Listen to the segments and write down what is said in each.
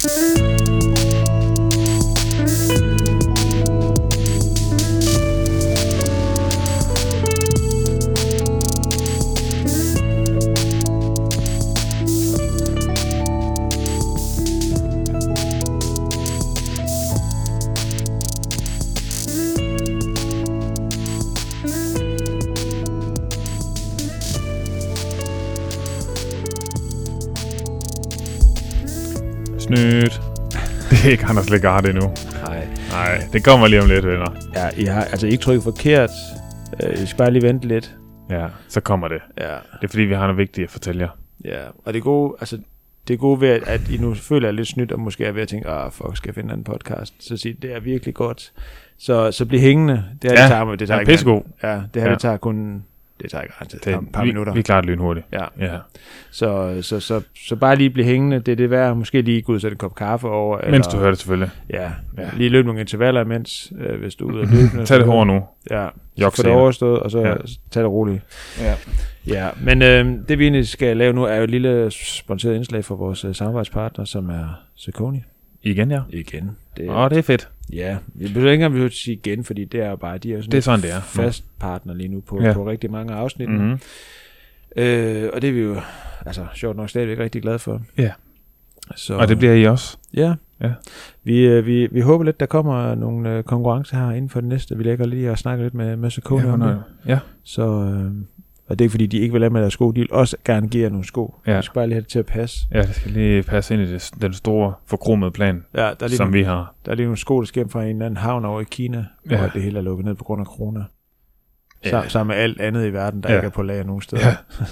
Snydt. Det er ikke Anders Legarde endnu. Nej, det kommer lige om lidt, venner. Ja, I har altså ikke trykket forkert. I skal bare lige vente lidt. Ja, så kommer det. Ja. Det er fordi, vi har noget vigtigt at fortælle jer. Ja, og det gode ved, at I nu føler jer lidt snydt, og måske er ved at tænke, skal jeg finde en podcast? Så sig, det er virkelig godt. Så bliv hængende. Det her, det tager ikke pissegod. Ja, det her, det tager kun... Det tager ikke ret et par minutter. Vi klarer det lynhurtigt. Ja. Så bare lige blive hængende. Det er det værd. Måske lige gå ud og sætte en kop kaffe over. Mens du hører det selvfølgelig. Ja. Lige løb nogle intervaller imens, hvis du er ude og løbe. Tag det over nu. Ja. Få det overstået, og så tag det roligt. Ja. Men det vi egentlig skal lave nu, er jo et lille sponsoreret indslag for vores samarbejdspartner, som er Saucony. Igen, ja. Igen. Det er fedt. Ja, jeg behøver ikke engang sige igen, fordi det er jo bare, de er sådan, det er sådan, det er. Fast partner lige nu på rigtig mange afsnit. Mm-hmm. Og det er vi jo, sjovt nok stadigvæk rigtig glade for. Ja. Så, og det bliver I også. Ja. Vi håber lidt, der kommer nogle konkurrencer her inden for det næste. Vi lægger lige og snakker lidt med Saucony om det. Ja. Så... Og det er ikke fordi, de ikke vil lade med deres sko. De vil også gerne give jer nogle sko. Vi skal bare lige have det til at passe. Ja, det skal lige passe ind i den store forkromede plan, som vi har. Der er lige nogle sko, der skal fra en eller anden havn over i Kina, hvor det hele er lukket ned på grund af corona. Sammen med alt andet i verden, der ikke er på lager nogen steder.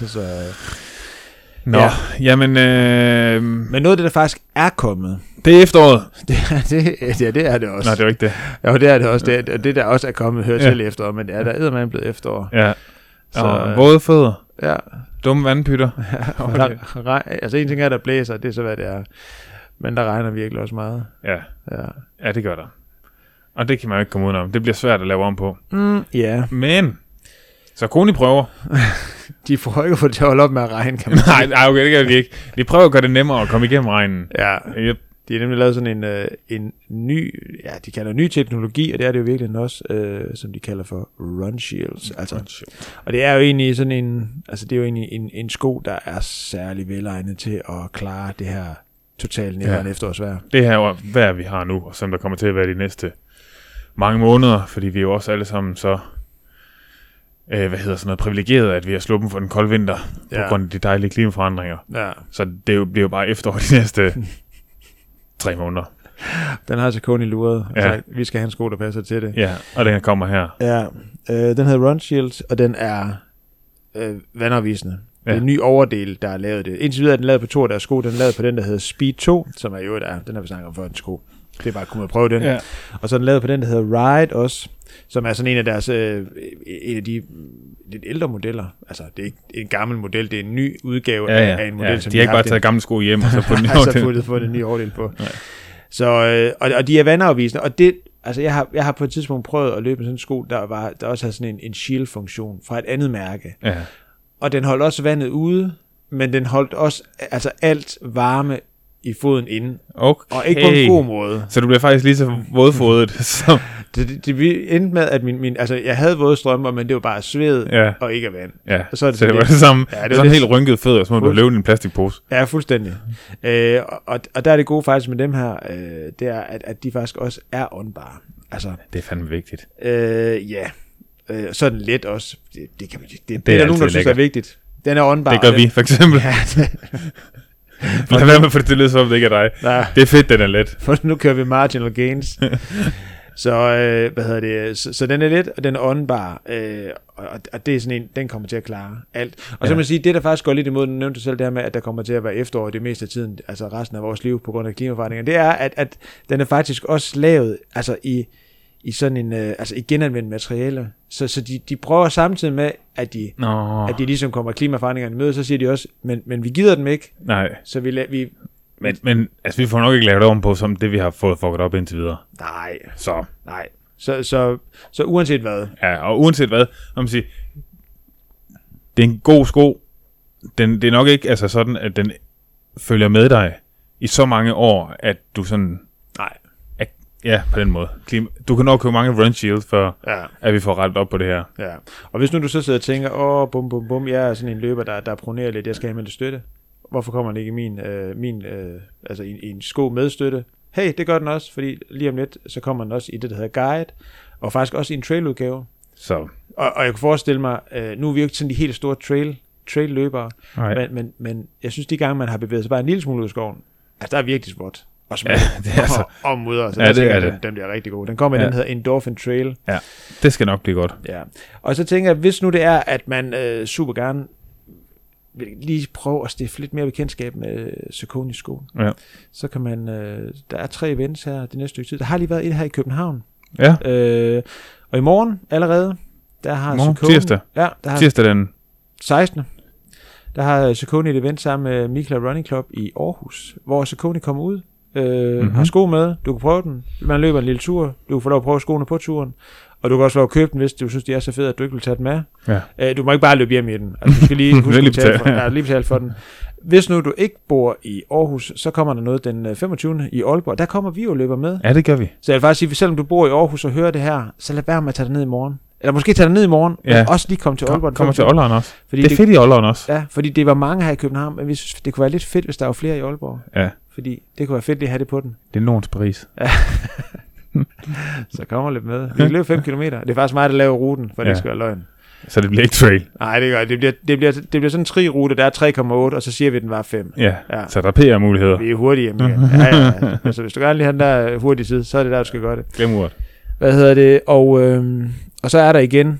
Ja. Jamen... Men noget af det, der faktisk er kommet... Det er efteråret. Det er det også. Nej, det er jo ikke det. Jo, det er det også. Det der også er kommet, hører til efterår, men det er der eddermame blevet efterår. Ja. Så våde fødder. Ja. Dumme vandpytter. Altså en ting er, der blæser, det er så hvad det er. Men der regner virkelig også meget. Ja, det gør der. Og det kan man jo ikke komme udenom. Det bliver svært at lave om på. Men Saucony prøver. De prøver ikke at få det til at holde op med at regne, kan man sige. Nej, okay, det gør de ikke. De prøver at gøre det nemmere at komme igennem regnen. Ja. Yep. De har nemlig lavet sådan en ny, de kalder ny teknologi, og det er det jo virkelig også, som de kalder for Run Shields. Og det er jo egentlig sådan en sko, der er særlig velegnet til at klare det her totalt nedværende efterårsvejr. Det her vejr, vi har nu, og som der kommer til at være de næste mange måneder, fordi vi er jo også alle sammen så privilegeret, at vi har sluppet for den kolde vinter, på grund af de dejlige klimaforandringer. Ja. Så det bliver jo bare efterår de næste 3 måneder. Den har Saucony luret. Altså, vi skal have en sko, der passer til det. Ja, og den kommer her. Ja, den hedder Run Shield, og den er vandafvisende. Det er en ny overdel, der er lavet det. Indtil videre er den lavet på 2 af deres sko. Den er lavet på den, der hedder Speed 2, som er jo den har vi snakket om før, en sko. Det er bare at komme og prøve den. Ja. Og så er den lavet på den, der hedder Ride også, som er sådan en af deres en af de lidt ældre modeller. Altså, det er ikke en gammel model, det er en ny udgave af en model, som de har ikke bare taget gamle sko hjem, og så på den så fået en ny overdel på. Nej. Så, og de er vandafvisende, og det, altså jeg har på et tidspunkt prøvet at løbe med sådan en sko, der også havde sådan en shield-funktion fra et andet mærke. Ja. Og den holdt også vandet ude, men den holdt også alt varme i foden inde. Okay. Og ikke på en god måde. Så du bliver faktisk lige så vådfodet som... Det endte med, at jeg havde våde strømper, men det var bare sved og ikke vand. Ja, så det var det samme. Ja, det var sådan helt rynket fødder, som om du løb i en plastikpose. Ja, fuldstændig. Og der er det gode faktisk med dem her, det er, at de faktisk også er åndbare. Altså, det er fandme vigtigt. Så er den let også. Det er der nogen, der synes er vigtigt. Den er åndbar. Det gør vi, for eksempel. Lad være med, for det lyder som om det ikke er dig. Nej. Det er fedt, den er let. For nu kører vi marginal gains. Så, så den er let, og den er åndbar, og det er sådan en, den kommer til at klare alt. Og så må man sige, det der faktisk går lidt imod, den nævnte selv det her med, at der kommer til at være efterår det meste af tiden, altså resten af vores liv på grund af klimaforandringer, det er, at den er faktisk også lavet, altså i sådan en, i genanvendt materiale. Så de prøver samtidig med, at de ligesom kommer klimaforandringerne i møde, så siger de også, men vi gider dem ikke. Nej. Så vi Men altså, vi får nok ikke lavet det om på, som det vi har fået fucket op indtil videre. Nej. Nej. Så uanset hvad. Ja, og uanset hvad, man sige, det er en god sko. Det er nok ikke sådan, at den følger med dig i så mange år, at du sådan... Nej. Ja, på den måde. Du kan nok købe mange run shield, for at vi får rettet op på det her. Ja, og hvis nu du så sidder og tænker, bum, bum, bum, jeg er sådan en løber, der pronerer lidt, jeg skal have med lidt støtte. Hvorfor kommer den ikke i en sko med støtte? Hey, det gør den også, fordi lige om lidt, så kommer den også i det, der hedder guide, og faktisk også i en trail-udgave. Så. Og jeg kan forestille mig, nu er vi jo ikke sådan de helt store trail-løbere, men jeg synes, de gange, man har bevæget sig bare en lille smule ud af skoven, altså der er virkelig sport. Og små, og mudder, så den bliver rigtig god. Den kommer i den, der hedder Endorphin Trail. Ja, det skal nok blive godt. Ja. Og så tænker jeg, hvis nu det er, at man super gerne vil lige prøve at stifte lidt mere bekendtskab med Saucony-sko, så kan man, der er 3 events her det næste stykke tid. Der har lige været et her i København. Ja. Og i morgen allerede, der har Saucony... Tirsdag. Ja, der har tirsdag den 16. Der har Saucony et event sammen med Mikla Running Club i Aarhus, hvor Saucony kommer ud, har sko med, du kan prøve den, man løber en lille tur, du kan få lov at prøve skoene på turen, og du kan også få lov at købe den, hvis du synes, de er så fede, at du ikke vil tage den med. Ja. Du må ikke bare løbe hjem i den. Altså, du skal lige huske at betale for den. Hvis nu du ikke bor i Aarhus, så kommer der noget den 25. i Aalborg. Der kommer vi jo løber med. Ja, det gør vi. Så jeg vil faktisk sige, selvom du bor i Aarhus og hører det her, så lad være med at tage ned i morgen. Eller måske tage ned i morgen, men også lige komme til Aalborg. Kommer til Aalborg også. Fordi det er fedt i Aalborg også. Ja, fordi det var mange her i København, men det kunne være lidt fedt, hvis der var flere i Aalborg. Ja. Fordi det kunne være fedt lige at have det på den. Det er Nordens Paris. Ja. Så kommer lidt med. Vi kan løbe 5 km. Det er faktisk mig, der laver ruten, for det ikke skal være løgn. Så det bliver ikke trail? Nej, det gør det bliver sådan en tri-rute, der er 3,8, og så siger vi, at den var 5. Ja, så der er PR-muligheder. Vi er hurtige hjemme igen. Ja. Altså, hvis du gerne lige har den der hurtige tid, så er det der, du skal gøre det. Glem ordet. Hvad hedder det? Og så er der igen,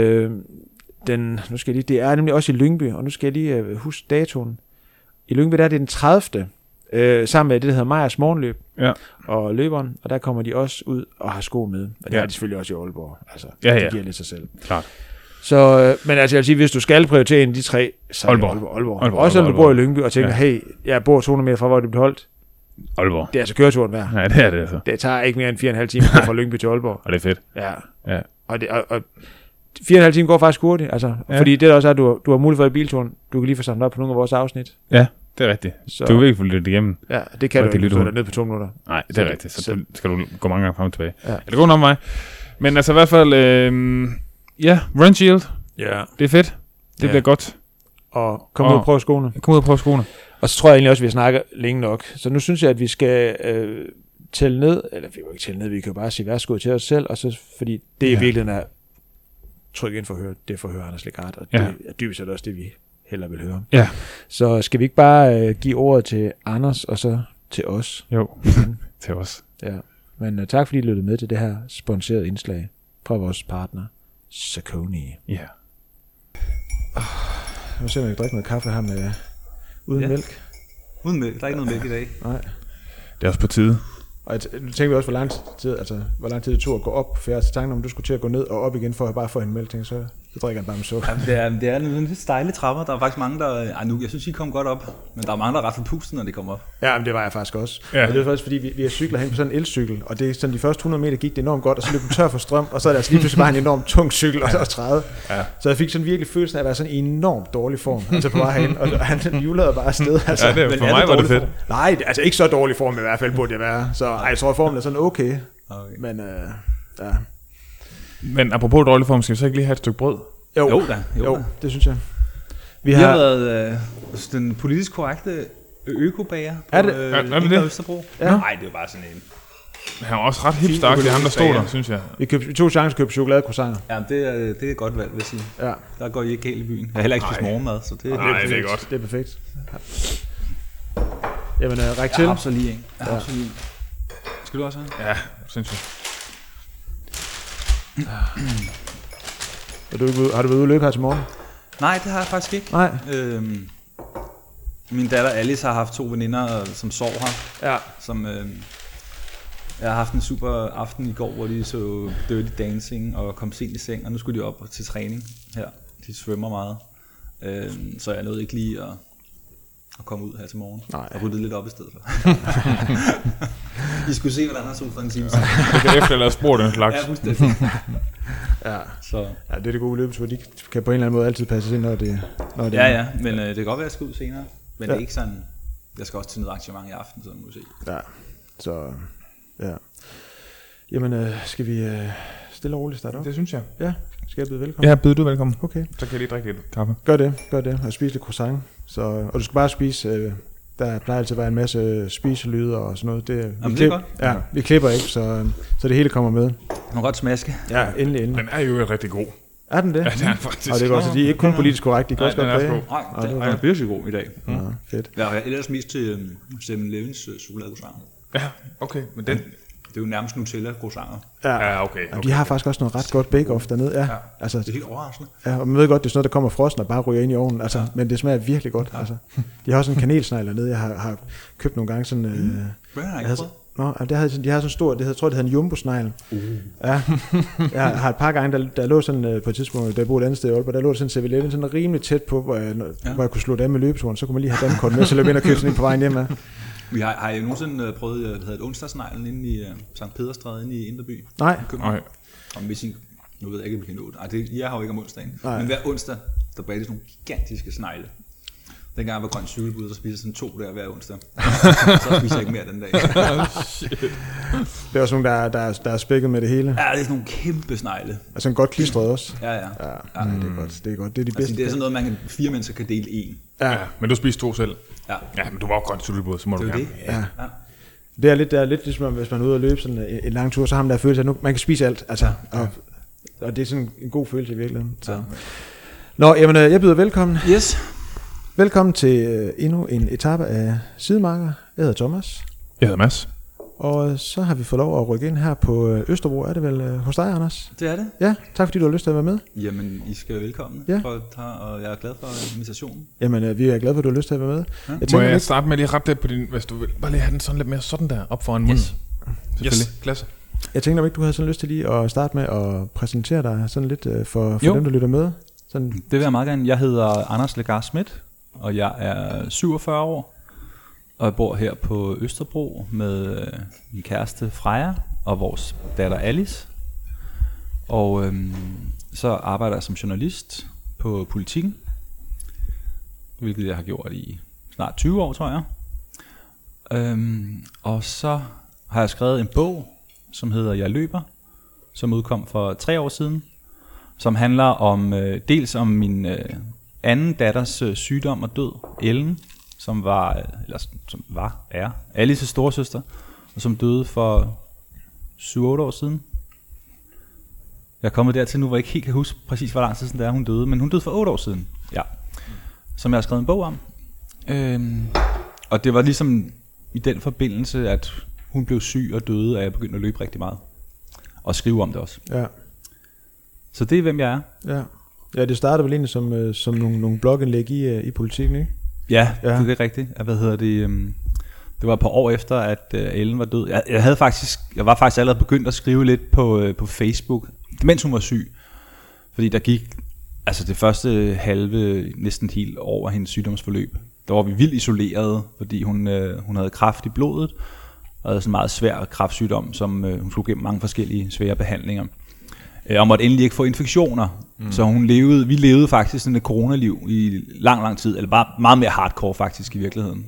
det er nemlig også i Lyngby, og nu skal jeg lige huske datoen. I Lyngby, der er det den 30. Sammen med det, der hedder Meyers Morgenløb og løberen, og der kommer de også ud og har sko med. Og det er de selvfølgelig også i Aalborg. Altså, det giver lidt sig selv. Klart. Så, men altså, jeg vil sige, hvis du skal prioritere en af de 3, så er det Aalborg. Også selvom du bor i Lyngby og tænker, hey, jeg bor 200 meter fra, hvor det bliver holdt. Aalborg. Det er altså køreturen værd. Ja, det er det altså. Det tager ikke mere end 4,5 timer fra Lyngby til Aalborg. Og det er fedt. Ja. Og 4,5 timer går faktisk hurtigt, altså. Fordi det der også er, at du har mulighed for i bilturen, du kan lige få samlet op på nogle af vores afsnit. Ja, det er rigtigt. Så du kan ikke få lidt igennem. Ja, det kan du ikke, så ned på 2 minutter. Nej, det er rigtigt. Så skal du gå mange gange frem og tilbage. Ja. Eller gå om mig. Men altså i hvert fald, Run Shield. Ja. Det er fedt. Det bliver godt. Og kom ud og prøve skoene. Og så tror jeg egentlig også, at vi snakker længe nok. Så nu synes jeg, at vi skal tælle ned. Eller vi må ikke tælle ned, vi kan jo bare sige værsgo til os selv. Og så, fordi det i virkeligheden er tryk ind for at høre. Det får høre Anders Legard. Og det er dybest set også det, vi hellere vil høre. Ja. Så skal vi ikke bare give ordet til Anders, og så til os? Jo, til os. Ja. Men tak fordi I lyttede med til det her sponsorerede indslag fra vores partner, Saucony. Ja. Nu ser vi, at vi drikker noget kaffe her med uden mælk. Uden mælk? Der er ikke noget mælk i dag. Nej. Det er også på tide. Og nu tænker vi også, hvor lang tid det tog at gå op, for jeg har tanken om, du skulle til at gå ned og op igen, for at bare få en mælk, så drikker han bare med sukker. Jamen, det er nogle lidt stejle trapper. Der er faktisk mange, der... jeg synes, I kom godt op, men der er mange, der er ret for pusten, når de kommer op. Ja, men det var jeg faktisk også. Ja. Og det er faktisk, fordi vi har cyklet hen på sådan en elcykel, og det er sådan, de første 100 meter gik det enormt godt, og så løb den tør for strøm, og så er der altså lige pludselig bare en enormt tung cykel og træde. Ja. Så jeg fik sådan virkelig følelsen af at være sådan i enormt dårlig form, altså på vej hen, og han hjulede bare afsted. Altså. Ja, for mig var det fedt. Nej, altså ikke så dårlig form i hvert fald burde jeg være. Så jeg tror, formen er sådan okay. Men ja. Men apropos dårlig form, skal vi så ikke lige have et stykke brød? Jo, det synes jeg. Vi har været den politisk korrekte økobager på det? Østerbro. Ja. Nej, det er jo bare sådan en... Han var også ret hipstagtig, det er ham, der stod der, synes jeg. Vi tog chance at købe chokoladecroissanter. Ja, det er et godt valg, vil jeg sige. Ja. Der går I ikke helt i byen. Jeg har heller ikke spist morgenmad, så det er godt. Det er perfekt. Jamen, ræk til. Jeg har absolut en. Skal du også have? Ja, synes jeg. Har du været ude at løbe her til morgen? Nej, det har jeg faktisk ikke. Nej. Min datter Alice har haft 2 veninder, som sov her. Ja. Som, jeg har haft en super aften i går, hvor de så Dirty Dancing og kom sent i seng, og nu skulle de op til træning her. De svømmer meget. Så jeg nåede ikke lige at komme ud her til morgen. Nej. Og rydde lidt op i stedet for. I skulle se, hvordan han så ud for en time siden. Det kan efterlade spor den slags. Ja, fuldstændig. Ja, det er det gode løbetur. De kan på en eller anden måde altid passe ind, når det ja, men det kan godt være, at jeg skal ud senere. Men det er ikke sådan... Jeg skal også til noget arrangement i aften, så må vi se. Ja, så ja. Jamen, skal vi stille og roligt starte op? Det synes jeg. Ja, skal jeg byde velkommen? Ja, byder du velkommen. Okay. Så kan jeg lige drikke lidt kaffe. Gør det, og spise lidt croissant. Så, og du skal bare spise, der plejer altid at være en masse spiselyde og sådan noget. Det er godt. Ja, vi klipper ikke, så det hele kommer med. Nogle godt smaske. Ja, endelig. Den er jo rigtig god. Er den det? Ja, det er faktisk. Og det er også, de er ikke kun politisk korrekt, de kan også godt bage. Nej, den er virkelig god i dag. Ja, fedt. Jeg har ellers mest til 7-Elevens chokoladecroissanter. Ja, okay, men den... Det er jo nærmest Nutella-croissanter. Ja, okay. De har faktisk også noget ret godt bake-off dernede. Ja. Altså, det er helt overraskende. Ja, og man ved godt, det er sådan noget, der kommer frossen og bare ryger ind i ovnen. Altså, men det smager virkelig godt. Altså, de har også en kanelsnegl dernede. Jeg har købt nogle gange sådan... Hvad har jeg ikke prøvet? De har sådan en stor, jeg tror det hedder en jumbo-snegl. Ja, jeg har et par gange, der lå sådan på et tidspunkt, da jeg boede et andet sted i Aalborg, der lå sådan 7-Eleven sådan rimelig tæt på, hvor jeg kunne slå det af med løbeturen. Så kunne man lige have dankort med, så løb ind og købe sådan en på vejen hjem af. Har I nogensinde prøvet, det hedder et onsdagsneglen inde i Sankt Pederstræde inde i Indre By? Nej. Og hvis I, nu ved jeg ikke, om vi kan nå det. Jeg har jo ikke om onsdagen. Men hver onsdag, der bagte sådan nogle gigantiske snegle. Dengang jeg var grøn cykelbud, der spiste sådan 2 der hver onsdag. Så spiser jeg ikke mere den dag. Det er også nogle, der er spækket med det hele. Ja, det er sådan nogle kæmpe snegle. Altså en godt klistret også. Ja. Det er godt. Det er godt. Det er de bedste. Altså, det er sådan noget, 4 mennesker kan dele en. Ja, men du spiser 2 selv. Ja, men du var jo grøn cykelbud, så må du gerne. Ja. Det er lidt ligesom, hvis man er ude og løbe sådan en lang tur, så har man der følelse af, at man kan spise alt. Altså, og det er sådan en god følelse i virkeligheden. Så. Ja. Nå, jamen, jeg byder velkommen. Yes. Velkommen til endnu en etape af Sidemarker. Jeg hedder Thomas. Jeg hedder Mads. Og så har vi fået lov at rykke ind her på Østerbro. Er det vel hos dig, Anders? Det er det. Ja, tak fordi du har lyst til at være med. Jamen, I skal være velkommen. Ja. Og jeg er glad for invitationen. Jamen, vi er glade for, at du har lyst til at være med. Ja. Må jeg starte med lige at rette det på din, hvis du vil. Bare lige have den sådan lidt mere sådan der, op foran munden. Yes, klasse. Jeg tænkte, om ikke du havde sådan lyst til lige at starte med at præsentere dig sådan lidt for dem, der lytter med. Sådan. Det vil jeg meget gerne. Jeg hedder Anders Legar Schmidt, og jeg er 47 år. Og jeg bor her på Østerbro med min kæreste Freja og vores datter Alice. Og så arbejder jeg som journalist på Politiken, hvilket jeg har gjort i snart 20 år, tror jeg. Og så har jeg skrevet en bog, som hedder Jeg løber, som udkom for 3 år siden, som handler om dels om min anden datters sygdom og død, Ellen, som er Alice's storesøster, og som døde for 7-8 år siden. Jeg er kommet dertil nu, hvor jeg ikke helt kan huske præcis, hvor lang tid siden det er, hun døde, men hun døde for 8 år siden, ja, som jeg har skrevet en bog om. Og det var ligesom i den forbindelse, at hun blev syg og døde, at jeg begyndte at løbe rigtig meget. Og skrive om det også. Ja. Så det er, hvem jeg er. Ja, det startede vel egentlig som nogle blogindlæg i Politiken, ikke? Ja, det er rigtigt. Det var et par år efter, at Ellen var død. Jeg var faktisk allerede begyndt at skrive lidt på Facebook, mens hun var syg. Fordi der gik det første halve, næsten helt over hendes sygdomsforløb. Der var vi vildt isoleret, fordi hun havde kræft i blodet, og havde sådan en meget svær kræftsygdom, som hun skulle gennem mange forskellige svære behandlinger. Og måtte endelig ikke få infektioner. Så vi levede faktisk sådan et coronaliv i lang tid, eller bare meget mere hardcore faktisk i virkeligheden.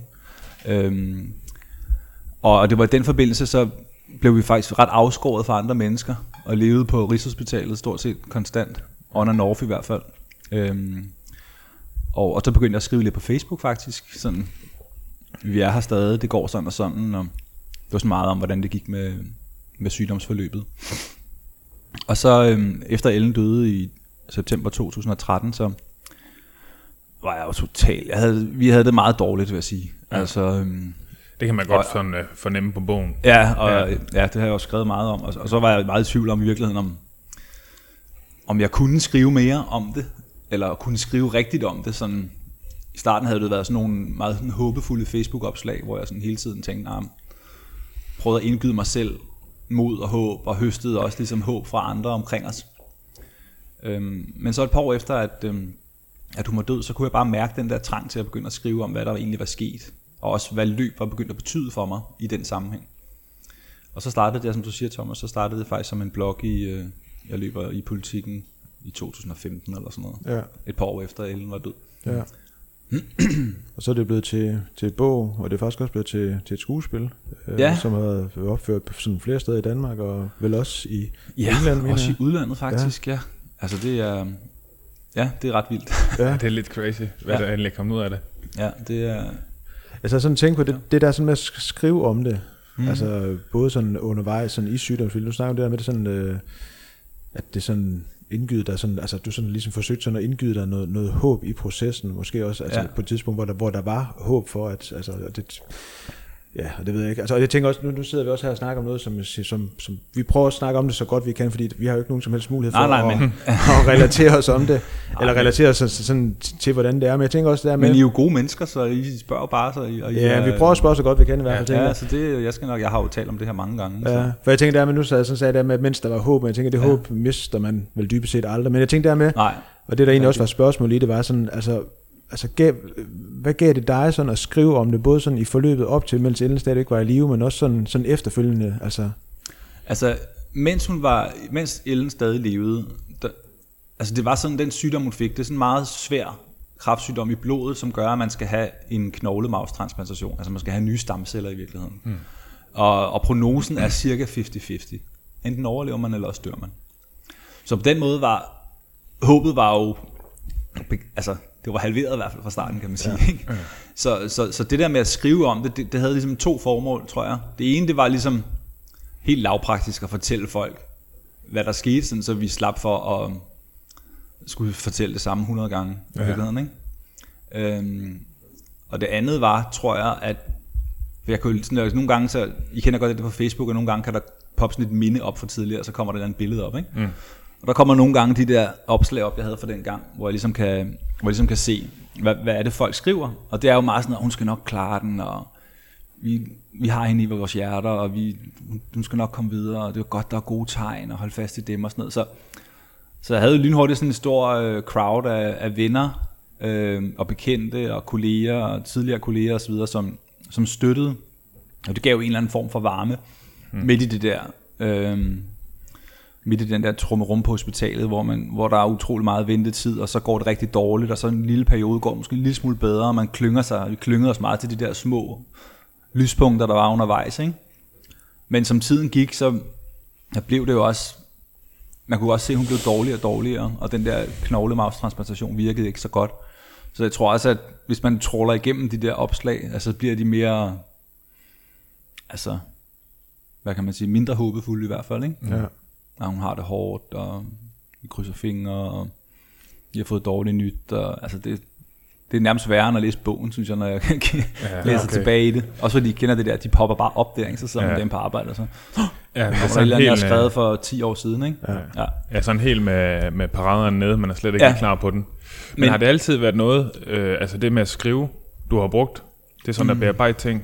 Og det var i den forbindelse, så blev vi faktisk ret afskåret fra andre mennesker, og levede på Rigshospitalet stort set konstant, on and off i hvert fald. Og så begyndte jeg at skrive lidt på Facebook faktisk, sådan, vi er her stadig, det går sådan og sådan, og det var så meget om, hvordan det gik med sygdomsforløbet. Og så efter Ellen døde i september 2013, så var jeg jo totalt... Vi havde det meget dårligt, vil jeg sige. Ja. Det kan man godt fornemme på bogen. Ja, det har jeg også skrevet meget om. Og så var jeg meget i tvivl om i virkeligheden, om jeg kunne skrive mere om det, eller kunne skrive rigtigt om det. Sådan, i starten havde det været sådan nogle meget sådan håbefulde Facebook-opslag, hvor jeg sådan hele tiden tænkte, prøvede at indgyde mig selv mod og håb, og høstede også ligesom håb fra andre omkring os. Men så et par år efter, at hun var død, så kunne jeg bare mærke den der trang til at begynde at skrive om, hvad der egentlig var sket, og også hvad løb var begyndt at betyde for mig i den sammenhæng. Og så startede det, som du siger, Thomas, så startede det faktisk som en blog jeg løber i Politiken i 2015 eller sådan noget. Ja. Et par år efter Ellen var død. Ja. Og så er det blevet til et bog, og det er faktisk også blevet til et skuespil, som har været opført på sådan flere steder i Danmark, og vel også i England. Ja, også i udlandet faktisk, ja. Altså det er ret vildt. Ja. Det er lidt crazy, hvad der endelig kom ud af det. Ja, det er... Altså sådan tænk på det der sådan med at skrive om det, altså både sådan undervejs sådan i sygdomsfilm. Du snakker om det der med det sådan, at det sådan indgyde dig sådan, altså du sådan ligesom forsøgte sådan at indgyde dig noget håb i processen, måske også altså på et tidspunkt, hvor der var håb for, at altså det, ja, og det ved jeg ikke. Altså, og jeg tænker også, nu sidder vi også her og snakker om noget, som vi prøver at snakke om det så godt vi kan, fordi vi har jo ikke nogen som helst mulighed for at relatere os om det, eller relatere os sådan til, hvordan det er. Men jeg tænker også, det er med... Men I er jo gode mennesker, så I spørger bare, så I vi prøver at spørge så godt vi kan i hvert fald. Ja, altså jeg har jo talt om det her mange gange. Ja, så. For jeg tænker der med, nu sagde jeg der med, mens der var håb, men jeg tænker, det håb mister man vel dybest set aldrig. Men jeg tænker der med, og det der egentlig også var spørgsmål i, det var sådan, altså hvad gav det dig sådan at skrive om det, både sådan i forløbet op til, mens Ellen stadig ikke var i live, men også sådan efterfølgende, altså mens Ellen stadig levede, altså det var sådan, den sygdom hun fik, det er sådan en meget svær kræftsygdom i blodet, som gør, at man skal have en knoglemarvstransplantation, altså man skal have nye stamceller i virkeligheden. Og prognosen er cirka 50-50. Enten overlever man, eller også dør man. Så på den måde håbet var jo, altså det var halveret i hvert fald fra starten, kan man sige. Ikke? Så det der med at skrive om det havde ligesom 2 formål, tror jeg. Det ene, det var ligesom helt lavpraktisk at fortælle folk, hvad der skete, sådan, så vi slap for at skulle fortælle det samme 100 gange. Ikke? Og det andet var, tror jeg, at jeg kunne sådan, nogle gange, så I kender godt det på Facebook, og nogle gange kan der poppe sådan et minde op for tidligere, og så kommer der et billede op, ikke? Og der kommer nogle gange de der opslag op, jeg havde for den gang, hvor jeg ligesom kan se, hvad er det folk skriver. Og det er jo meget sådan, at hun skal nok klare den, og vi har hende i vores hjerter, og hun skal nok komme videre, og det er godt, der er gode tegn, og holde fast i dem og sådan noget. Så jeg havde jo lynhurtigt sådan en stor crowd af venner, og bekendte, og kolleger, og tidligere kolleger osv., som støttede. Og det gav jo en eller anden form for varme midt i det der... midt i den der trummerum på hospitalet, hvor der er utrolig meget ventetid, og så går det rigtig dårligt, og så en lille periode går måske en lille smule bedre, og vi klyngede os meget til de der små lyspunkter, der var undervejs, ikke? Men som tiden gik, så blev det jo også, man kunne også se, at hun blev dårligere og dårligere, og den der knoglemarvstransplantation virkede ikke så godt. Så jeg tror også, at hvis man tråler igennem de der opslag, altså bliver de mere, altså, hvad kan man sige, mindre håbefulde i hvert fald, ikke? Ja. Og hun har det hårdt, og vi krydser fingre, og vi har fået dårligt nyt, og altså det er nærmest værre end at læse bogen, synes jeg, når jeg læser tilbage i det. Også fordi de kender det der, de popper bare op der, ikke? Så sidder man dem på arbejde, og så det er sådan helt, jeg har skrevet for 10 år siden, ikke? Ja, sådan helt med paraderne nede, man er slet ikke klar på den. Men har det altid været noget, altså det med at skrive, du har brugt, det er sådan der bearbejde ting?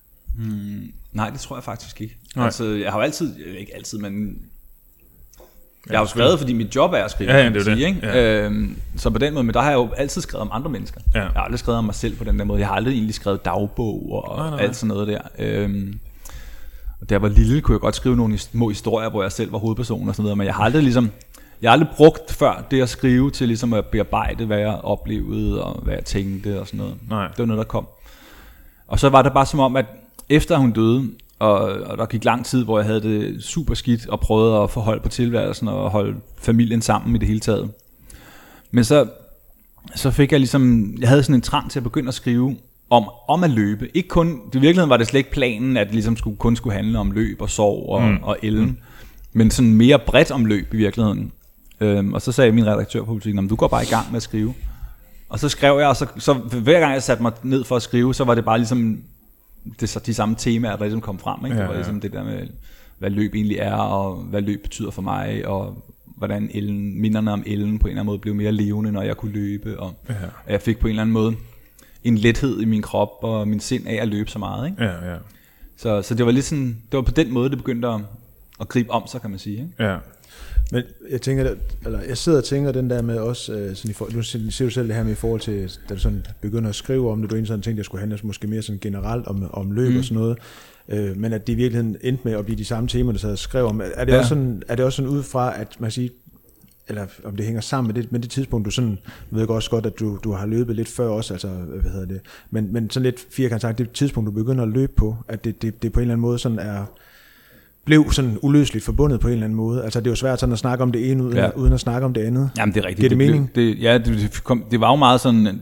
Nej, det tror jeg faktisk ikke. Altså, jeg har jo altid, ikke altid, men... Jeg har jo skrevet, fordi mit job er at skrive, det er det. Ikke? Ja. Så på den måde, men der har jeg jo altid skrevet om andre mennesker. Ja. Jeg har aldrig skrevet om mig selv på den der måde. Jeg har aldrig egentlig skrevet dagbog og alt sådan noget der. Og da jeg var lille, kunne jeg godt skrive nogle små historier, hvor jeg selv var hovedperson og sådan noget, men jeg har aldrig brugt før det at skrive til ligesom at bearbejde, hvad jeg oplevede og hvad jeg tænkte og sådan noget. Nej. Det var noget, der kom. Og så var det bare som om, at efter hun døde, og der gik lang tid, hvor jeg havde det super skidt og prøvede at få hold på tilværelsen og holde familien sammen i det hele taget. Men så fik jeg ligesom, jeg havde sådan en trang til at begynde at skrive om at løbe. Ikke kun, i virkeligheden var det slet ikke planen, at det ligesom kun skulle handle om løb og sorg og Ellen, men sådan mere bredt om løb i virkeligheden. Og så sagde min redaktør på Politiken, du går bare i gang med at skrive. Og så skrev jeg, og så hver gang jeg satte mig ned for at skrive, så var det bare ligesom de samme temaer, der ligesom kom frem. Ikke? Det var ligesom det der med, hvad løb egentlig er, og hvad løb betyder for mig, og hvordan minderne om Ellen på en eller anden måde blev mere levende, når jeg kunne løbe, og jeg fik på en eller anden måde en lethed i min krop og min sind af at løbe så meget. Ikke? Så det var lidt sådan, det var på den måde, det begyndte at gribe om sig, kan man sige. Ikke? Ja. Men jeg tænker, jeg sidder og tænker den der med også, nu ser du selv det her med i forhold til, da du sådan begynder at skrive om det, du egentlig sådan tænkte, at jeg skulle handle måske mere sådan generelt om løb og sådan noget, men at det i virkeligheden endte med at blive de samme temaer, der sad og skrev om. Er det også sådan ud fra, at man siger, eller om det hænger sammen med det tidspunkt, du sådan, jeg ved også godt, at du har løbet lidt før også, altså, men sådan lidt firkantet sagt, det tidspunkt, du begynder at løbe på, at det på en eller anden måde sådan blev sådan uløseligt forbundet på en eller anden måde. Altså det er jo svært sådan at snakke om det ene, uden at snakke om det andet. Jamen det er rigtigt. Giver det mening? Det var jo meget sådan,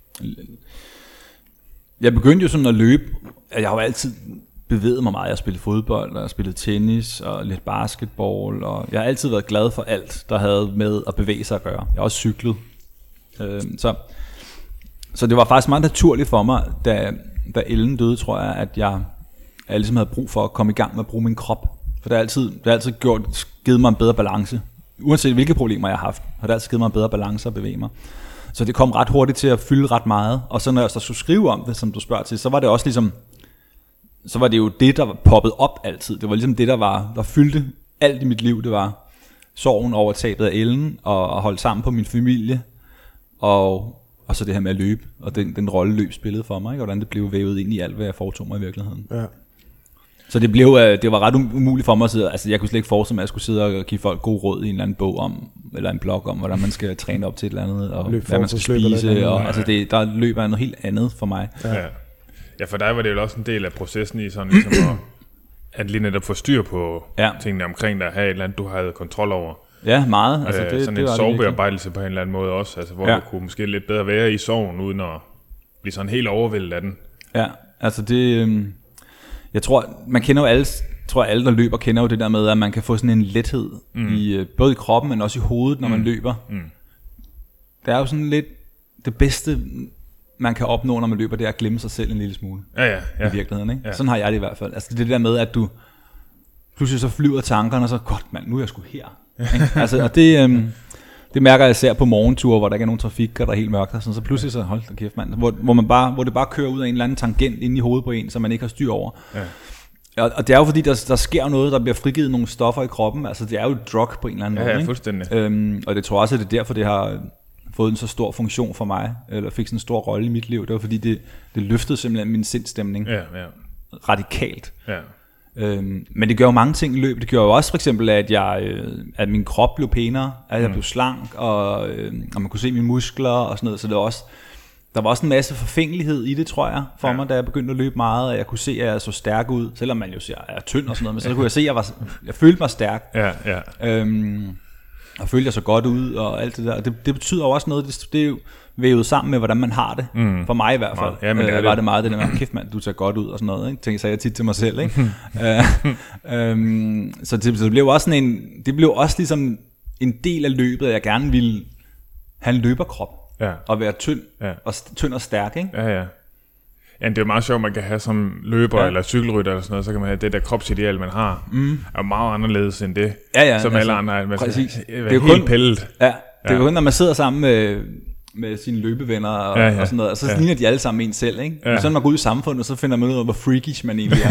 jeg begyndte jo sådan at løbe, at jeg har jo altid bevæget mig meget. Jeg har spillet fodbold, og jeg har spillet tennis, og lidt basketball, og jeg har altid været glad for alt, der havde med at bevæge sig at gøre. Jeg har også cyklet. Så det var faktisk meget naturligt for mig, da Ellen døde, tror jeg, at jeg ligesom havde brug for at komme i gang med at bruge min krop. For det har altid givet mig en bedre balance. Uanset hvilke problemer jeg har haft, har det altid givet mig en bedre balance at bevæge mig. Så det kom ret hurtigt til at fylde ret meget. Og så når jeg så skulle skrive om det, som du spørger til, så var det også ligesom, så var det jo det, der var poppet op altid. Det var ligesom det, der fyldte alt i mit liv. Det var sorgen over tabet af Ellen, og at holde sammen på min familie, og så det her med at løbe, og den rolle løb spillede for mig, ikke? Og hvordan det blev vævet ind i alt, hvad jeg foretog mig i virkeligheden. Ja. Så det var ret umuligt for mig at sidde, altså jeg kunne slet ikke forestille mig, at jeg skulle sidde og give folk god råd i en eller anden bog om, eller en blog om, hvordan man skal træne op til et eller andet, og hvad man skal spise, og altså der løber noget helt andet for mig. Ja, for dig var det jo også en del af processen i sådan ligesom at lige netop få styr på tingene omkring dig, at have et eller andet, du havde kontrol over. Ja, meget. Altså sådan en sovebearbejdelse på en eller anden måde også, altså hvor du kunne måske lidt bedre være i sorgen, uden at blive sådan helt overvældet af den. Ja, altså det... Jeg tror, man kender jo alle, der løber, kender jo det der med, at man kan få sådan en lethed, både i kroppen, men også i hovedet, når man løber. Det er jo sådan lidt det bedste, man kan opnå, når man løber, det er at glemme sig selv en lille smule. Ja. I virkeligheden, ikke? Ja. Sådan har jeg det i hvert fald. Altså det der med, at du pludselig så flyver tankerne, og så, godt mand, nu er jeg sgu her. Altså, og det mærker jeg især på morgenture, hvor der ikke er nogen trafik, og der er helt mørkt, så pludselig så, hold da kæft mand, hvor det bare kører ud af en eller anden tangent inde i hovedet på en, som man ikke har styr over. Ja. Og det er jo fordi, der sker noget, der bliver frigivet nogle stoffer i kroppen, altså det er jo et drug på en eller anden måde. Ja, fuldstændig. Og det tror jeg også, at det er derfor, det har fået en så stor funktion for mig, eller fik sådan en stor rolle i mit liv. Det var fordi, det løftede simpelthen min sindstemning radikalt. Ja. Men det gør jo mange ting i løbet. Det gør jo også for eksempel, at min krop blev pænere, at jeg blev slank, og man kunne se mine muskler og sådan noget. Så der var også en masse forfængelighed i det, tror jeg, for mig, da jeg begyndte at løbe meget. At jeg kunne se, at jeg så stærk ud, selvom man jo siger, at jeg er tynd og sådan noget. Men så kunne jeg se, at jeg følte mig stærk. Og følte jeg så godt ud og alt det der. Og det betyder jo også noget. Det er jo vævet sammen med, hvordan man har det. For mig i hvert fald. Ja, men det var det meget det der med, kæft mand, du ser godt ud og sådan noget. Ikke? Sagde jeg tit til mig selv. Ikke? Så det blev også sådan en, det blev også ligesom en del af løbet, at jeg gerne ville have en løberkrop. Ja. Og være tynd og stærk. Ikke? Ja. Ja, det er jo meget sjovt, man kan have som løber eller cykelrytter eller sådan noget, så kan man have det der kropsideal, man har, er meget anderledes end det, som alle andre. Præcis. Det er jo helt pillet. Ja, det er jo kun, når man sidder sammen med sine løbevenner og sådan noget, og så ligner de alle sammen en selv, ikke? Ja. Så når man går ud i samfundet, så finder man ud af, hvor freakish man egentlig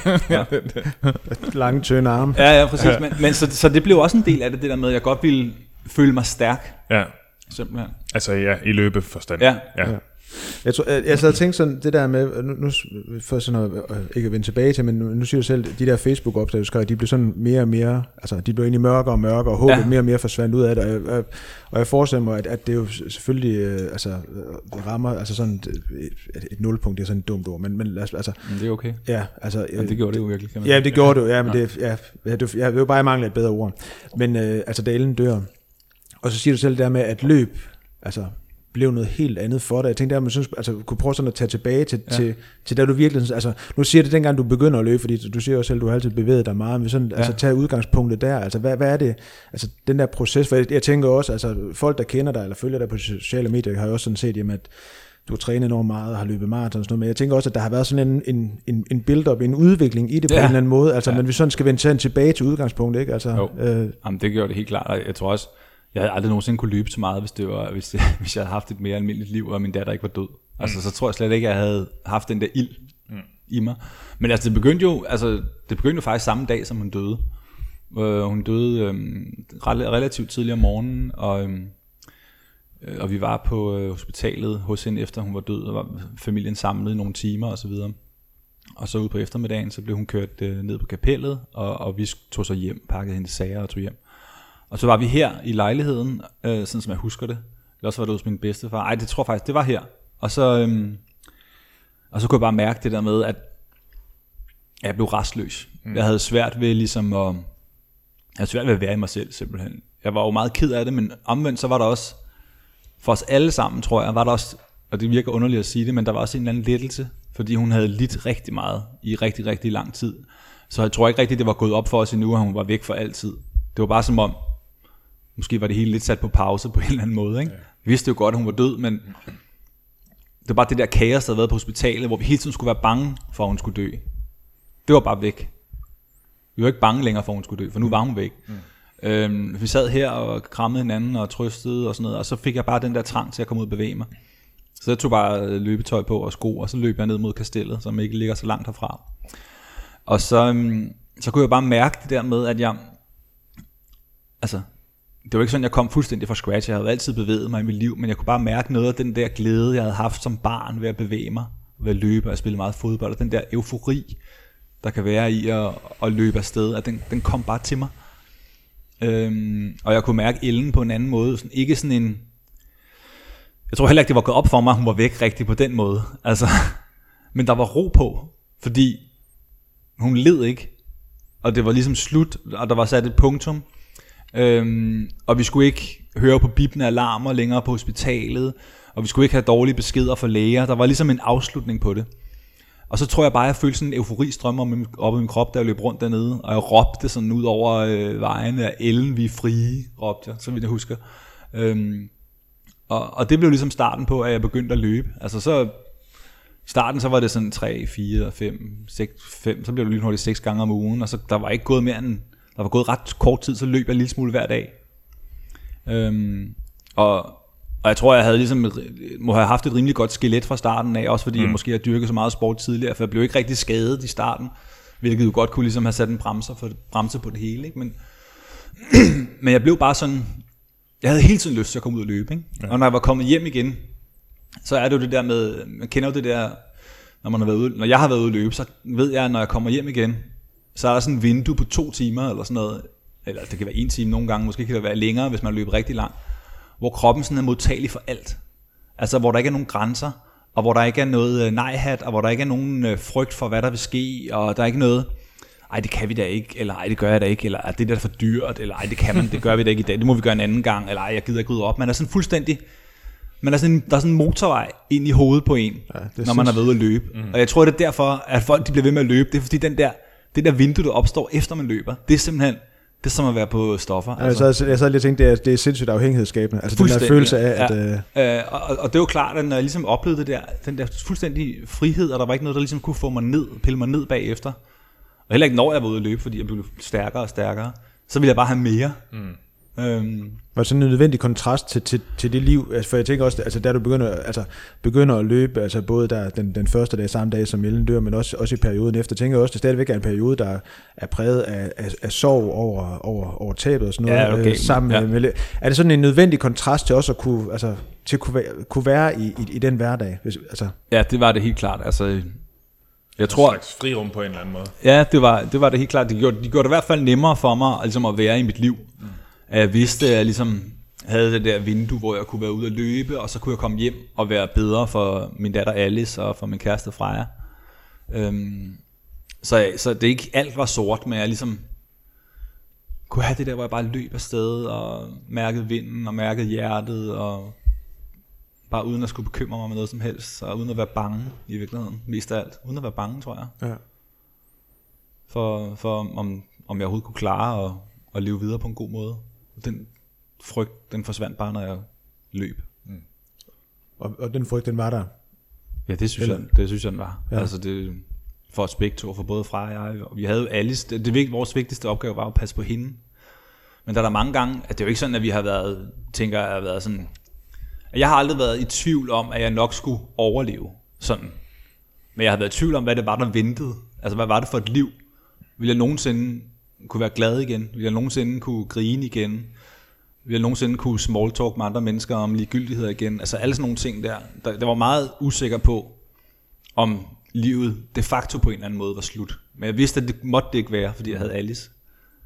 er. Lange, tynde arme. Ja, præcis. Ja. Men så det blev også en del af det der med, at jeg godt ville føle mig stærk. Ja. Simpelthen. Altså i løbeforstand. Ja. Jeg sad og tænkte sådan, det der med, nu for sådan noget, ikke at vende tilbage til, men nu siger du selv, de der Facebook-opslag, du skrev, de blev sådan mere og mere, altså de blev egentlig mørkere og mørkere, og håbet mere og mere forsvandt ud af det, og jeg forestiller mig, at det jo selvfølgelig, rammer, altså sådan et nulpunkt, det er sådan et dumt ord, men altså... Men det er okay. Ja, altså... Ja, det gjorde det jo virkelig, kan man sige. Ja, det gjorde det jo, ja, men jeg vil jo bare mangle et bedre ord. Men altså, da Ellen dør, og så siger du selv det der med, at løb, altså... blev noget helt andet for dig. Jeg tænkte, at man synes, altså, kunne prøve sådan at tage tilbage til da du virkelig, altså, nu siger det dengang, du begynder at løbe, fordi du siger jo selv, du har altid bevæget dig meget, men sådan, altså, tage udgangspunktet der, altså, hvad er det, altså, den der proces, for jeg tænker også, altså, folk, der kender dig, eller følger dig på sociale medier, har jo også sådan set, jamen, at du har trænet enormt meget, og har løbet maraton og sådan noget, men jeg tænker også, at der har været sådan en build-up, en udvikling i det på en eller anden måde, altså, men vi sådan skal vende tilbage til udgangspunktet, ikke? Altså, jamen, det gjorde det helt klart, og jeg tror også, jeg havde aldrig nogensinde kunne løbe så meget, hvis jeg havde haft et mere almindeligt liv, og min datter ikke var død. Altså, så tror jeg slet ikke, at jeg havde haft den der ild i mig. Men altså, det begyndte jo faktisk samme dag, som hun døde. Hun døde relativt tidligt om morgenen, og vi var på hospitalet hos hende, efter hun var død, og var familien samlet i nogle timer og så videre. Og så ude på eftermiddagen, så blev hun kørt ned på kapellet, og vi tog så hjem, pakkede hendes sager og tog hjem. Og så var vi her i lejligheden, sådan som jeg husker det. Eller også var det hos min bedstefar. Ej, det tror jeg faktisk, det var her. Og så kunne jeg bare mærke det der med, at jeg blev rastløs. Jeg havde svært ved ligesom at være i mig selv, simpelthen. Jeg var jo meget ked af det, men omvendt så var der også, for os alle sammen, tror jeg, var der også, og det virker underligt at sige det, men der var også en eller anden lettelse, fordi hun havde lidt rigtig meget i rigtig, rigtig lang tid. Så jeg tror ikke rigtigt, det var gået op for os endnu, at hun var væk for altid. Det var bare som om, måske var det hele lidt sat på pause på en eller anden måde. Ikke? Vi vidste jo godt, at hun var død, men det var bare det der kaos, der havde været på hospitalet, hvor vi hele tiden skulle være bange for, at hun skulle dø. Det var bare væk. Vi var ikke bange længere for, at hun skulle dø, for nu var hun væk. Vi sad her og krammede hinanden og trøstede og sådan noget, og så fik jeg bare den der trang til at komme ud og bevæge mig. Så jeg tog bare løbetøj på og sko, og så løb jeg ned mod kastellet, som ikke ligger så langt herfra. Og så kunne jeg bare mærke det der med, at jeg... Altså, det var ikke sådan, jeg kom fuldstændig fra scratch. Jeg havde altid bevæget mig i mit liv, men jeg kunne bare mærke noget af den der glæde, jeg havde haft som barn ved at bevæge mig, ved at løbe og spille meget fodbold, og den der eufori, der kan være i at løbe afsted, at den kom bare til mig. Og jeg kunne mærke Ellen på en anden måde. Sådan, ikke sådan en... Jeg tror heller ikke, det var gået op for mig, at hun var væk rigtig på den måde. Altså, men der var ro på, fordi hun led ikke. Og det var ligesom slut, og der var sat et punktum. Og vi skulle ikke høre på bipende alarmer længere på hospitalet, og vi skulle ikke have dårlige beskeder fra læger. Der var ligesom en afslutning på det. Og så tror jeg bare, at jeg følte sådan en eufori strømme op i min krop, da jeg løb rundt dernede, og jeg råbte sådan ud over vejen af Ellen, vi er frie, råbte jeg, så vidt jeg husker. Og det blev ligesom starten på, at jeg begyndte at løbe. Altså så i starten så var det sådan 3, 4, 5, 6, 5, så blev det lynhurtigt 6 gange om ugen, og så der var ikke gået mere end, der var gået ret kort tid, så løb jeg en lille smule hver dag. Og jeg tror, jeg havde ligesom må have haft et rimelig godt skelet fra starten af, også fordi jeg måske har dyrket så meget sport tidligere, for jeg blev ikke rigtig skadet i starten, hvilket jo godt kunne ligesom have sat en bremse på det hele, ikke? Men jeg blev bare sådan, jeg havde hele tiden lyst til at komme ud og løbe, ikke? Ja. Og når jeg var kommet hjem igen, så er det jo det der med, man kender jo det der, når jeg har været ude at løbe, så ved jeg, at når jeg kommer hjem igen, så er der sådan en vindue på 2 timer eller sådan noget, eller det kan være 1 time nogle gange, måske kan det være længere, hvis man løber rigtig langt, hvor kroppen sådan er modtagelig for alt. Altså hvor der ikke er nogen grænser, og hvor der ikke er noget nej-hat, og hvor der ikke er nogen frygt for, hvad der vil ske, og der er ikke noget, ej det kan vi da ikke, eller ej det gør jeg da ikke, eller er det der for dyrt, eller ej det kan man, det gør vi da ikke i dag, det må vi gøre en anden gang, eller ej jeg gider ikke rydde op. Man er sådan fuldstændig, der er sådan en motorvej ind i hovedet på en, når man er ved at løbe. Og jeg tror det er derfor, at folk de bliver ved med at løbe, det er fordi det der vindue, der opstår efter man løber, det er simpelthen, det er som at være på stoffer. Altså. Jeg sad lige og tænkte, det er sindssygt afhængighedsskabende. Altså den der følelse af, at... Og det er jo klart, at når jeg ligesom oplevede den der fuldstændig frihed, og der var ikke noget, der ligesom kunne få mig ned, pille mig ned bagefter. Og heller ikke når jeg var ude at løbe, fordi jeg blev stærkere og stærkere. Så ville jeg bare have mere. Var det sådan en nødvendig kontrast til det liv? Altså, for jeg tænker også, altså, da du begynder at løbe, altså både der, den første dag, samme dag som Ellen dør, men også i perioden efter, tænker jeg også, det stadigvæk er en periode, der er præget af sorg over tabet og sådan noget. Ja, okay. Sammen med, er det sådan en nødvendig kontrast til også at kunne være i den hverdag? Altså. Ja, det var det helt klart. Altså, jeg tror, en slags frirum på en eller anden måde. Ja, det var det helt klart. De gjorde det i hvert fald nemmere for mig ligesom at være i mit liv. At jeg vidste, at jeg ligesom havde det der vindue, hvor jeg kunne være ude at løbe, og så kunne jeg komme hjem og være bedre for min datter Alice og for min kæreste Freja. Så det ikke alt var sort, men jeg ligesom kunne have det der, hvor jeg bare løb afsted og mærkede vinden og mærkede hjertet, og bare uden at skulle bekymre mig med noget som helst, og uden at være bange i virkeligheden, mest af alt. Uden at være bange, tror jeg. Ja. For om jeg overhovedet kunne klare at leve videre på en god måde. Den frygt, den forsvandt bare, når jeg løb. Og den frygt, den var der? Ja, det synes jeg, den var. Ja. Altså det, for os begge to, for både Freja og jeg. Og vi havde Alice, vores vigtigste opgave var at passe på hende. Men der er mange gange, at det er jo ikke sådan, at vi har været, sådan... Jeg har aldrig været i tvivl om, at jeg nok skulle overleve sådan. Men jeg har været i tvivl om, hvad det var, der ventede. Altså, hvad var det for et liv? Vil jeg nogensinde kunne være glad igen? Vil jeg nogensinde kunne grine igen? Vil jeg nogensinde kunne small talk med andre mennesker om ligegyldighed igen? Altså, alle sådan nogle ting der. Der var meget usikker på, om livet de facto på en eller anden måde var slut. Men jeg vidste, at det måtte det ikke være, fordi jeg havde Alice.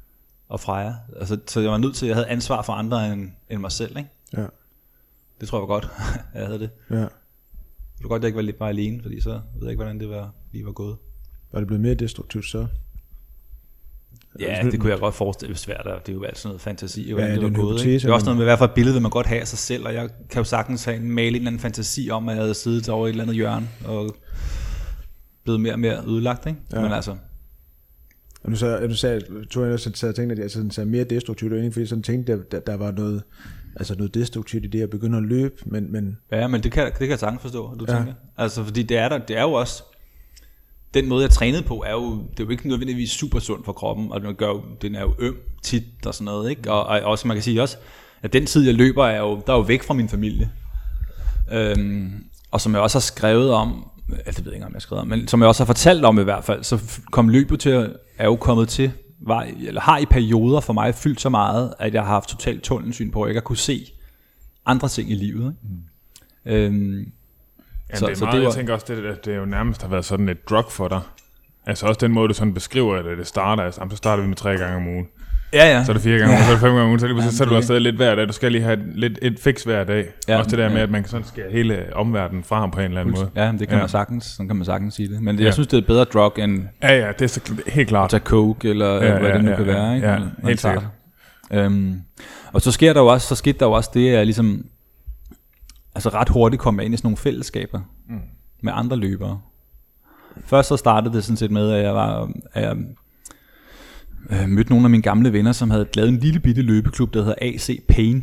og Freja. Altså, så jeg var nødt til, at jeg havde ansvar for andre end mig selv, ikke? Ja. Det tror jeg var godt, at jeg havde det. Ja. Det var godt, at jeg ikke var lidt bare alene, fordi så ved jeg ikke, hvordan det lige var gået. Var det blevet mere destruktivt så? Ja, det kunne jeg godt forestille mig svært. Det er jo altid noget fantasi, hvordan det var gået. Det er også noget med, hvad for et billede vil man godt have af sig selv, og jeg kan jo sagtens male en eller anden fantasi om, at jeg havde siddet over et eller andet hjørne, og blevet mere og mere ødelagt, ikke? Ja. Men altså... Nu tog jeg også og tænkte, at jeg sådan mere destruktivt, og egentlig fordi jeg sådan tænkte, at der var noget destruktivt i det at begynde at løbe, men... Ja, men det kan jeg sagtens forstå, at du tænker. Altså, fordi det er jo også... Den måde, jeg trænede på, det er jo ikke nødvendigvis super sundt for kroppen, og den er jo øm tit og sådan noget, ikke? Og også, man kan sige også, at den tid, jeg løber, der er jo væk fra min familie. Og som jeg også har skrevet om, det ved jeg ikke, om jeg har skrevet om, men som jeg også har fortalt om i hvert fald, så kom løbet er jo kommet til, eller har i perioder for mig fyldt så meget, at jeg har haft totalt tunnelsyn på, at jeg ikke har kunne se andre ting i livet, ikke? Ja, det er meget, jeg tænker også, at det jo nærmest har været sådan et drug for dig. Altså også den måde, du sådan beskriver, at det starter. Altså, så starter vi med 3 gange om ugen. Ja. Så er det 4 gange om ugen, så er det 5 gange om ugen. Så er du afsted lidt hver dag. Du skal lige have et fix hver dag. Ja, også det der med, at man kan sådan skære hele omverdenen fra ham på en eller anden måde. Ja, det kan man sagens. Sådan kan man sagtens sige det. Men jeg synes, det er et bedre drug end... Ja, det er så helt klart. At tage coke, eller hvad det nu kan være. Ikke? Ja, helt sikkert. Og så skete der jo også det, at ligesom... Altså ret hurtigt kom jeg ind i sådan nogle fællesskaber med andre løbere. Først så startede det sådan set med, at jeg mødte nogle af mine gamle venner, som havde lavet en lille bitte løbeklub, der hedder AC Pain.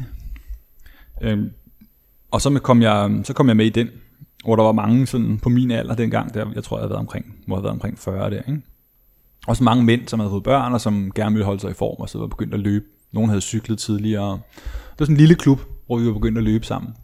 Og så kom jeg med i den, hvor der var mange sådan på min alder dengang, der jeg tror jeg havde været omkring 40 der, ikke? Også mange mænd, som havde fået børn og som gerne ville holde sig i form og så var begyndt at løbe. Nogle havde cyklet tidligere. Det var sådan en lille klub, hvor vi var begyndt at løbe sammen.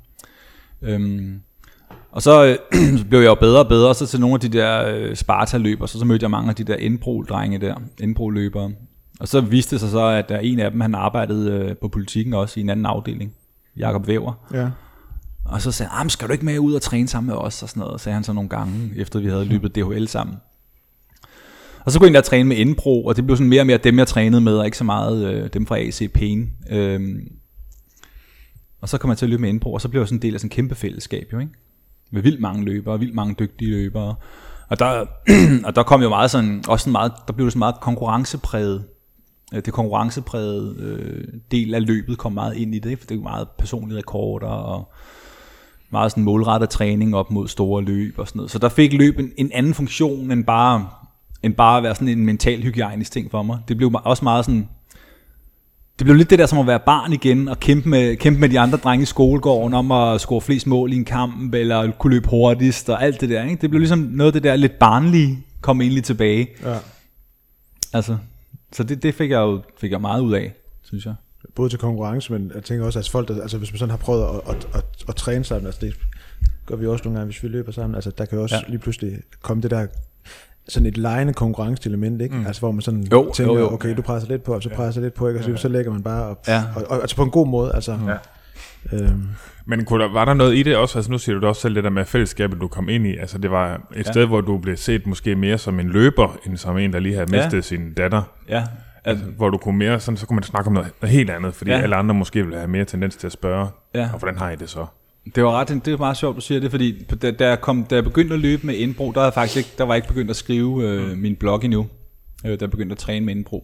Og så blev jeg jo bedre og bedre, og så til nogle af de der Sparta-løber, så mødte jeg mange af de der Enpro-drenge der, Enpro-løbere. Og så viste det sig så, at der en af dem, han arbejdede på politikken også i en anden afdeling, Jakob Væver. Ja. Og så sagde han, skal du ikke med ud og træne sammen med os, og sådan noget, sagde han så nogle gange, efter vi havde løbet DHL sammen. Og så kunne jeg der træne med Enpro, og det blev sådan mere og mere dem, jeg trænede med, og ikke så meget dem fra AC Pain. Og så kom jeg til at løbe med Enpro, og så blev jeg sådan en del af sådan en kæmpe fællesskab, jo, ikke? Med vildt mange løbere, vildt mange dygtige løbere. Og der kom jo meget sådan, også sådan meget, der blev det sådan meget konkurrencepræget. Det konkurrenceprægede del af løbet kom meget ind i det, for det var meget personlige rekorder, og meget sådan målrettet træning op mod store løb og sådan noget. Så der fik løb en anden funktion, end bare at være sådan en mental hygiejnisk ting for mig. Det blev også meget sådan, det blev lidt det der som at være barn igen, og kæmpe med de andre drenge i skolegården om at score flest mål i en kamp, eller kunne løbe hurtigst, og alt det der, ikke? Det blev ligesom noget af det der lidt barnlige, kom egentlig tilbage. Ja. Altså, så det fik jeg meget ud af, synes jeg. Både til konkurrence, men jeg tænker også, at folk, altså hvis man sådan har prøvet at træne sammen, altså det gør vi også nogle gange, hvis vi løber sammen, altså der kan jo også lige pludselig komme det der, sådan et legende konkurrenceelement, ikke? Altså hvor man sådan tænker, okay, du presser lidt på, og så presser lidt på, ikke? Og så lægger man bare op, og altså på en god måde, altså. Men var der noget i det også, altså nu siger du det også selv, det der med fællesskabet, du kom ind i, altså det var et sted, hvor du blev set måske mere som en løber, end som en, der lige havde mistet sin datter. Ja. Altså, hvor du kunne mere, sådan, så kunne man snakke om noget helt andet, fordi alle andre måske ville have mere tendens til at spørge, og hvordan har I det så? Det var meget sjovt, du siger det, fordi da jeg begyndte at løbe med Enpro, der var jeg ikke begyndt at skrive min blog endnu, da jeg begyndte at træne med Enpro.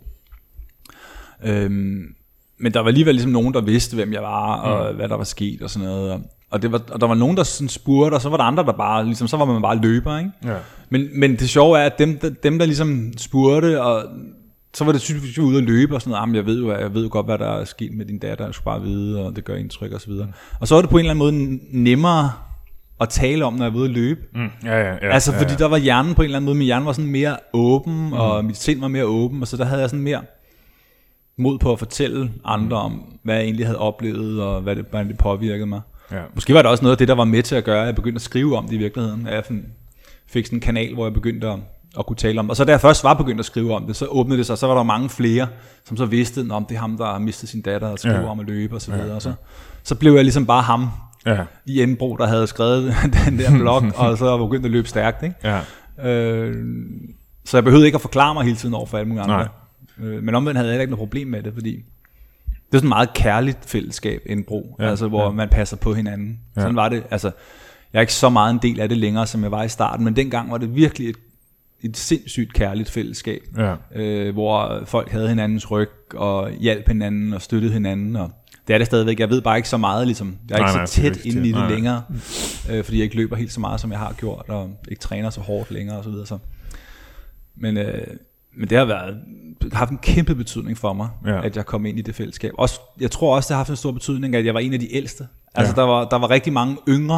Men der var alligevel ligesom nogen, der vidste, hvem jeg var, og hvad der var sket og sådan noget. Og der var nogen, der sådan spurgte, og så var der andre, der bare, ligesom, så var man bare løber, ikke? Ja. Men det sjove er, at dem der ligesom spurgte, og så var det typisk ude at løbe og sådan noget. Jamen, jeg ved jo godt, hvad der er sket med din datter, jeg skulle bare vide, og det gør indtryk og så videre. Og så var det på en eller anden måde nemmere at tale om, når jeg var ude at løbe. Altså, fordi der var hjernen på en eller anden måde, min hjerne var sådan mere åben, og mit sind var mere åben, og så der havde jeg sådan mere mod på at fortælle andre om, hvad jeg egentlig havde oplevet, og hvordan det påvirkede mig. Ja. Måske var det også noget af det, der var med til at gøre, at jeg begyndte at skrive om det i virkeligheden. Jeg fik sådan en kanal, hvor jeg begyndte at kunne tale om det. Og så da jeg først var begyndt at skrive om det, så åbnede det sig, så var der mange flere, som så vidste, om det er ham, der har mistet sin datter, og skriver om at løbe og så videre. Og så blev jeg ligesom bare ham i Enbro, der havde skrevet den der blog, og så var begyndt at løbe stærkt, ikke? Ja. Så jeg behøvede ikke at forklare mig hele tiden over for alle mulige andre. Men omvendt havde jeg ikke noget problem med det, fordi det er sådan et meget kærligt fællesskab, Indbro, altså hvor man passer på hinanden. Sådan var det, altså jeg er ikke så meget en del af det længere, som jeg var i starten, men dengang var det virkelig et sindssygt kærligt fællesskab, hvor folk havde hinandens ryg, og hjalp hinanden, og støttede hinanden, og det er det stadigvæk. Jeg ved bare ikke så meget, ligesom. Jeg er ikke så tæt inde i det længere, fordi jeg ikke løber helt så meget, som jeg har gjort, og ikke træner så hårdt længere, og så videre. Så. Men det har haft en kæmpe betydning for mig, at jeg kom ind i det fællesskab. Også, jeg tror også, det har haft en stor betydning, at jeg var en af de ældste. Altså, der var rigtig mange yngre,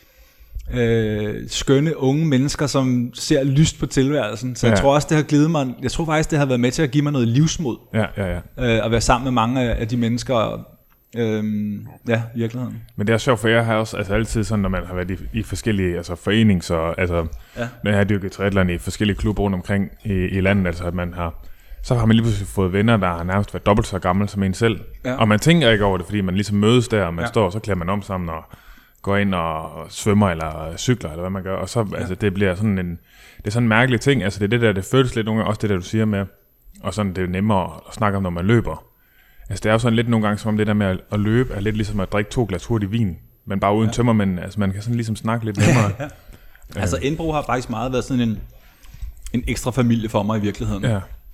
skønne unge mennesker, som ser lyst på tilværelsen. Så jeg tror også, det har givet mig. Jeg tror faktisk, det har været med til at give mig noget livsmod. At være sammen med mange af de mennesker. I virkeligheden. Men det er sjovt, for jeg har også altid sådan, når man har været i forskellige forenings og når jeg har dyrket triathlon i forskellige klubber rundt omkring i landet, altså at man så har man lige pludselig fået venner, der har nærmest været dobbelt så gammel som en selv. Og man tænker ikke over det, fordi man ligesom mødes der, og man står, og så klæder man om sammen og går ind og svømmer eller cykler, eller hvad man gør. Og så det bliver sådan det er sådan en mærkelig ting. Altså det er det der, det føles lidt nogle gange, også det der, du siger med, og sådan det er nemmere at snakke om, når man løber. Altså det er jo sådan lidt nogle gange, som om det der med at løbe, er lidt ligesom at drikke 2 glas hurtig vin, men bare uden tømmermænd. Altså man kan sådan ligesom snakke lidt nemmere. Altså Indbro har faktisk meget været sådan en ekstra familie for mig i virkeligheden.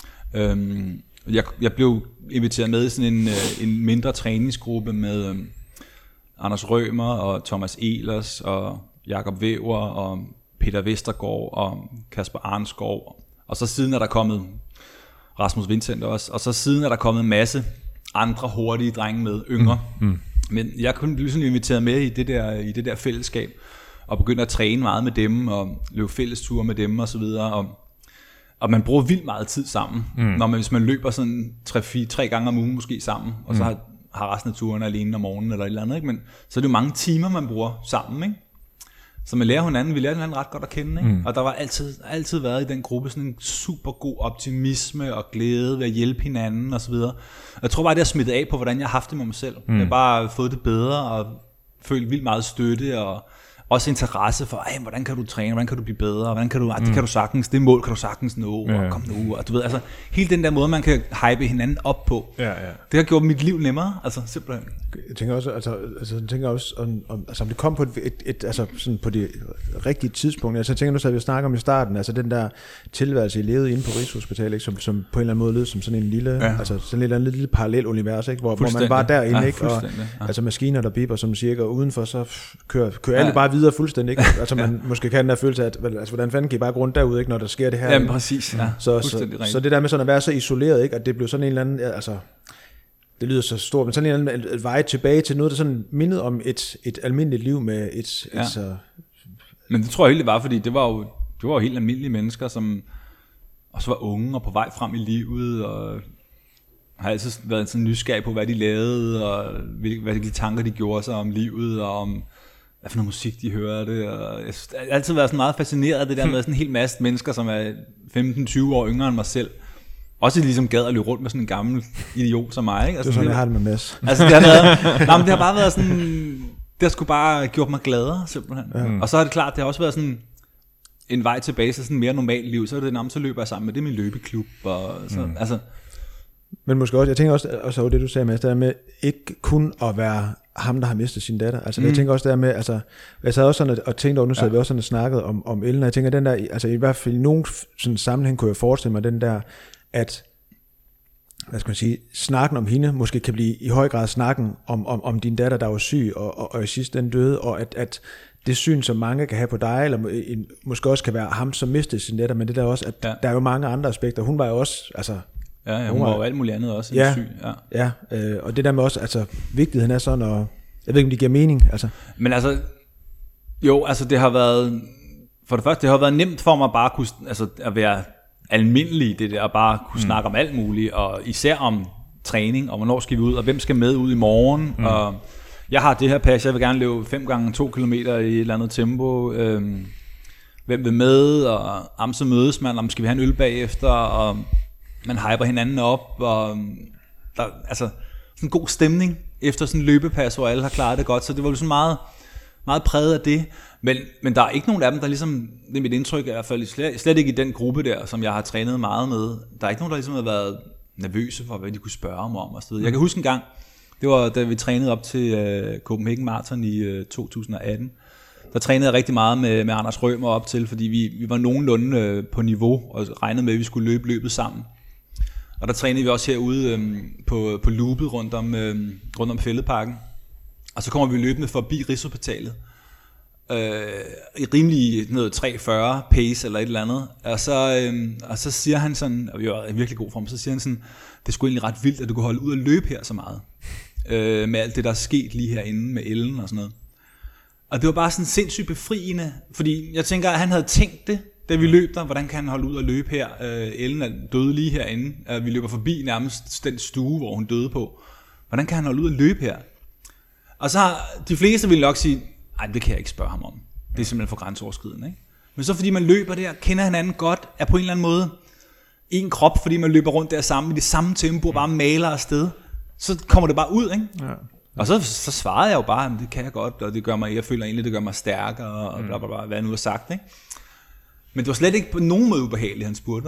Jeg blev inviteret med i sådan en mindre træningsgruppe med Anders Rømer og Thomas Ehlers og Jakob Væver og Peter Vestergaard og Kasper Arnskov. Og så siden er der kommet Rasmus Vincent også, og så siden er der kommet en masse andre hurtige drenge med, yngre. Men jeg kunne blive sådan inviteret med i det der fællesskab, og begynde at træne meget med dem, og løbe fællesture med dem og så videre, og man bruger vildt meget tid sammen, hvis man løber sådan 3 gange om ugen måske sammen, og så har resten af turen alene om morgenen eller et eller andet, ikke? Men så er det jo mange timer, man bruger sammen, ikke? Så man lærer hinanden, vi lærer hinanden ret godt at kende, ikke? Og der var altid været i den gruppe sådan en super god optimisme og glæde ved at hjælpe hinanden og så videre. Jeg tror bare, det har smittet af på, hvordan jeg har haft det med mig selv. Jeg har bare fået det bedre og følt vildt meget støtte og også interesse for, hvordan kan du træne, hvordan kan du blive bedre, hvordan kan du, det kan du sagtens, det mål kan du sagtens nå, og kom nu, og du ved, altså hele den der måde, man kan hype hinanden op på, det har gjort mit liv nemmere, altså simpelthen. Jeg tænker også, om det kom på altså sådan på det rigtige tidspunkt. Altså jeg tænker nu, så vi snakker om i starten, altså den der tilværelse, I levede inde på Rigshospitalet, ikke, som på en eller anden måde lød som sådan en lille, altså sådan en lille parallel univers, ikke, hvor man var derinde, ikke, og altså maskiner der biber som cirka, og udenfor så kører alle bare videre fuldstændig, ikke? Altså man måske kan den der følelse af, at altså, hvordan fanden kan I bare gå rundt derude, ikke, når der sker det her? Jamen præcis, så det der med sådan at være så isoleret, ikke, at det blev sådan en eller anden, altså det lyder så stort, men sådan en eller anden vej tilbage til noget, der sådan mindede om et almindeligt liv med et så... Men det tror jeg helt var, fordi det var jo helt almindelige mennesker, som også var unge og på vej frem i livet, og har altid været sådan nysgerrig på, hvad de lavede, og hvilke tanker de gjorde sig om livet, og om hvad for noget musik de hørte, og jeg har altid været sådan meget fascineret af det der med sådan en hel masse mennesker, som er 15-20 år yngre end mig selv. Også ligesom gad at løbe rundt med sådan en gammel idiot som mig, ikke? Altså, det er sådan, jeg har det med Mads. Altså det har bare været sådan, det har sgu bare gjort mig gladere simpelthen. Ja. Og så er det klart, det har også været sådan en vej tilbage til sådan mere normalt liv. Så er det nærmest, så løber jeg sammen med det min løbeklub, og så, altså. Men måske også, jeg tænker også det du sagde, Mads, det der med ikke kun at være ham, der har mistet sin datter. Altså jeg tænker også der med, altså jeg sad også sådan og tænkte over, nu sad vi også sådan og snakkede om Ellen, og jeg tænker den der, altså i hvert fald i nogen sådan sammenhæng kunne jeg forestille mig den der, at hvad skal man sige, snakken om hende måske kan blive i høj grad snakken om din datter, der var syg og i sidste ende døde, og at det syn, som mange kan have på dig, eller måske også kan være ham, som mistede sin datter, men det der også, at der er jo mange andre aspekter. Hun var jo også, altså... Ja, hun var jo alt muligt andet også end syg. Og det der med også, altså vigtigheden er sådan, og jeg ved ikke, om det giver mening, altså. Men altså, jo, altså det har været, for det første, det har været nemt for mig bare at kunne, altså at være almindelig, det der, at bare kunne snakke om alt muligt, og især om træning, og hvornår skal vi ud, og hvem skal med ud i morgen, og jeg har det her pas, jeg vil gerne løbe 5 gange 2 kilometer i et eller andet tempo, hvem vil med, og så mødes man, om skal vi have en øl bagefter, og man hyper hinanden op, og der altså sådan en god stemning efter sådan en løbepas, hvor alle har klaret det godt, så det var jo sådan meget, meget præget af det, men der er ikke nogen af dem, der ligesom, det er mit indtryk i hvert fald, slet ikke i den gruppe der, som jeg har trænet meget med, der er ikke nogen, der ligesom har været nervøse for, hvad de kunne spørge om og så videre. Jeg kan huske en gang, det var da vi trænede op til Copenhagen Marathon i 2018. Der trænede jeg rigtig meget med Anders Rømer op til, fordi vi var nogenlunde på niveau og regnede med, at vi skulle løbe løbet sammen. Og der trænede vi også herude på loopet rundt om Fælledparken. Og så kommer vi løbende forbi Rigshospitalet. I rimelig noget 3:40 pace eller et eller andet. Og så siger han sådan, og vi var i virkelig god form, så siger han sådan, det er sgu egentlig ret vildt, at du kan holde ud og løbe her så meget. Med alt det, der er sket lige herinde med Ellen og sådan noget. Og det var bare sådan sindssygt befriende, fordi jeg tænker, at han havde tænkt det, da vi løb der. Hvordan kan han holde ud og løbe her? Ellen er døde lige herinde. Vi løber forbi nærmest den stue, hvor hun døde på. Hvordan kan han holde ud og løbe her? Og så har de fleste vil nok sige, nej, det kan jeg ikke spørge ham om. Det er simpelthen for grænseoverskridende, ikke? Men så fordi man løber der, kender hinanden godt, er på en eller anden måde en krop, fordi man løber rundt der sammen i det samme tempo og bare maler afsted, så kommer det bare ud, ikke? Ja. Og så svarede jeg jo bare, at det kan jeg godt, og det gør mig, jeg føler egentlig, det gør mig stærkere, og bla bla bla, hvad jeg nu har sagt, ikke? Men det var slet ikke på nogen måde ubehageligt, han spurgte.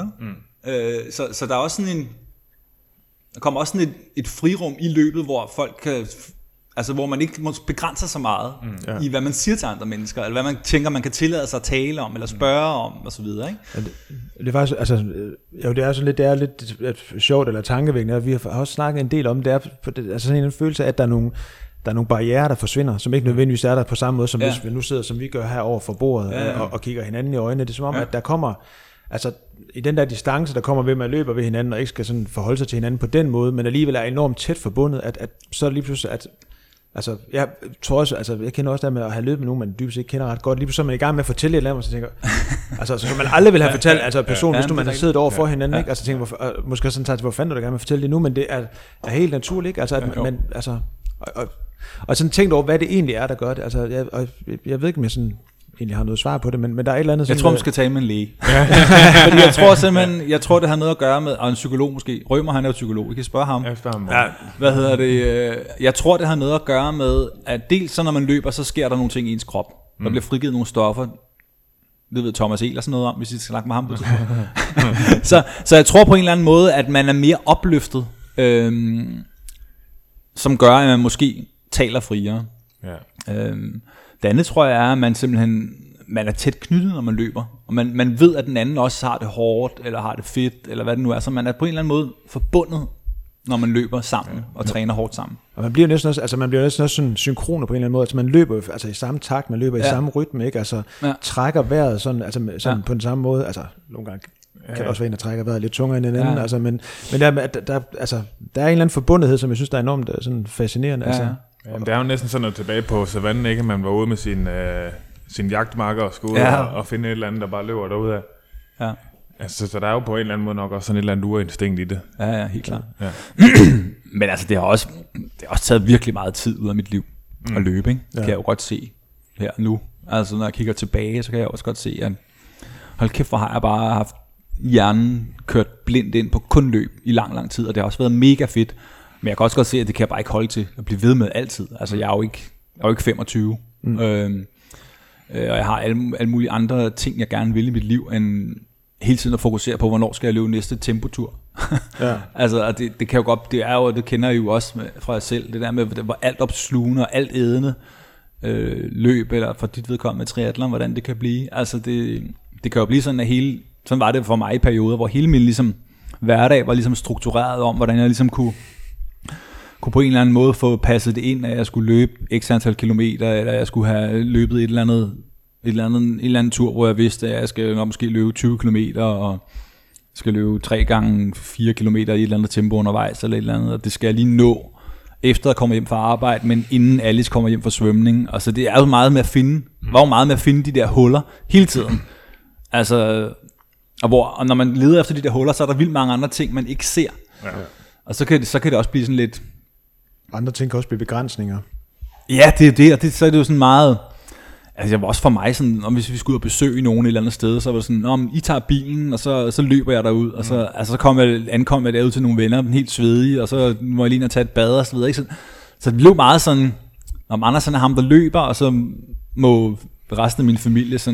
Så der er også sådan der kommer også sådan et frirum i løbet, hvor folk kan, altså hvor man ikke må begrænse sig så meget i hvad man siger til andre mennesker, eller hvad man tænker man kan tillade sig at tale om eller spørge om og så videre, ikke? Ja, det er faktisk altså det er lidt sjovt eller tankevækkende, og vi har også snakket en del om det, altså sådan en følelse af at der er nogle barrierer, der forsvinder, som ikke nødvendigvis er der på samme måde, som hvis vi nu sidder, som vi gør her over for bordet, og kigger hinanden i øjnene. Det er som om, at der kommer, altså i den der distance, der kommer ved, at man løber ved hinanden, og ikke skal sådan forholde sig til hinanden på den måde, men alligevel er enormt tæt forbundet, at så lige pludselig, at altså, jeg tror også, altså, jeg kender også der med at have løbet med nogen, man dybest ikke kender ret godt. Lige så er man i gang med at fortælle et eller andet, så tænker altså, som man aldrig vil have fortalt, altså personen, hvis man har siddet over for hinanden, ikke? Altså, tænker, måske sådan tager til, hvor fanden du da gerne vil fortælle det nu, men det er helt naturligt, ikke? Altså, at man, altså, og sådan tænkt over, hvad det egentlig er, der gør det. Altså, jeg ved ikke, om jeg sådan egentlig har noget svar på det, men der er et eller andet sådan... Jeg tror, man skal tale med en læge. Fordi jeg tror simpelthen, det har noget at gøre med, og en psykolog måske. Rømer, han er jo psykolog, I kan spørge ham. Hvad hedder det? Jeg tror, det har noget at gøre med, at dels så når man løber, så sker der nogle ting i ens krop. Der bliver frigivet nogle stoffer. Det ved Thomas Ehler sådan noget om, hvis I skal snakke med ham på så jeg tror på en eller anden måde, at man er mere opløftet, som gør, at man måske taler friere. Det andet tror jeg er, at man er tæt knyttet, når man løber. Og man ved, at den anden også har det hårdt, eller har det fedt, eller hvad det nu er. Så man er på en eller anden måde forbundet, når man løber sammen og træner hårdt sammen. Og man bliver næsten også sådan synkroner på en eller anden måde. Altså man løber altså i samme takt, man løber i samme rytme, ikke? Altså trækker vejret sådan på den samme måde. Altså nogle gange kan det også være en, der trækker vejret lidt tungere end en anden. Altså, men der er en eller anden forbundethed, som jeg synes, der er enormt sådan fascinerende. Altså. Jamen, det er jo næsten sådan noget tilbage på savannen, ikke? Man var ude med sin jagtmarker og skulle ud og finde et eller andet, der bare løber derude af. Ja. Altså, så der er jo på en eller anden måde nok også sådan et eller andet urinstinkt i det. Ja, helt klart. Ja. Men altså, det har også taget virkelig meget tid ud af mit liv at løbe, ikke? Det kan jeg jo godt se her nu. Altså, når jeg kigger tilbage, så kan jeg også godt se, at hold kæft, hvor har jeg bare haft hjernen kørt blindt ind på kun løb i lang, lang tid, og det har også været mega fedt. Men jeg kan også godt se, at det kan jeg bare ikke holde til at blive ved med altid. Altså, jeg er jo ikke 25. Og jeg har alle mulige andre ting, jeg gerne vil i mit liv, end hele tiden at fokusere på, hvornår skal jeg løbe næste tempotur. Altså, og det kan jo godt, det kender jeg jo også fra jer selv, det der med, hvor alt opslugende og alt ædende løb, eller for dit vedkommende med triathlon, hvordan det kan blive. Altså, det kan jo blive sådan, at sådan var det for mig i perioder, hvor hele min ligesom hverdag var ligesom struktureret om, hvordan jeg ligesom kunne på en eller anden måde få passet det ind, at jeg skulle løbe x antal kilometer, eller jeg skulle have løbet en eller anden tur, hvor jeg vidste, at jeg skal nok måske løbe 20 kilometer, og skal løbe 3 gange 4 kilometer i et eller andet tempo undervejs, eller et eller andet, og det skal jeg lige nå, efter at komme hjem fra arbejde, men inden Alice kommer hjem fra svømning. Og så det er jo meget med at finde, de der huller hele tiden. Altså, og når man leder efter de der huller, så er der vildt mange andre ting, man ikke ser. Ja. Og så kan det også blive sådan lidt... Andre ting kan også blive begrænsninger. Ja, det er det, og så er det jo sådan meget... Altså, jeg var også for mig sådan, om hvis vi skulle ud og besøge nogen et eller andet sted, så var det sådan, I tager bilen, og så løber jeg derud, og så, ankom jeg derud til nogle venner, helt svedige, og så må jeg lige tage et bad og så videre, ikke? Så det blev meget sådan, om Andersen er ham, der løber, og så må resten af min familie sådan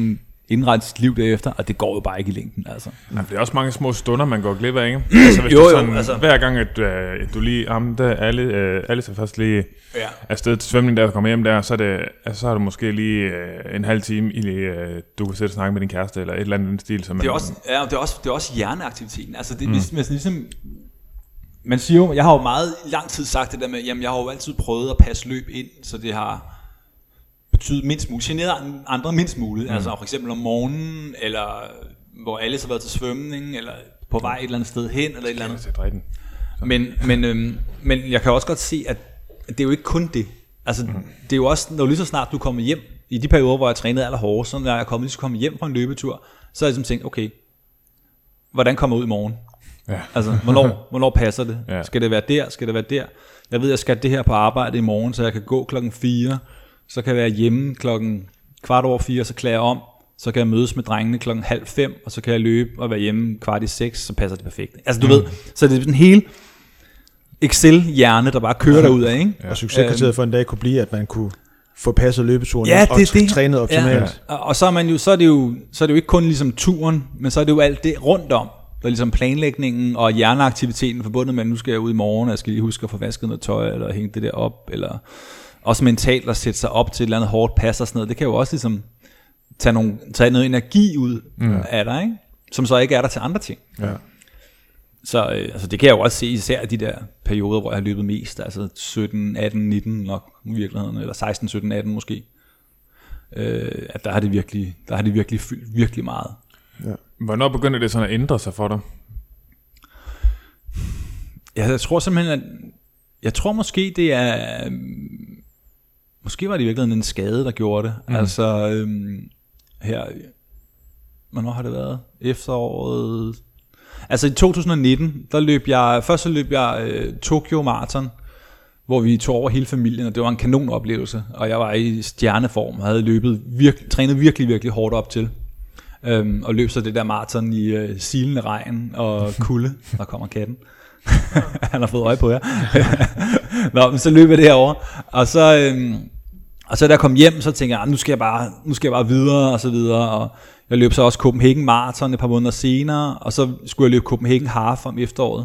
indrette sit liv derefter, og det går jo bare ikke i længden, altså. Ja, det er også mange små stunder, man går glip af, ikke? Altså, hvis jo, sådan, altså. Hver gang, at du lige ramte alle så først lige afsted til svømning, der kommer hjem der, så er det måske lige en halv time, du kan sætte og snakke med din kæreste, eller et eller andet stil. Som det er også hjerneaktiviteten. Altså, det er ligesom... Man siger jo, jeg har jo meget lang tid sagt det der med, jamen jeg har jo altid prøvet at passe løb ind, så det har betydet mindst muligt, generet andre mindst muligt, altså for eksempel om morgenen, eller hvor alle har været til svømning, eller på vej et eller andet sted hen, eller et eller andet. Men jeg kan også godt se, at det er jo ikke kun det. Altså det er jo også, når lige så snart du kommer hjem, i de perioder, hvor jeg trænede allerhårdest, så når jeg lige så kommer hjem fra en løbetur, så har jeg ligesom tænkt, okay, hvordan kommer jeg ud i morgen? Ja. Altså, hvornår passer det? Ja. Skal det være der? Skal det være der? Jeg ved, jeg skal det her på arbejde i morgen, så jeg kan gå 4:00, så kan jeg være hjemme 4:15, så klæder jeg om, så kan jeg mødes med drengene 4:30, og så kan jeg løbe og være hjemme 5:45, så passer det perfekt. Altså, du ved, så det er sådan en hel Excel-hjerne, der bare kører derudad, ikke? Ja. Og succeskriteriet for en dag kunne blive, at man kunne få passet løbeturen og trænet optimalt. Ja. Og så er det jo ikke kun ligesom turen, men så er det jo alt det rundt om. Der er ligesom planlægningen og hjerneaktiviteten forbundet med, at nu skal jeg ud i morgen, og jeg skal lige huske at få vasket noget tøj, eller hænge det der op, eller også mentalt at sætte sig op til et eller andet hårdt pas og sådan noget. Det kan jo også ligesom tage noget energi ud af dig, ikke? Som så ikke er der til andre ting. Ja. Så altså det kan jeg jo også se, især de der perioder, hvor jeg har løbet mest, altså 17, 18, 19 nok i virkeligheden, eller 16, 17, 18 måske. At der har det virkelig fyldt virkelig meget. Ja. Hvornår begynder det sådan at ændre sig for dig? Ja, jeg tror simpelthen, måske det er... Måske var det i virkeligheden en skade, der gjorde det. Altså, her... Hvornår har det været? Efteråret... Altså i 2019, der løb jeg Tokyo Marathon, hvor vi tog over hele familien, og det var en kanonoplevelse. Og jeg var i stjerneform og havde trænet virkelig, virkelig hårdt op til. Og løb så det der maraton i silende regn og kulde. Der kommer katten. Han har fået øje på jer. Nå, men så løb jeg det herovre. Og så da jeg kom hjem, så tænkte jeg, nu skal jeg bare videre og så videre. Og jeg løb så også Copenhagen Marathon et par måneder senere, og så skulle jeg løbe Copenhagen Half om efteråret.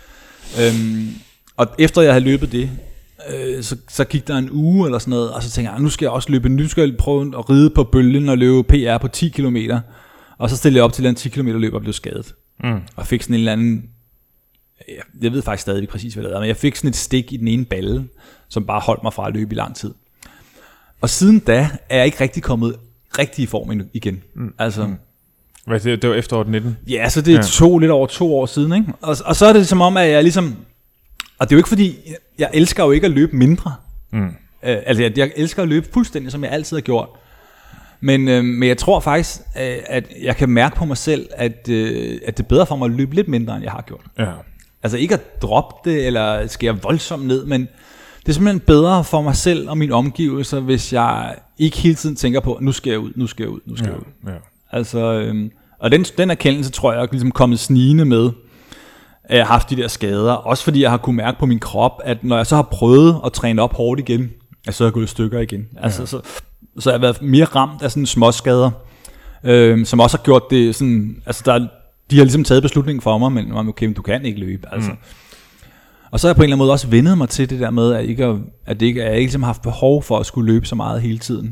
Og efter jeg havde løbet det, så gik der en uge eller sådan noget, og så tænkte jeg, nu skal jeg prøve at ride på bølgen og løbe PR på 10 kilometer. Og så stillede jeg op til en 10 km løb og blev skadet. Og fik sådan en eller anden, jeg ved faktisk stadig præcis, hvad det er, men jeg fik sådan et stik i den ene balle, som bare holdt mig fra at løbe i lang tid. Og siden da er jeg ikke rigtig kommet rigtig i form igen. Altså, det var efteråret 19? Ja, så det er lidt over 2 år siden, ikke? Og så er det som om, at jeg ligesom, og det er jo ikke fordi, jeg elsker jo ikke at løbe mindre. Altså, jeg elsker at løbe fuldstændig, som jeg altid har gjort. Men jeg tror faktisk, at jeg kan mærke på mig selv, at det er bedre for mig at løbe lidt mindre, end jeg har gjort. Ja. Altså ikke at droppe det, eller skære voldsomt ned, men det er simpelthen bedre for mig selv og mine omgivelser, hvis jeg ikke hele tiden tænker på, nu skal jeg ud. Ja. Altså, og den erkendelse tror jeg er ligesom kommet snigende med, at jeg har haft de der skader. Også fordi jeg har kunne mærke på min krop, at når jeg så har prøvet at træne op hårdt igen, så er jeg gået i stykker igen. Altså, så jeg har været mere ramt af sådan småskader, som også har gjort det sådan, altså de har ligesom taget beslutningen for mig, men okay, du kan ikke løbe, altså. Og så har jeg på en eller anden måde også vendet mig til det der med, at jeg ikke ligesom har haft behov for at skulle løbe så meget hele tiden.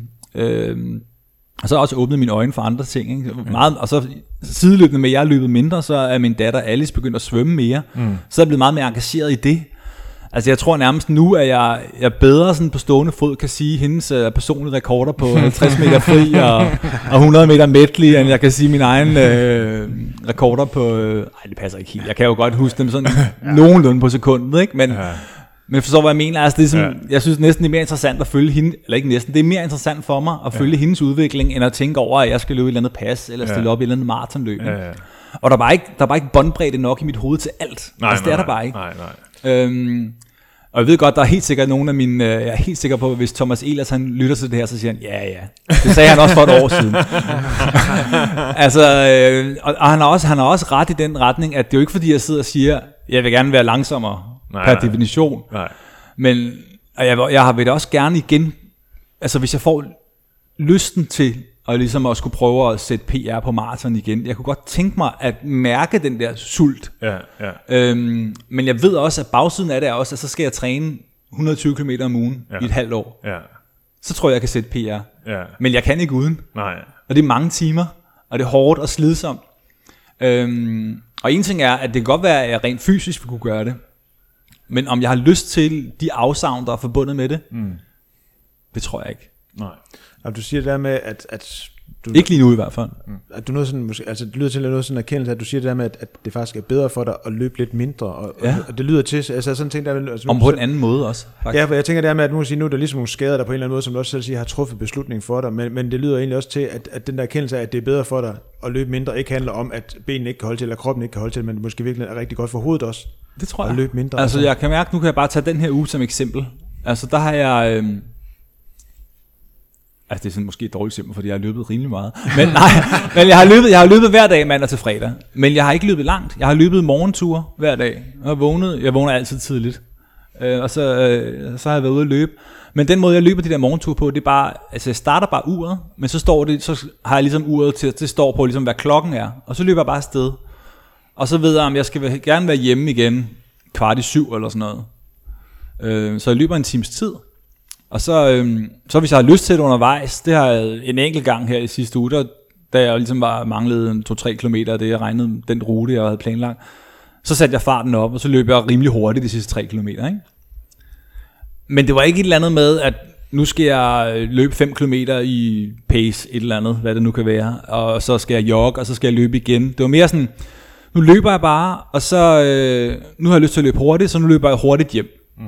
Og så har jeg også åbnet mine øjne for andre ting, ikke? Meget, og så sideløbende med, at jeg har løbet mindre, så er min datter Alice begyndt at svømme mere. Så er jeg blevet meget mere engageret i det. Altså jeg tror nærmest nu, at jeg bedre sådan på stående fod kan sige hendes personlige rekorder på 50 meter fri og 100 meter medley, end jeg kan sige mine egne rekorder på... det passer ikke helt. Jeg kan jo godt huske dem sådan nogenlunde på sekundet, ikke? Men forstår hvad jeg mener? Altså, det er sådan, jeg synes næsten det er mere interessant at følge hende, eller ikke næsten, det er mere interessant for mig at følge hendes udvikling, end at tænke over, at jeg skal løbe et eller andet pas, eller stille op i et eller andet maratonløb. Og der er bare ikke båndbredde nok i mit hoved til alt. Det er der bare ikke. Nej. Og jeg ved godt, der er helt sikkert nogle af mine... jeg er helt sikker på, hvis Thomas Ehlers han lytter til det her, så siger han, ja. Det sagde han også for et år siden. Altså, og han har også ret i den retning, at det er jo ikke fordi, jeg sidder og siger, jeg vil gerne være langsommere per definition. Nej. Men jeg vil også gerne igen... Altså, hvis jeg får lysten til og ligesom også skulle prøve at sætte PR på maraton igen. Jeg kunne godt tænke mig at mærke den der sult. Men jeg ved også, at bagsiden af det er også, at så skal jeg træne 120 km om ugen i et halvt år. Så tror jeg kan sætte PR. Men jeg kan ikke uden. Nej. Og det er mange timer, og det er hårdt og slidsomt. Og en ting er, at det kan godt være, at jeg rent fysisk vil kunne gøre det. Men om jeg har lyst til de afsavn, der er forbundet med det, det tror jeg ikke. Nej. Og du siger det der med, at du, ikke lige nu i hvert fald. At du noget sådan, altså det lyder til noget sådan en erkendelse, at du siger det der med, at det faktisk er bedre for dig at løbe lidt mindre, og det lyder til, altså sådan ting der... Altså, om på en anden måde også, faktisk. Ja, for jeg tænker der med, at nu er der ligesom nogle skader, der på en eller anden måde, som du også selv siger, har truffet beslutning for dig, men det lyder egentlig også til, at den der erkendelse af, at det er bedre for dig at løbe mindre, ikke handler om, at benene ikke kan holde til, eller kroppen ikke kan holde til, men det måske virkelig er rigtig godt for hovedet også. Det tror jeg. At løbe mindre. Altså jeg kan mærke, nu kan jeg bare tage den her uge som eksempel. Altså der har jeg... Altså det er sådan måske et dårligt eksempel, fordi jeg har løbet rimelig meget. Men nej, men jeg har løbet hver dag mandag til fredag. Men jeg har ikke løbet langt. Jeg har løbet morgenture hver dag. Jeg vågner altid tidligt. Og så har jeg været ude at løbe. Men den måde jeg løber de der morgenture på, det er bare, altså jeg starter bare uret, men så har jeg ligesom uret til, det står på ligesom hvad klokken er. Og så løber jeg bare afsted. Og så ved jeg, om jeg skal gerne være hjemme igen 6:15 eller sådan noget. Så jeg løber en times tid. Og så hvis jeg har lyst til det undervejs, det har jeg en enkelt gang her i sidste uge, da jeg ligesom manglede 2-3 kilometer af det, jeg regnede den rute, jeg havde planlagt, så satte jeg farten op, og så løb jeg rimelig hurtigt de sidste 3 kilometer, ikke? Men det var ikke et eller andet med, at nu skal jeg løbe 5 kilometer i pace, et eller andet, hvad det nu kan være, og så skal jeg jogge, og så skal jeg løbe igen. Det var mere sådan, nu løber jeg bare, og så nu har jeg lyst til at løbe hurtigt, så nu løber jeg hurtigt hjem.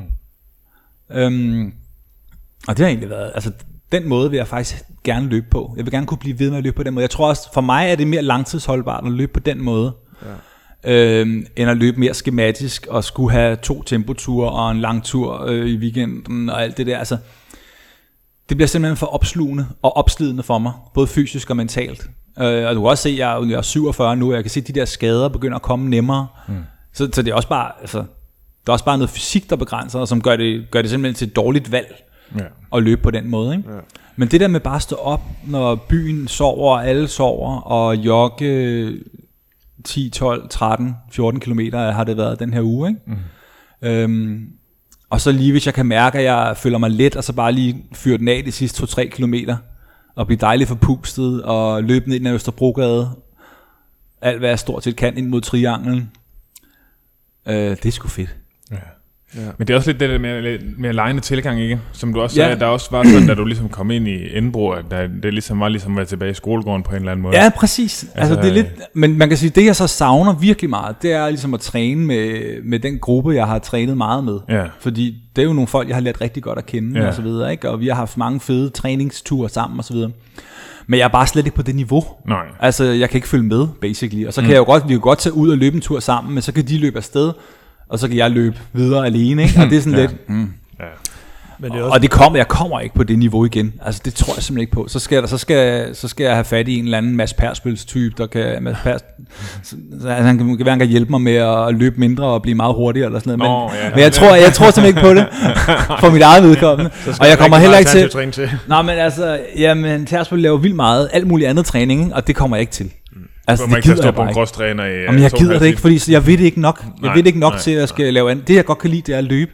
Og det har egentlig været, altså den måde vil jeg faktisk gerne løbe på. Jeg vil gerne kunne blive ved med at løbe på den måde. Jeg tror også, for mig er det mere langtidsholdbart at løbe på den måde, end at løbe mere skematisk og skulle have 2 tempoture og en lang tur i weekenden og alt det der. Altså, det bliver simpelthen for opslugende og opslidende for mig, både fysisk og mentalt. Og du kan også se, at jeg er 47 nu, og jeg kan se, at de der skader begynder at komme nemmere. Så det er også bare, altså, der er også bare noget fysik, der begrænser, og som gør det simpelthen til et dårligt valg. Og løbe på den måde, ikke? Men det der med bare at stå op, når byen sover, og alle sover, og jogge 10, 12, 13, 14 kilometer har det været den her uge, ikke? Og så lige hvis jeg kan mærke, at jeg føler mig let, og så bare lige fyre den af de sidste 2-3 kilometer, og blive dejligt forpustet, og løbe ned i den Østerbrogade, alt hvad jeg stort set kan ind mod trianglen. Det er sgu fedt. Men det er også lidt det der med lejende tilgang, ikke? Som du også sagde, der også var sådan, da du ligesom kom ind i Indbro, at det ligesom var ligesom at være tilbage i skolegården på en eller anden måde. Ja, præcis. Altså det er lidt, men man kan sige, det jeg så savner virkelig meget, det er ligesom at træne med den gruppe, jeg har trænet meget med. Fordi det er jo nogle folk, jeg har lært rigtig godt at kende og så videre, ikke? Og vi har haft mange fede træningsture sammen og så videre. Men jeg er bare slet ikke på det niveau. Nej. Altså jeg kan ikke følge med, basically. Og så kan jeg jo godt tage ud og løbe en tur sammen, men så kan de løbe afsted, og så kan jeg løbe videre alene, ikke? Og det er sådan lidt... Men det er også... Og jeg kommer ikke på det niveau igen. Altså det tror jeg simpelthen ikke på. Så skal jeg have fat i en eller anden Mads Persbøls type, der kan... han kan hjælpe mig med at løbe mindre og blive meget hurtigere eller sådan noget. Men jeg tror simpelthen ikke på det. For mit eget vedkommende. Og jeg kommer heller ikke til... Nej, men altså... Jamen, Persbøl laver vildt meget. Alt muligt andet træning, ikke? Og det kommer jeg ikke til. Altså, det gider jeg bare ikke. Jamen, jeg gider det ikke, fordi jeg ved det ikke nok. Jeg ved det ikke nok til, at jeg skal lave andet. Det, jeg godt kan lide, det er at løbe.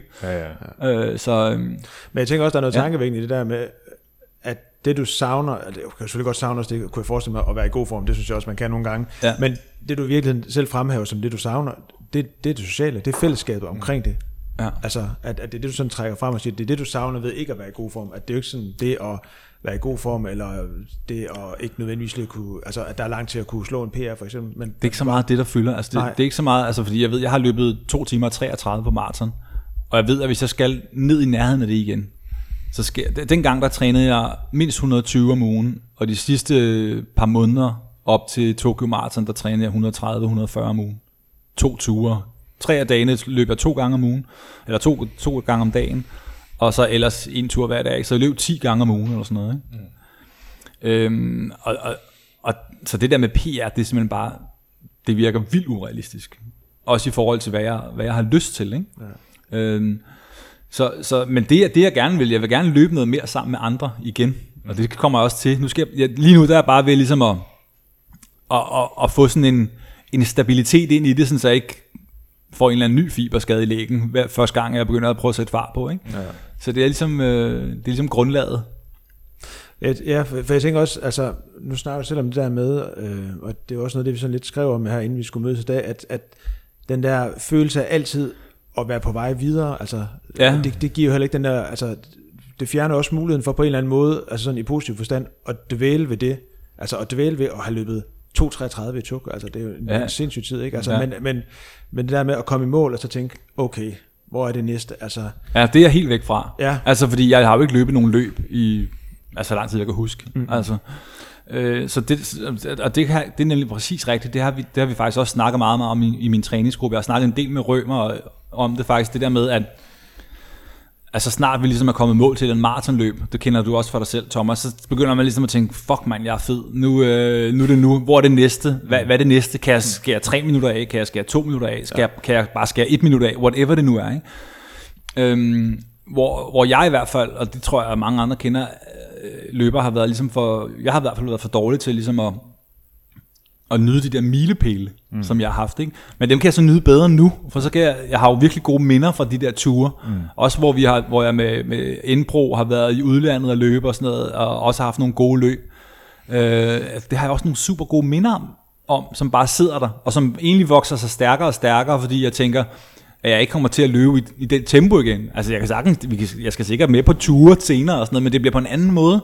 Men jeg tænker også, der er noget tankevækkende i det der med, at det du savner, det kan selvfølgelig godt savne, det kunne jeg forestille mig at være i god form, det synes jeg også, man kan nogle gange. Men det du virkelig selv fremhæver som det du savner, det er det sociale, det er fællesskabet omkring det. Altså, at det er det du sådan trækker frem og siger, det er det du savner ved ikke at være i god form. At det er jo ikke sådan det at være i god form, eller det at ikke nødvendigvis kunne, altså at der er langt til at kunne slå en PR for eksempel. Men det er ikke så meget det, der fylder. Altså det er ikke så meget, altså fordi jeg ved, jeg har løbet 2 timer og 33 på maraton, og jeg ved, at hvis jeg skal ned i nærheden af det igen, så skal dengang der trænede jeg mindst 120 om ugen, og de sidste par måneder op til Tokyo Marathon, der trænede jeg 130-140 om ugen. 2 ture. 3 af dagene løb jeg 2 gange om ugen, eller 2 gange om dagen, og så ellers 1 tur hver dag, så jeg løb 10 gange om ugen eller sådan noget, ikke? Og så det der med PR, det er simpelthen bare, det virker vildt urealistisk, også i forhold til hvad jeg har lyst til, ikke? Men det jeg gerne vil, jeg vil gerne løbe noget mere sammen med andre igen, Og det kommer jeg også til. Lige nu der er jeg bare ved ligesom at få sådan en stabilitet ind i det, sådan så jeg ikke får en eller anden ny fiberskade i lægen, første gang jeg begynder at prøve at sætte fart på. Ikke? Ja. Så det er ligesom grundlaget. Ja, for jeg tænker også, altså, nu snakker vi selv om det der med, og det er også noget, det vi sådan lidt skrev om her, inden vi skulle mødes i dag, at den der følelse af altid at være på vej videre, altså, det giver jo heller ikke den der, altså, det fjerner også muligheden for på en eller anden måde, altså sådan i positiv forstand, at dvæle ved det, altså at dvæle ved at have løbet 2:33 i Tuk, altså det er jo en sindssyg tid, ikke? Altså, men det der med at komme i mål, og så tænke, okay, hvor er det næste, altså... Ja, det er jeg helt væk fra. Ja. Altså, fordi jeg har jo ikke løbet nogen løb i, altså lang tid, jeg kan huske. Altså, så det er nemlig præcis rigtigt. Det har vi faktisk også snakket meget om i min træningsgruppe. Jeg har snakket en del med Rømer om det faktisk, det der med, at altså snart vi ligesom er kommet mål til en maratonløb, det kender du også for dig selv, Thomas, så begynder man ligesom at tænke, fuck man, jeg er fed, nu er det nu, hvor er det næste, hvad er det næste, kan jeg skære 3 minutter af, kan jeg skære 2 minutter af, kan jeg bare skære 1 minut af, whatever det nu er, ikke? Hvor jeg i hvert fald, og det tror jeg, at mange andre kender, løber har været ligesom jeg har i hvert fald været for dårlig til ligesom at nyde de der milepæle, som jeg har haft, ikke? Men dem kan jeg så nyde bedre nu, for så kan jeg har jo virkelig gode minder fra de der ture, også hvor jeg med Enpro har været i udlandet og løbe og sådan noget, og også har haft nogle gode løb. Det har jeg også nogle super gode minder om, som bare sidder der, og som egentlig vokser sig stærkere og stærkere, fordi jeg tænker, at jeg ikke kommer til at løbe i det tempo igen. Altså jeg skal sikkert med på ture senere og sådan noget, men det bliver på en anden måde.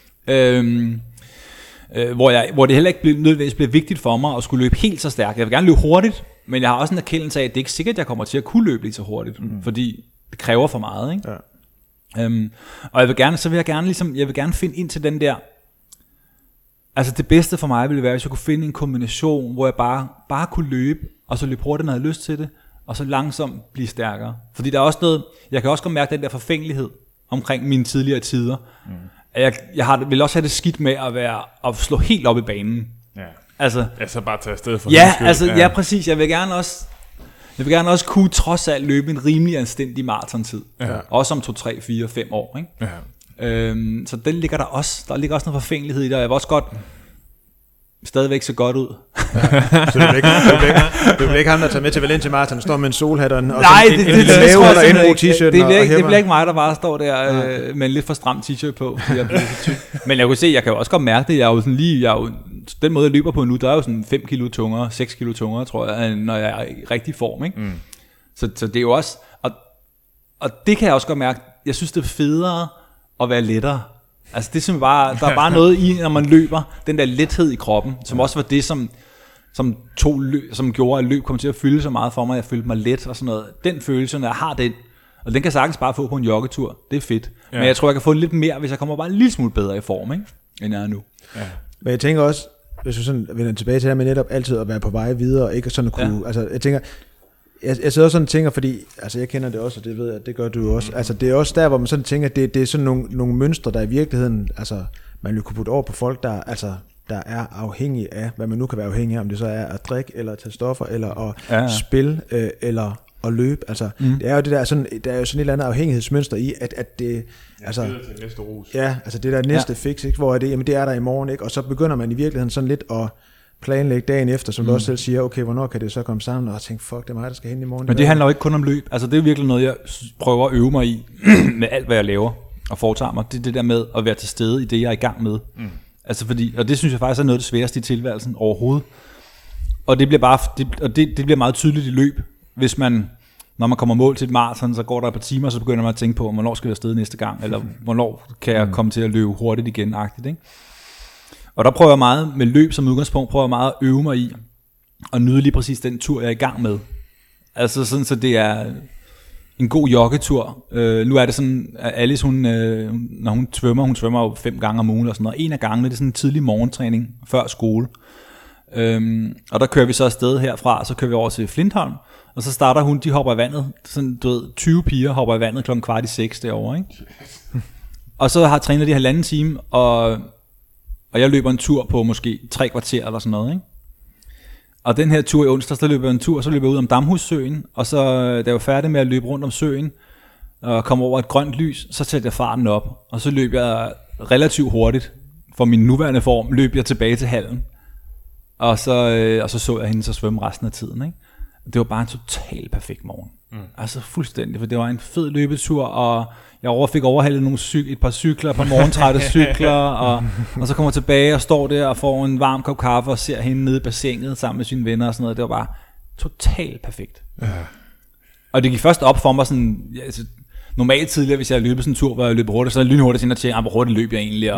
Hvor det heller ikke nødvendigvis bliver vigtigt for mig at skulle løbe helt så stærkt. Jeg vil gerne løbe hurtigt, men jeg har også en erkendelse af, at det er ikke sikkert, at jeg kommer til at kunne løbe lige så hurtigt, fordi det kræver for meget, ikke? Ja. Og jeg vil gerne finde ind til den der. Altså det bedste for mig ville være, hvis jeg kunne finde en kombination, hvor jeg bare kunne løbe, og så løbe hurtigt, når jeg havde lyst til det, og så langsomt blive stærkere. Fordi der er også noget, jeg kan også godt mærke den der forfængelighed omkring mine tidligere tider. Jeg vil også have det skidt med at slå helt op i banen. Ja. Altså bare tage afsted for ja, præcis. Jeg vil gerne også kunne trods alt løbe en rimelig anstændig maratontid. Ja. Også om 2, 3, 4, 5 år, ikke? Ja. Så den ligger der også. Der ligger også noget forfængelighed i det. Jeg vil også godt stadigvæk så godt ud. Så du vil ikke ham, der tager med til Valencia Marathon og står med en solhat og en lave under Enpro t-shirt. Det bliver ikke mig, der bare står der med en lidt for stram t-shirt på. Men jeg kunne se, jeg kan jo også godt mærke det. Jeg er jo sådan den måde, jeg løber på nu, der er jo sådan 5 kilo tungere, 6 kilo tungere, tror jeg, når jeg er i rigtig form, ikke? Så det er jo også, og det kan jeg også godt mærke, jeg synes, det er federe at være lettere. Altså det er bare, der er bare noget i, når man løber, den der lethed i kroppen, som også var det, som gjorde, at løb kom til at fylde så meget for mig, jeg følte mig let og sådan noget. Den følelse, når jeg har den, og den kan sagtens bare få på en joggetur, det er fedt. Ja. Men jeg tror, jeg kan få lidt mere, hvis jeg kommer bare en lille smule bedre i form, ikke? End jeg er nu. Ja. Men jeg tænker også, hvis du sådan vender tilbage til det med netop altid at være på vej videre, og ikke sådan at kunne, altså jeg tænker, jeg sidder sådan og tænker, fordi altså jeg kender det også, og det ved jeg, det gør du også. Altså det er også der, hvor man sådan tænker, det er sådan nogle mønstre, der i virkeligheden, altså man vil kunne putte over på folk, der er afhængige af, hvad man nu kan være afhængig af, om det så er at drikke, eller at tage stoffer, eller at spille, eller at løbe. Altså det er jo det der, sådan, der er jo sådan et eller andet afhængighedsmønster i, at det, altså næste rus. Ja, altså det der næste fix, ikke? Hvor er det, jamen det er der i morgen, ikke? Og så begynder man i virkeligheden sådan lidt at planlægge dagen efter, som du også selv siger, okay, hvornår kan det så komme sammen, og tænke, fuck, det er mig, der skal hen i morgen. Men det handler jo ikke kun om løb. Altså det er virkelig noget, jeg prøver at øve mig i, med alt, hvad jeg laver og foretager mig. Det er det der med at være til stede i det, jeg er i gang med. Altså fordi, og det synes jeg faktisk er noget af det sværeste i tilværelsen overhovedet. Og det bliver bare, det bliver meget tydeligt i løb, hvis man, når man kommer mål til et maraton, så går der et par timer, så begynder man at tænke på, hvornår skal jeg afsted næste gang, eller hvornår kan jeg komme til at løbe hurtigt igen, agtigt, ikke? Og der prøver jeg meget med løb som udgangspunkt, prøver jeg meget at øve mig i og nyde lige præcis den tur, jeg er i gang med. Altså sådan, så det er en god joggetur. Nu er det sådan, at Alice, når hun svømmer jo 5 gange om ugen og sådan noget. En af gangene, det er sådan en tidlig morgentræning før skole. Og der kører vi så afsted herfra, og så kører vi over til Flintholm, og så starter hun, de hopper i vandet. Sådan, du ved, 20 piger hopper i vandet 5:15 derovre, ikke? Og så har jeg trænet de 1,5 time, og jeg løber en tur på måske 3 kvarter eller sådan noget, ikke? Og den her tur i onsdag, så løber jeg en tur, så løber jeg ud om Damhussøen, og så da jeg var færdig med at løbe rundt om søen, og kom over et grønt lys, så sætter jeg farten op, og så løber jeg relativt hurtigt, for min nuværende form, løb jeg tilbage til hallen, og så jeg hende så svømme resten af tiden, ikke? Det var bare en totalt perfekt morgen. Altså fuldstændig, for det var en fed løbetur, og jeg fik overhalet et par cykler, et par morgentrætte cykler, og så kommer jeg tilbage og står der og får en varm kop kaffe og ser hende nede i bassinet sammen med sine venner og sådan noget. Det var bare totalt perfekt. Ja. Og det gik først op for mig sådan, normalt tidligere, hvis jeg løbet sådan en tur, hvor jeg løb hurtigt, så er jeg lynhurtigt til at tjekke, hvor hurtigt løb jeg egentlig,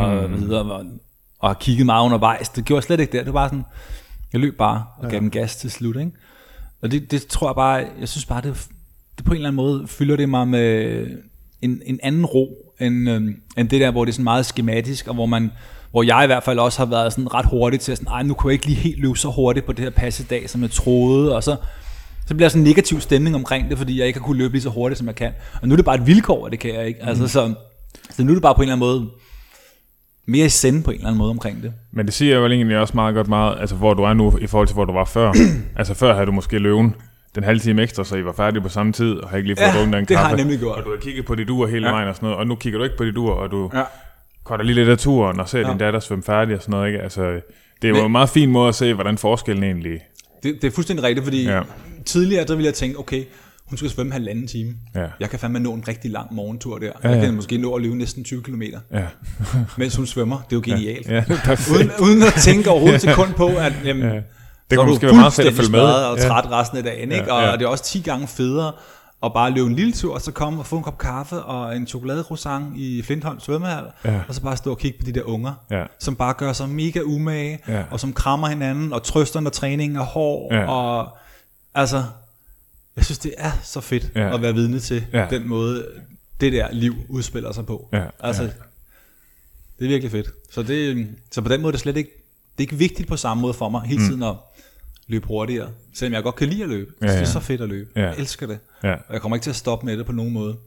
og har kigget meget undervejs. Det gjorde jeg slet ikke der. Det var bare sådan, jeg løb bare og gav dem gas til slut, ikke? Og det tror jeg bare, jeg synes bare, det på en eller anden måde fylder det mig med en anden ro, end det der, hvor det er sådan meget skematisk, og hvor jeg i hvert fald også har været sådan ret hurtigt til at sådan, nu kunne jeg ikke lige helt løbe så hurtigt på det her passedag, som jeg troede, og så bliver der sådan en negativ stemning omkring det, fordi jeg ikke har kunnet løbe lige så hurtigt, som jeg kan. Og nu er det bare et vilkår, og det kan jeg ikke. Altså, så nu er det bare på en eller anden måde mere i sende på en eller anden måde omkring det. Men det siger jo egentlig også meget, altså hvor du er nu i forhold til hvor du var før. Altså før havde du måske løven den halve time ekstra, så I var færdige på samme tid, og har ikke lige fået drukket en kaffe. Det har jeg nemlig gjort. Og du har kigget på dit ur hele vejen og sådan noget, og nu kigger du ikke på dit ur, og du korter lige lidt af turen, og ser din datter svømme færdig og sådan noget, ikke? Altså, det er jo en meget fin måde at se, hvordan forskellen egentlig... Det er fuldstændig rigtigt, fordi tidligere, der ville jeg tænke, okay, hun skal svømme 1,5 time. Ja. Jeg kan fandme nå en rigtig lang morgentur der. Jeg kan måske nå at løbe næsten 20 kilometer, mens hun svømmer. Det er jo genialt. Ja, uden at tænke overhovedet sekund på, at det kan måske være meget fedt at følge med. Og træt resten af dagen, ikke? Og det er også 10 gange federe at bare løbe en lille tur, og så komme og få en kop kaffe og en chokoladecroissant i Flintholm svømmehal, og så bare stå og kigge på de der unger, som bare gør sig mega umage, og som krammer hinanden, og trøster, når træningen er hård, og altså, jeg synes, det er så fedt at være vidne til den måde, det der liv udspiller sig på. Altså, det er virkelig fedt. Så på den måde er det slet ikke, det er ikke vigtigt på samme måde for mig, hele tiden at løbe hurtigere, selvom jeg godt kan lide at løbe. Det er så fedt at løbe. Jeg elsker det. Og jeg kommer ikke til at stoppe med det på nogen måde.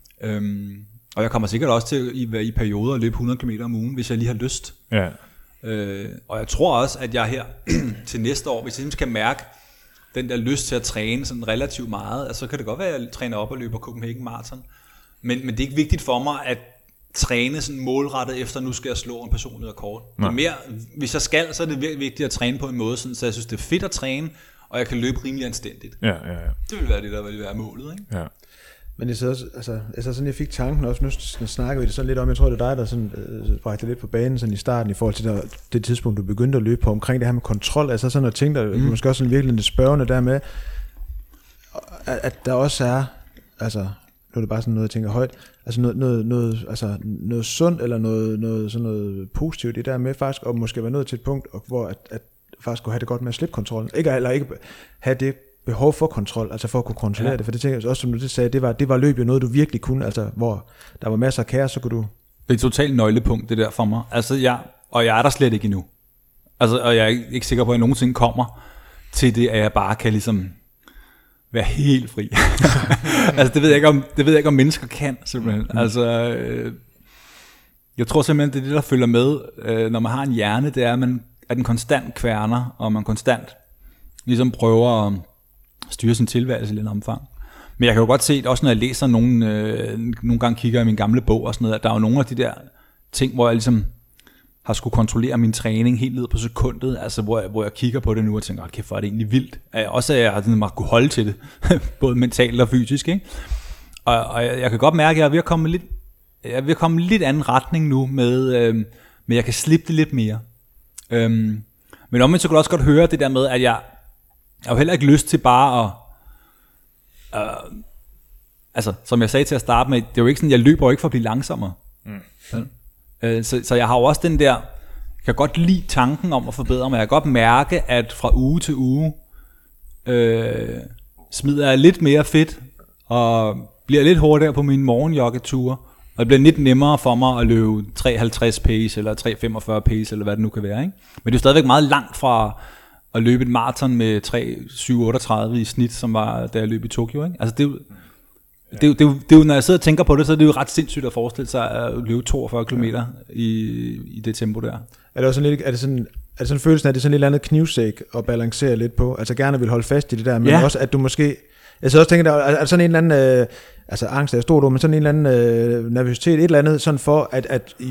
Og jeg kommer sikkert også til i perioder at løbe 100 km om ugen, hvis jeg lige har lyst. Og jeg tror også, at jeg her til næste år, hvis jeg skal mærke den der lyst til at træne sådan relativt meget, altså, så kan det godt være, at jeg træner op og løber Copenhagen Marathon. Men det er ikke vigtigt for mig at træne sådan målrettet efter, nu skal jeg slå en personlig rekord. Det er mere, hvis jeg skal, så er det virkelig vigtigt at træne på en måde, sådan, så jeg synes, det er fedt at træne, og jeg kan løbe rimelig anstændigt. Det vil være det, der vil være målet, ikke? Ja. Men det er også, altså sådan, jeg fik tanken også, nu snakker vi det sådan lidt om, jeg tror, det er dig, der sådan, bragte lidt på banen sådan i starten, i forhold til det tidspunkt, du begyndte at løbe på, omkring det her med kontrol, altså sådan at tænke dig, måske også sådan virkelig lidt spørgende der med, at der også er, altså, nu er det bare sådan noget, jeg tænker højt, altså noget sundt, eller noget sådan noget positivt, det der med faktisk, at måske være nået til et punkt, hvor at faktisk kunne have det godt med at slippe kontrollen, ikke have det behov for kontrol, altså for at kunne kontrollere det, for det tænker jeg også, som du sagde, det var løb jo noget, du virkelig kunne, altså hvor der var masser af kaos, så kunne du... Det er et totalt nøglepunkt, det der for mig. Altså jeg er der slet ikke endnu. Altså, og jeg er ikke sikker på, at jeg nogensinde kommer til det, at jeg bare kan ligesom være helt fri. Altså det ved jeg ikke om mennesker kan, simpelthen. Altså jeg tror simpelthen, det er det, der følger med, når man har en hjerne, det er, at den konstant kværner, og man konstant ligesom prøver at styre sin tilværelse i lidt omfang. Men jeg kan jo godt se, også når jeg læser nogle gange kigger i min gamle bog og sådan noget, at der er jo nogle af de der ting, hvor jeg ligesom har skulle kontrollere min træning helt ned på sekundet, altså hvor jeg kigger på det nu og tænker, kæft, hvor er det egentlig vildt. Også at jeg har sådan, kunne holde til det, både mentalt og fysisk, ikke? Og jeg kan godt mærke, at jeg er ved at komme lidt anden retning nu med jeg kan slippe det lidt mere. Men omvendt så kan du også godt høre det der med, at jeg har jo heller ikke lyst til bare at altså som jeg sagde til at starte med, det er jo ikke sådan, jeg løber jo ikke for at blive langsommere. Så jeg har jo også den der, jeg kan godt lide tanken om at forbedre mig. Jeg kan godt mærke, at fra uge til uge smider jeg lidt mere fedt og bliver lidt hurtigere på mine morgenjoggeture. Og det bliver lidt nemmere for mig at løbe 3:50 pace eller 3:45 pace eller hvad det nu kan være, ikke? Men det er jo stadigvæk meget langt fra at løbe et maraton med 3:7:38 i snit, som var da jeg løb i Tokyo, ikke? Altså det er jo, når jeg sidder og tænker på det, så er det jo ret sindssygt at forestille sig at løbe 42 km i det tempo der. Er det sådan følelsen af, at det er sådan et eller andet knivsæk at balancere lidt på? Altså gerne vil holde fast i det der, men også at du måske... Jeg så også tænker, der er sådan en eller anden... angst er stort ord, men sådan en eller anden nervøsitet, et eller andet sådan for, at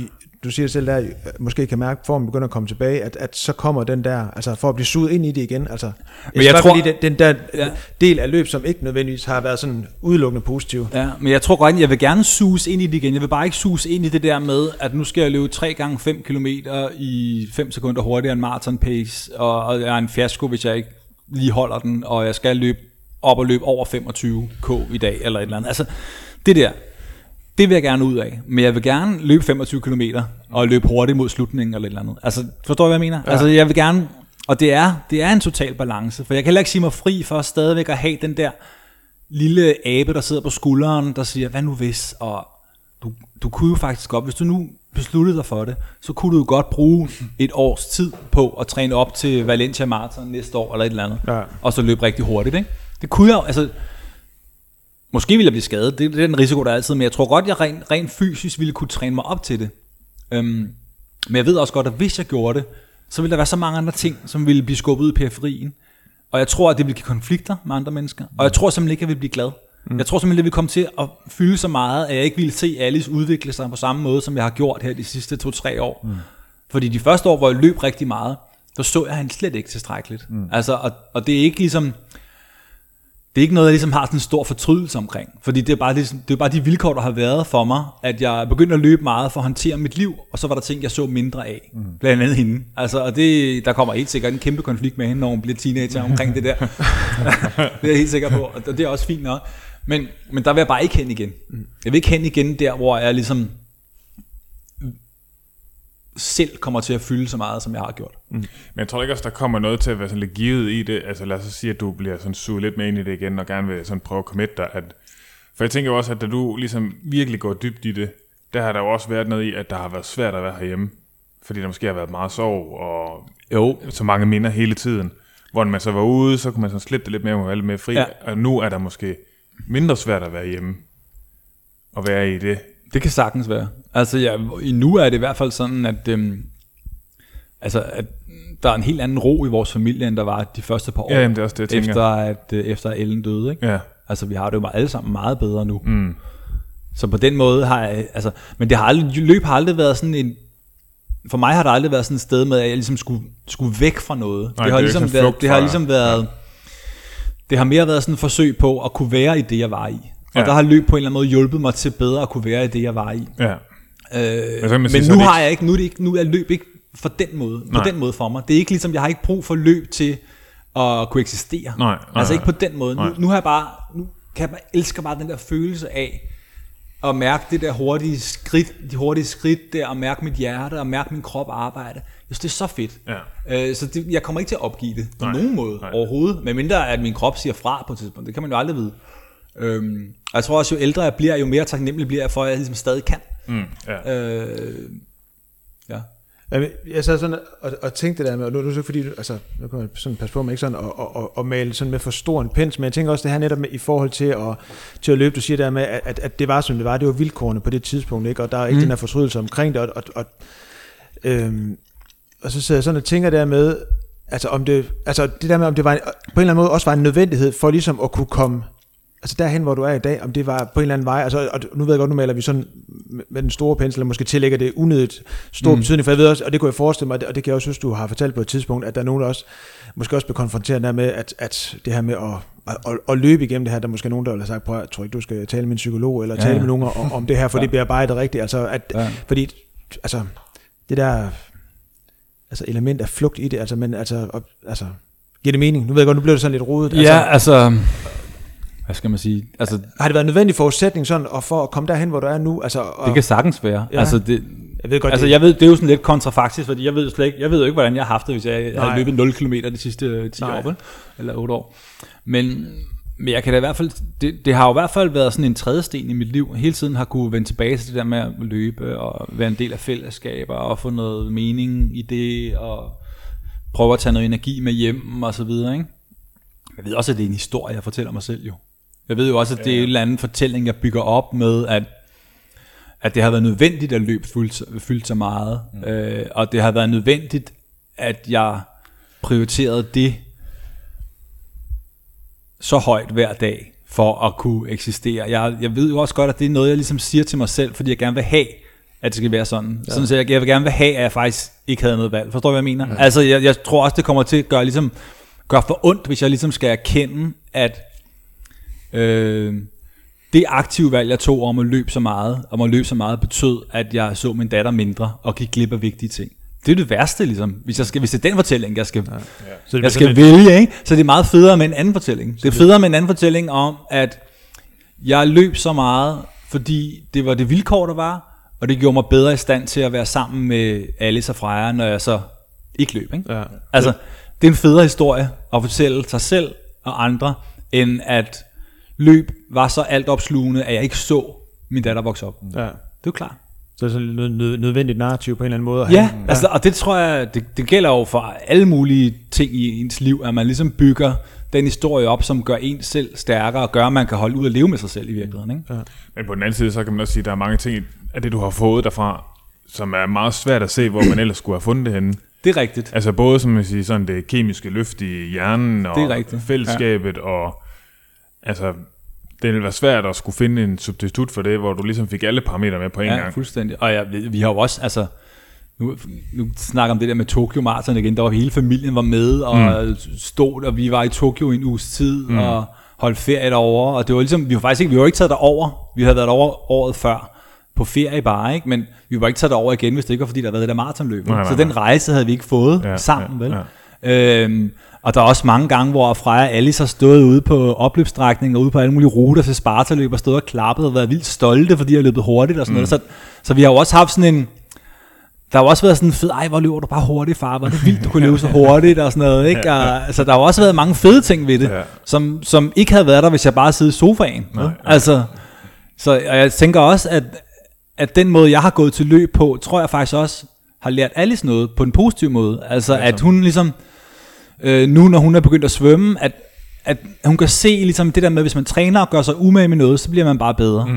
du siger selv der, måske kan mærke, formen begynder at komme tilbage, at så kommer den der, altså for at blive suget ind i det igen, altså. Men jeg tror, den der del af løb, som ikke nødvendigvis har været sådan udelukkende positiv. Ja, men jeg tror godt, jeg vil gerne suges ind i det igen. Jeg vil bare ikke suges ind i det der med, at nu skal jeg løbe 3 gange 5 kilometer i 5 sekunder hurtigere end marathon pace, og jeg er en fiasko, hvis jeg ikke lige holder den, og jeg skal løbe op og løbe over 25k i dag, eller et eller andet. Altså, det vil jeg gerne ud af, men jeg vil gerne løbe 25 km og løbe hurtigt mod slutningen eller et eller andet. Altså, forstår du, hvad jeg mener? Ja. Altså, jeg vil gerne, og det er en total balance, for jeg kan heller ikke sige mig fri for stadigvæk at have den der lille abe, der sidder på skulderen, der siger, hvad nu hvis, og du kunne jo faktisk godt, hvis du nu besluttede dig for det, så kunne du jo godt bruge et års tid på at træne op til Valencia Marathon næste år, eller et eller andet, og så løbe rigtig hurtigt, ikke? Det kunne jeg jo, altså, måske ville jeg blive skadet, det er den risiko, der er altid, men jeg tror godt, jeg rent fysisk ville kunne træne mig op til det. Men jeg ved også godt, at hvis jeg gjorde det, så ville der være så mange andre ting, som ville blive skubbet ud i periferien. Og jeg tror, at det ville give konflikter med andre mennesker. Og jeg tror simpelthen ikke, at jeg ville blive glad. Jeg tror simpelthen, at det ville komme til at fylde så meget, at jeg ikke ville se Alice udvikle sig på samme måde, som jeg har gjort her de sidste 2-3 år. Fordi de første år, hvor jeg løb rigtig meget, der så jeg han slet ikke tilstrækkeligt. Altså, og det er ikke ligesom... Det er ikke noget, jeg ligesom har sådan en stor fortrydelse omkring. Fordi det er bare de vilkår, der har været for mig, at jeg begyndte at løbe meget for at håndtere mit liv, og så var der ting, jeg så mindre af. Blandt andet hende. Altså, og der kommer helt sikkert en kæmpe konflikt med hende, når hun bliver teenager omkring det der. Det er jeg helt sikker på, og det er også fint nok. Men der vil jeg bare ikke hen igen. Jeg vil ikke hen igen der, hvor jeg ligesom selv kommer til at fylde så meget, som jeg har gjort. Men jeg tror ikke også, der kommer noget til at være sådan lidt givet i det. Altså lad os sige, at du bliver sådan suget lidt med ind i det igen, og gerne vil sådan prøve at committe dig. For jeg tænker jo også, at da du ligesom virkelig går dybt i det, der har der jo også været noget i, at der har været svært at være herhjemme. Fordi der måske har været meget sorg, og så mange minder hele tiden. Hvor man så var ude, så kunne man sådan slippe det lidt mere, og være lidt mere fri. Ja. Og nu er der måske mindre svært at være hjemme, og være i det. Det kan sagtens være. Altså nu er det i hvert fald sådan, at der er en helt anden ro i vores familie, end der var de første par år. Ja, det er også det, jeg tænker. Efter Ellen døde, ikke? Ja. Altså vi har det jo alle sammen meget bedre nu. Så på den måde har jeg, altså, men løb har aldrig været sådan en, for mig har det aldrig været sådan et sted med, at jeg ligesom skulle væk fra noget. Nej, det har mere været sådan et forsøg på at kunne være i det, jeg var i. Og der har løb på en eller anden måde hjulpet mig til bedre at kunne være i det, jeg var i. Ja. Men nu har jeg ikke, nu er løb ikke for den måde, på den måde for mig. Det er ikke ligesom, jeg har ikke brug for løb til at kunne eksistere. Nej, altså ikke på den måde. Nu elsker bare den der følelse af at mærke det der de hurtige skridt der, og mærke mit hjerte, og mærke min krop arbejde. Det er så fedt. Ja. Så jeg kommer ikke til at opgive det på nogen måde overhovedet, medmindre at min krop siger fra på et tidspunkt. Det kan man jo aldrig vide. Og jeg tror også, jo ældre jeg bliver, jo mere taknemmelig bliver jeg for, at jeg ligesom stadig kan. Ja. Jeg sad sådan og tænkte det der med, og nu er det fordi, altså, nu kan man sådan passe på mig ikke sådan og male sådan med for stor en pensel, men jeg tænker også det her netop med, i forhold til at løbe, du siger der med, at det var som det var vilkårene på det tidspunkt, ikke? Og der er ikke den her fortrydelse omkring det, og så sidder jeg sådan og tænker der med, altså det der med, om det var på en eller anden måde også var en nødvendighed for ligesom at kunne komme altså derhen, hvor du er i dag, om det var på en eller anden vej, altså, og nu ved jeg godt, nu maler vi sådan med den store pensel, og måske tillægger det unødigt stor betydning, for jeg ved også, og det kunne jeg forestille mig, og det kan jeg også synes, du har fortalt på et tidspunkt, at der er nogen, der også måske også bliver konfronteret der med, at det her med at løbe igennem det her, der måske er nogen, der har sagt, prøv, jeg tror ikke, du skal tale med en psykolog, eller tale med nogen om det her, for det bliver arbejdet rigtigt, altså, fordi, altså, det der, altså, element af flugt i det, altså, men, altså, giver det mening? Nu ved jeg godt, nu bliver det sådan lidt rodet. Ja, altså hvad skal man sige? Altså, har det været en nødvendig forudsætning sådan, og for at komme derhen, hvor du er nu? Altså, det kan sagtens være. Ja. Altså, jeg ved godt, jeg ved, det er jo sådan lidt kontrafaktisk, fordi jeg ved jo ikke, hvordan jeg har haft det, hvis jeg havde løbet 0 km de sidste 10 år, eller 8 år. Men jeg kan da i hvert fald, det har jo i hvert fald været sådan en trædesten i mit liv. Hele tiden har kunne vende tilbage til det der med at løbe, og være en del af fællesskaber, og få noget mening i det, og prøve at tage noget energi med hjem, og så videre, ikke? Jeg ved også, at det er en historie, jeg fortæller mig selv jo. Jeg ved jo også, at det er en eller anden fortælling, jeg bygger op med, at det har været nødvendigt, at løb fyldte så meget. Og det har været nødvendigt, at jeg prioriterede det så højt hver dag, for at kunne eksistere. Jeg ved jo også godt, at det er noget, jeg ligesom siger til mig selv, fordi jeg gerne vil have, at det skal være sådan. Ja. Sådan så jeg vil gerne have, at jeg faktisk ikke havde noget valg. Forstår du, hvad jeg mener? Ja. Altså, jeg tror også, det kommer til at gøre for ondt, hvis jeg ligesom skal erkende, at det aktive valg, jeg tog om at løbe så meget, betød, at jeg så min datter mindre og gik glip af vigtige ting. Det er det værste, ligesom. Hvis det er den fortælling, jeg skal vælge, ikke? Så det er meget federe med en anden fortælling. Det er federe med en anden fortælling om, at jeg løb så meget, fordi det var det vilkår, der var, og det gjorde mig bedre i stand til at være sammen med Alice og Freja, når jeg så ikke løb, ikke? Ja. Altså, det er en federe historie at fortælle sig selv og andre, end at løb var så altopslugende, at jeg ikke så min datter vokse op. Ja. Det er jo klart. Så sådan noget nødvendigt narrativ på en eller anden måde. Ja, altså, og det tror jeg, det gælder jo for alle mulige ting i ens liv, at man ligesom bygger den historie op, som gør en selv stærkere, og gør, at man kan holde ud og leve med sig selv i virkeligheden. Ikke? Ja. Men på den anden side, så kan man også sige, at der er mange ting af det, du har fået derfra, som er meget svært at se, hvor man ellers skulle have fundet det henne. Det er rigtigt. Altså både, som man siger, sådan det kemiske løft i hjernen, og fællesskabet, og altså, det ville være svært at skulle finde en substitut for det, hvor du ligesom fik alle parametre med på en gang. Ja, fuldstændig. Og vi har jo også, altså, nu snakker om det der med Tokyo Marathon igen, der var hele familien var med, og stod, og vi var i Tokyo i en uges tid, og holdt ferie derovre, og det var ligesom, vi var ikke taget derover, vi havde været derover året før, på ferie bare, ikke? Men vi var ikke taget derover igen, hvis det ikke var fordi, der havde været det der maratonløb. Så den rejse havde vi ikke fået sammen, vel? Ja. Og der er også mange gange, hvor Freja og Alice har stået ude på opløbsstrækninger, ude på alle mulige ruter til Sparta-løb, og stået og klappet og været vildt stolte, fordi de har løbet hurtigt og sådan noget. Så vi har jo også haft sådan en, der har jo også været sådan en fed, hvor løber du bare hurtigt, far, hvor det vildt, du kunne løbe så hurtigt og sådan noget, ikke? Og, altså, der har jo også været mange fede ting ved det, som ikke havde været der, hvis jeg bare sidder i sofaen. Altså, så jeg tænker også, at den måde, jeg har gået til løb på, tror jeg faktisk også har lært Alice noget på en positiv måde. Altså, at hun ligesom, nu når hun er begyndt at svømme, at hun kan se ligesom det der med, hvis man træner og gør sig umage med noget, så bliver man bare bedre.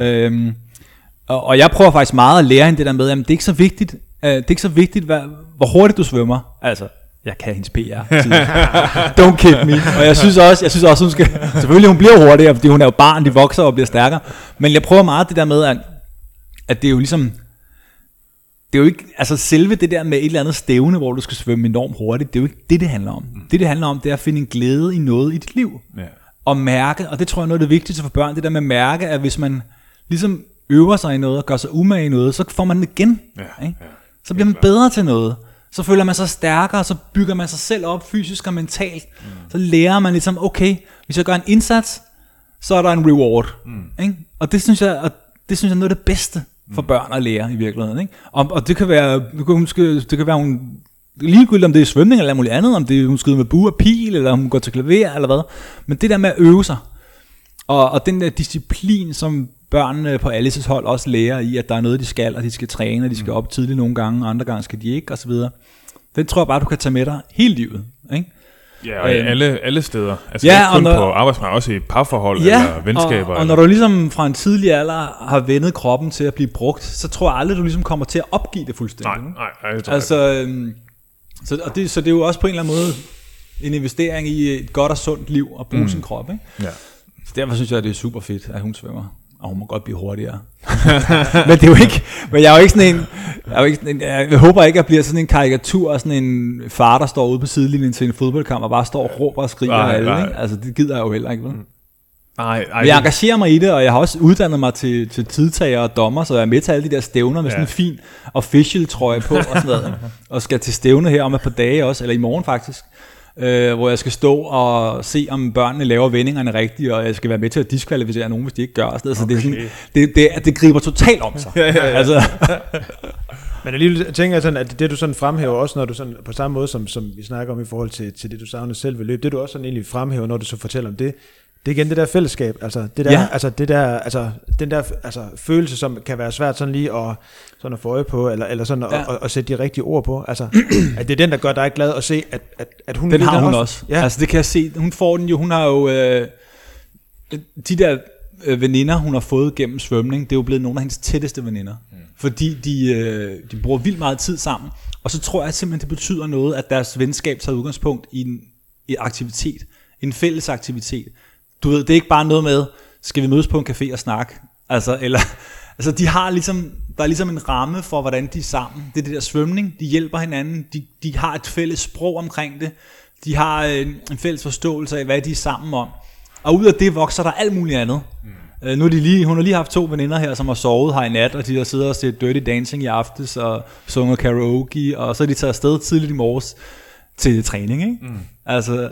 Og jeg prøver faktisk meget at lære hende det der med, jamen det er ikke så vigtigt, hvor hurtigt du svømmer. Altså, jeg kan hendes PR. Don't kid me. Og jeg synes også, hun skal, selvfølgelig hun bliver hurtigere, fordi hun er jo barn, de vokser og bliver stærkere. Men jeg prøver meget det der med, at det er jo ligesom, det er jo ikke, altså selve det der med et eller andet stævne, hvor du skal svømme enormt hurtigt, det er jo ikke det handler om. Det handler om, det er at finde en glæde i noget i dit liv. Ja. Og mærke, og det tror jeg er noget af det vigtigste for børn, det der med at mærke, at hvis man ligesom øver sig i noget og gør sig umage i noget, så får man det igen. Ja. Ikke? Ja. Så bliver man bedre til noget. Så føler man sig stærkere, så bygger man sig selv op fysisk og mentalt. Så lærer man ligesom, okay, hvis jeg gør en indsats, så er der en reward. Ikke? Og det synes jeg er noget af det bedste for børn at lære i virkeligheden. Ikke? Og det kan være, hun ligegyldigt om det er svømning eller muligt andet, om det er, hun skyder med bue og pil, eller hun går til klaver eller hvad. Men det der med at øve sig, og den der disciplin, som børnene på Alices hold også lærer i, at der er noget, de skal, og de skal træne, og de skal op tidligt nogle gange, og andre gange skal de ikke, og så videre. Den tror jeg bare, du kan tage med dig hele livet. Ikke? Ja, og alle steder. Altså ikke kun på arbejdsmarkedet, også i parforhold eller venskaber. Og når du ligesom fra en tidlig alder har vendet kroppen til at blive brugt, så tror jeg aldrig, du ligesom kommer til at opgive det fuldstændig. Nej, det tror jeg. Så det er jo også på en eller anden måde en investering i et godt og sundt liv at bruge sin krop. Ikke? Ja. Så derfor synes jeg, at det er super fedt, at hun svømmer. Og hun må godt blive hurtigere. Men det er jo ikke, men jeg er jo ikke sådan en, jeg håber ikke, at jeg bliver sådan en karikatur af sådan en far, der står ude på sidelinjen til en fodboldkamp og bare står og råber og skriger af alle, ikke? Altså det gider jeg jo heller ikke, vel? Nej. Jeg engagerer mig i det, og jeg har også uddannet mig til tidtager og dommer, så jeg er med til alle de der stævner med sådan en fin official trøje på og sådan noget, og skal til stævne her om et par dage også, eller i morgen faktisk. Hvor jeg skal stå og se, om børnene laver vendingerne rigtigt, og jeg skal være med til at diskvalificere nogen, hvis de ikke gør. Så det er sådan, det griber totalt om sig. Altså. Men alligevel tænker jeg sådan, at det du sådan fremhæver også, når du sådan, på samme måde som vi snakker om i forhold til det du savner selv ved løb, det du også sådan egentlig fremhæver, når du så fortæller om det, det er igen det der fællesskab, altså det der, den der følelse, som kan være svært sådan lige at få øje på, eller sådan at sætte de rigtige ord på, altså at det er den, der gør dig glad at se, at hun... Den har hun også. Ja. Altså det kan jeg se, hun får den jo, hun har jo, de der veninder, hun har fået gennem svømning, det er jo blevet nogle af hendes tætteste veninder, fordi de bruger vildt meget tid sammen, og så tror jeg simpelthen, det betyder noget, at deres venskab tager udgangspunkt i en aktivitet, en fælles aktivitet. Du ved, det er ikke bare noget med, skal vi mødes på en café og snakke? Altså, eller, Altså der er ligesom en ramme for, hvordan de er sammen. Det er det der svømning, de hjælper hinanden, de har et fælles sprog omkring det, de har en fælles forståelse af, hvad de er sammen om. Og ud af det vokser der alt muligt andet. Nu hun har lige haft 2 veninder her, som har sovet her i nat, og de har siddet og set Dirty Dancing i aftes, og sunget karaoke, og så er de taget afsted tidligt i morges til træning, ikke? Altså,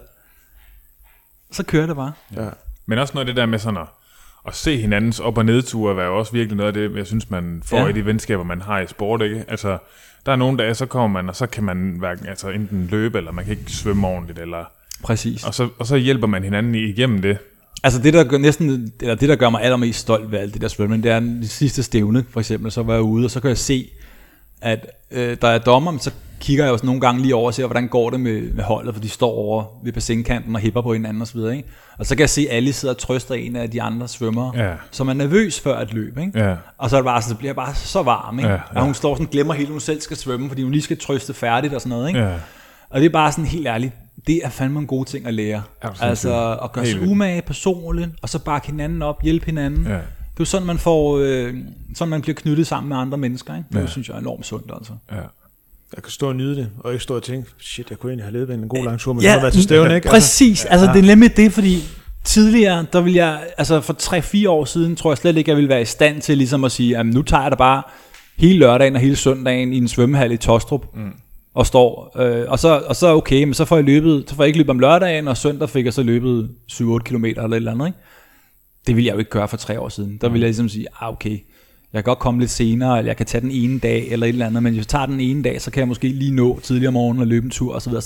så kører det bare. Ja. Men også noget af det der med sådan at se hinandens op- og nedture, er jo også virkelig noget af det, jeg synes, man får i de venskaber, man har i sport, ikke? Altså, der er nogle dage, så kommer man, og så kan man hverken, altså enten løbe, eller man kan ikke svømme ordentligt, eller... Præcis. Og så hjælper man hinanden igennem det. Altså det der gør mig allermest stolt ved alt det der svømning, det er det sidste stævne, for eksempel, så var jeg ude, og så kan jeg se, at der er dommer, men så kigger jeg også nogle gange lige over og ser, hvordan går det med holdet, for de står over ved bassinkanten og hipper på hinanden osv., ikke? Og så kan jeg se, at alle sidder og trøster en af de andre svømmere, som er nervøs før at løbe, ikke? Ja. Og så er det bare, så bliver jeg bare så varm, ikke? Ja. Og hun står sådan og glemmer helt, at hun selv skal svømme, fordi hun lige skal trøste færdigt og sådan noget, ikke? Ja. Og det er bare sådan helt ærligt, det er fandme en god ting at lære. Altså at gøre sig umage personligt, og så bakke hinanden op, hjælpe hinanden. Ja. Det er jo sådan, man får, sådan man bliver knyttet sammen med andre mennesker, ikke? Det synes jeg er enormt sundt, altså. Ja. Jeg kan stå og nyde det, og ikke stå og tænke, shit, jeg kunne egentlig have levet en god lang tur, men så har været til stævne, ikke? Præcis, altså det er nemlig det, fordi tidligere, der ville jeg, altså for 3-4 år siden, tror jeg slet ikke, jeg ville være i stand til ligesom at sige, nu tager jeg da bare hele lørdagen og hele søndagen i en svømmehal i Tostrup, og står, og så okay, men så får jeg ikke løbet om lørdagen, og søndag fik jeg så løbet 7-8 kilometer eller et eller andet, ikke? Det ville jeg jo ikke gøre for 3 år siden. Der ville jeg ligesom sige, okay, jeg kan godt komme lidt senere, eller jeg kan tage den ene dag, eller et eller andet, men hvis jeg tager den ene dag, så kan jeg måske lige nå tidligere om morgenen og løbe en tur, og så videre.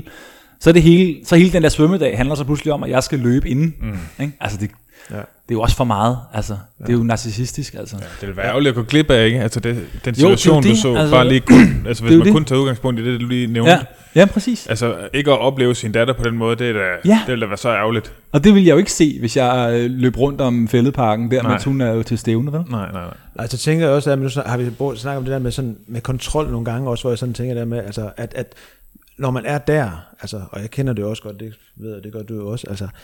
Så hele den der svømmedag handler så pludselig om, at jeg skal løbe inden, ikke? Altså det er jo også for meget, altså. Det er jo narcissistisk, altså. Ja, det vil være ærgerligt at gå glip af, ikke? Altså den situation, du så, altså, bare lige kun, altså hvis man kun tager udgangspunkt i det, du lige nævnte. Ja, præcis. Altså ikke at opleve sin datter på den måde, det vil da være så ærgerligt. Og det vil jeg jo ikke se, hvis jeg løb rundt om Fælledparken der, mens hun er jo til stævne, vel? Nej. Altså tænker jeg også, at nu har vi snakket om det der med, sådan, med kontrol nogle gange også, hvor jeg sådan tænker der med, altså, at når man er der, altså, og jeg kender det også godt, det ved jeg, det gør du jo også, altså,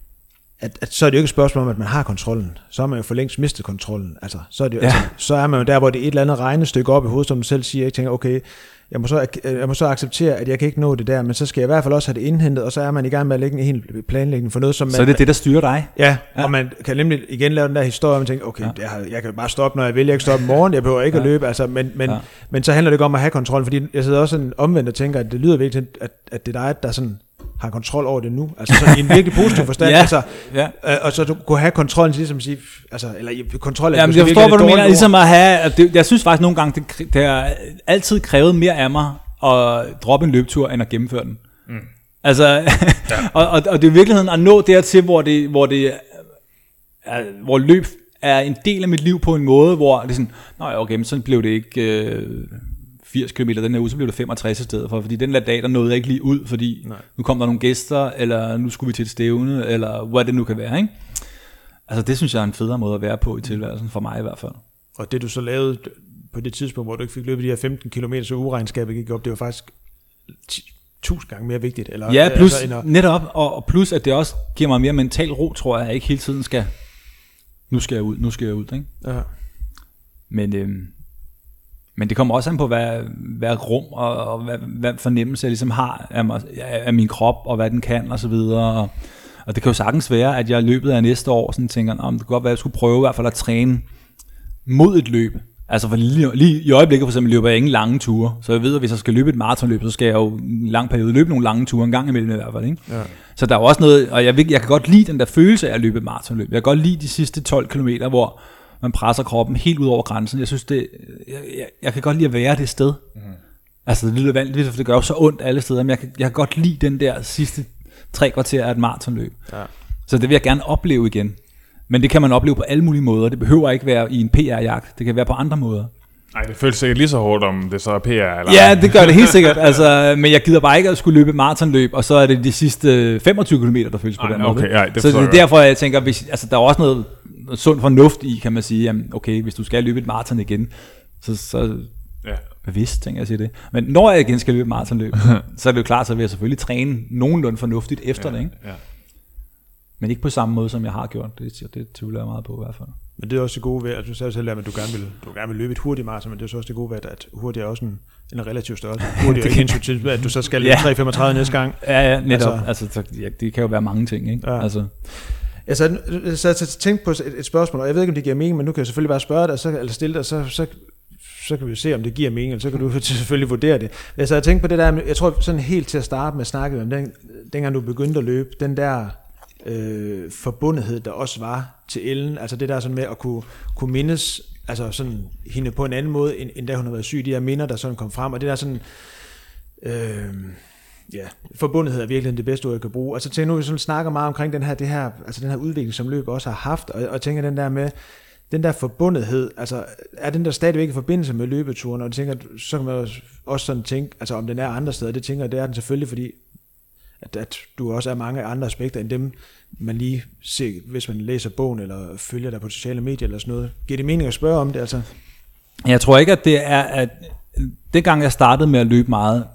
at så er det jo ikke et spørgsmål om, at man har kontrollen. Så har man jo for længst mistet kontrollen. Altså, så er det jo, altså, så er man jo der, hvor det er et eller andet regnestykke op i hovedet, som man selv siger. Jeg tænker, okay, jeg må så acceptere, at jeg kan ikke nå det der, men så skal jeg i hvert fald også have det indhentet, og så er man i gang med at lægge en hel planlægning for noget, som man... Så er det det, der styrer dig? Ja, og man kan nemlig igen lave den der historie, og man tænker, okay, jeg kan bare stoppe, når jeg vil, jeg kan stoppe i morgen, jeg behøver ikke at løbe, altså, men så handler det ikke om at have kontrol, fordi jeg sidder også sådan omvendt og tænker, at det lyder virkelig, at det er dig, der sådan har kontrol over det nu, altså sådan i en virkelig positiv forstand, og så du kunne have kontrollen til ligesom at sige, altså, eller kontrol... Jamen, jeg forstår, hvad du mener, ligesom at have, jeg synes faktisk nogle gange, det har altid krævet mere af mig at droppe en løbetur, end at gennemføre den. Altså, og det er i virkeligheden at nå dertil, hvor løb er en del af mit liv på en måde, hvor det er sådan, okay, men så blev det ikke 80 km den her uge, så blev det 65 i stedet for, fordi den der dag, der nåede jeg ikke lige ud, fordi nu kom der nogle gæster, eller nu skulle vi til et stævne, eller hvad det nu kan være, ikke? Altså det synes jeg er en federe måde at være på i tilværelsen, for mig i hvert fald. Og det du så lavede på det tidspunkt, hvor du ikke fik løbet de her 15 km, så uregnskabet gik op, det var faktisk 1000 gange mere vigtigt. Eller, ja, plus netop, og plus at det også giver mig mere mental ro, tror jeg ikke hele tiden skal, nu skal jeg ud, ikke? Ja. Men det kommer også an på, hvad rum og hvad fornemmelse jeg ligesom har af min krop, og hvad den kan, og så videre. Og det kan jo sagtens være, at jeg i løbet af næste år sådan tænker, det kunne godt være, at jeg skulle prøve i hvert fald at træne mod et løb. Altså for lige i øjeblikket for eksempel løber jeg ingen lange ture, så jeg ved, at hvis jeg skal løbe et maratonløb, så skal jeg jo en lang periode løbe nogle lange ture, en gang imellem i hvert fald, ikke? Ja. Så der er jo også noget, og jeg kan godt lide den der følelse af at løbe et maratonløb. Jeg kan godt lide de sidste 12 kilometer, hvor man presser kroppen helt ud over grænsen. Jeg synes jeg kan godt lide at være det sted. Altså det lyder vanligt, for det gør jo så ondt alle steder, men jeg kan godt lide den der sidste 3 kvarter af et maratonløb. Ja. Så det vil jeg gerne opleve igen. Men det kan man opleve på alle mulige måder. Det behøver ikke være i en PR-jagt. Det kan være på andre måder. Nej, det føles sikkert lige så hårdt, om det så er PR. Eller... Ja, det gør det helt sikkert. Altså, men jeg gider bare ikke at skulle løbe et maratonløb, og så er det de sidste 25 km, der føles på den måde. Så det er derfor, jeg tænker, der er også noget sund fornuft i, kan man sige, jamen, okay, hvis du skal løbe et maraton igen, så bevidst, tænker jeg at sige det. Men når jeg igen skal løbe et maratonløb, så er det jo klart, så vil jeg selvfølgelig træne nogenlunde fornuftigt efter det, ikke? Ja. Men ikke på samme måde, som jeg har gjort. Det tvivler jeg meget på i hvert fald. Men det er også det gode ved, at du sagde selv, at du gerne vil løbe et hurtigt maraton, men det er så også det gode ved, at hurtigt er også en relativ størrelse. Hurtigt er ikke intuitivt, at du så skal løbe 3:35 næste gang. Ja, netop. Altså, det kan jo være mange ting, ikke? Ja. Altså. Så jeg tænkte på et spørgsmål, og jeg ved ikke, om det giver mening, men nu kan jeg selvfølgelig bare spørge dig, eller stille dig, så kan vi se, om det giver mening, eller så kan du selvfølgelig vurdere det. Så jeg tænkte på det der, jeg tror sådan helt til at starte med at snakke om, dengang du begyndte at løbe, den der forbundethed, der også var til Ellen, altså det der sådan med at kunne mindes, altså sådan hende på en anden måde, end da hun har været syg, de her minder, der sådan kom frem, og det der sådan, forbundethed er virkelig det bedste ord, jeg kan bruge. Altså tænker nu, vi sådan snakker meget omkring den her udvikling, som løb også har haft, og tænker den der med, den der forbundethed, altså er den der stadigvæk i forbindelse med løbeturen, og tænker, så kan man også sådan tænke, altså om den er andre steder, det tænker jeg, det er den selvfølgelig, fordi at du også er mange andre aspekter end dem, man lige ser, hvis man læser bogen, eller følger dig på sociale medier, eller sådan noget. Giver det mening at spørge om det, altså? Jeg tror ikke, at det er, at dengang jeg startede med at løbe meget,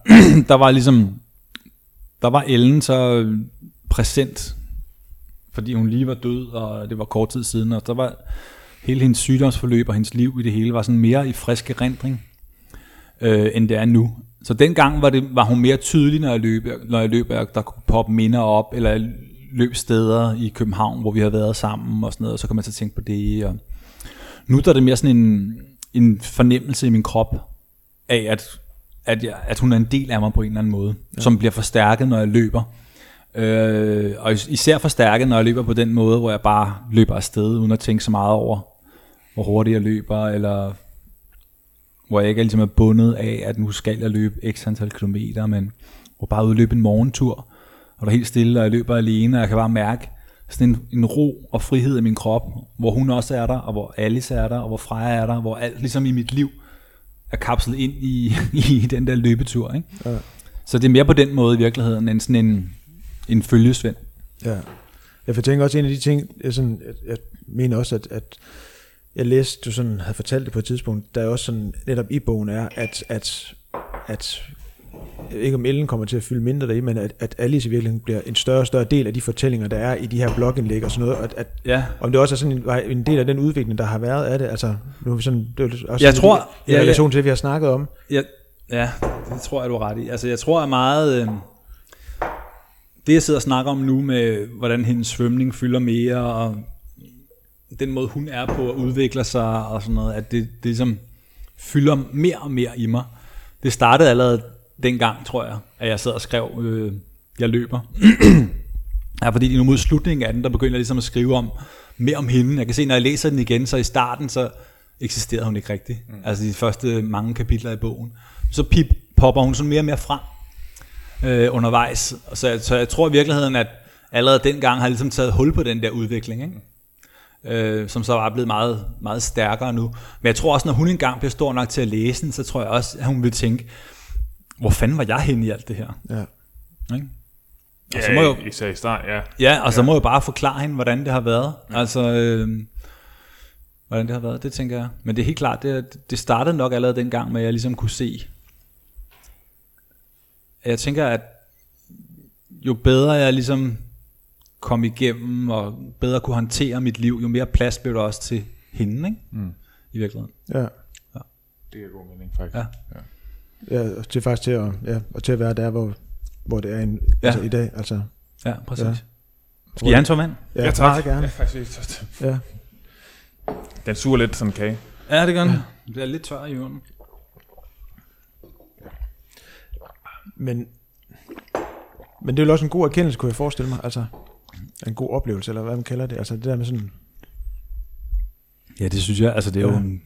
der var Ellen så præsent, fordi hun lige var død, og det var kort tid siden, og der var hele hendes sygdomsforløb og hendes liv i det hele var sådan mere i frisk erindring, end det er nu. Så dengang var hun mere tydelig, når jeg løb, der kunne poppe minder op, eller løb steder i København, hvor vi har været sammen og sådan noget, og så kan man så tænke på det. Og nu der er det mere sådan en fornemmelse i min krop af, at hun er en del af mig på en eller anden måde, som bliver forstærket, når jeg løber. Og især forstærket, når jeg løber på den måde, hvor jeg bare løber afsted, uden at tænke så meget over, hvor hurtigt jeg løber, eller hvor jeg ikke ligesom er bundet af, at nu skal jeg løbe x antal kilometer, men hvor bare udløbe en morgentur, og der er helt stille, og jeg løber alene, og jeg kan bare mærke sådan en ro og frihed i min krop, hvor hun også er der, og hvor Alice er der, og hvor Freja er der, hvor alt ligesom i mit liv er kapslet ind i den der løbetur, ikke? Ja. Så det er mere på den måde i virkeligheden, end sådan en følgesvend. Ja. Jeg tænker også en af de ting, jeg mener også, at jeg læste, du sådan havde fortalt det på et tidspunkt, der er også sådan netop i bogen er, at ikke om Ellen kommer til at fylde mindre deri, men at Alice i virkeligheden bliver en større og større del af de fortællinger, der er i de her blogindlæg og sådan noget, om det også er sådan en del af den udvikling, der har været af det, altså nu er vi sådan, det er også jeg tror, i relation til det, vi har snakket om. Ja, det tror jeg, du har ret i. Altså jeg tror at meget, det jeg sidder og snakker om nu med, hvordan hendes svømning fylder mere, og den måde hun er på at udvikle sig og sådan noget, at det ligesom fylder mere og mere i mig. Det startede allerede dengang, tror jeg, at jeg sad og skrev, jeg løber. Ja, fordi nu mod slutningen af den, der begyndte jeg ligesom at skrive mere om hende. Jeg kan se, når jeg læser den igen, så i starten, så eksisterede hun ikke rigtigt. Altså de første mange kapitler i bogen. Så popper hun sådan mere og mere frem undervejs. Så jeg tror i virkeligheden, at allerede dengang har jeg ligesom taget hul på den der udvikling, ikke? Som så er blevet meget, meget stærkere nu. Men jeg tror også, når hun engang bliver stor nok til at læse den, så tror jeg også, at hun vil tænke, hvor fanden var jeg henne i alt det her? Ja. Ikke? Og så må jeg, især i start, ja. Ja, og så må jeg bare forklare hende, hvordan det har været. Altså, hvordan det har været, det tænker jeg. Men det er helt klart, det startede nok allerede dengang, med at jeg ligesom kunne se. Jeg tænker, at jo bedre jeg ligesom kom igennem, og bedre kunne håndtere mit liv, jo mere plads blev der også til hende, ikke? I virkeligheden. Ja. Det er god mening, faktisk. Ja, til faktisk til at være der, hvor det er altså i dag, altså. Ja, præcis. Ja. Skal I have en tom vand? Ja, tak. Gerne. Ja, faktisk. Ja. Den suger lidt som en kage. Ja, det gør den. Det er lidt tør i jorden. Men det er jo også en god erkendelse, kunne jeg forestille mig, altså en god oplevelse, eller hvad man kalder det, altså det der med sådan. Ja, det synes jeg, altså det er jo en,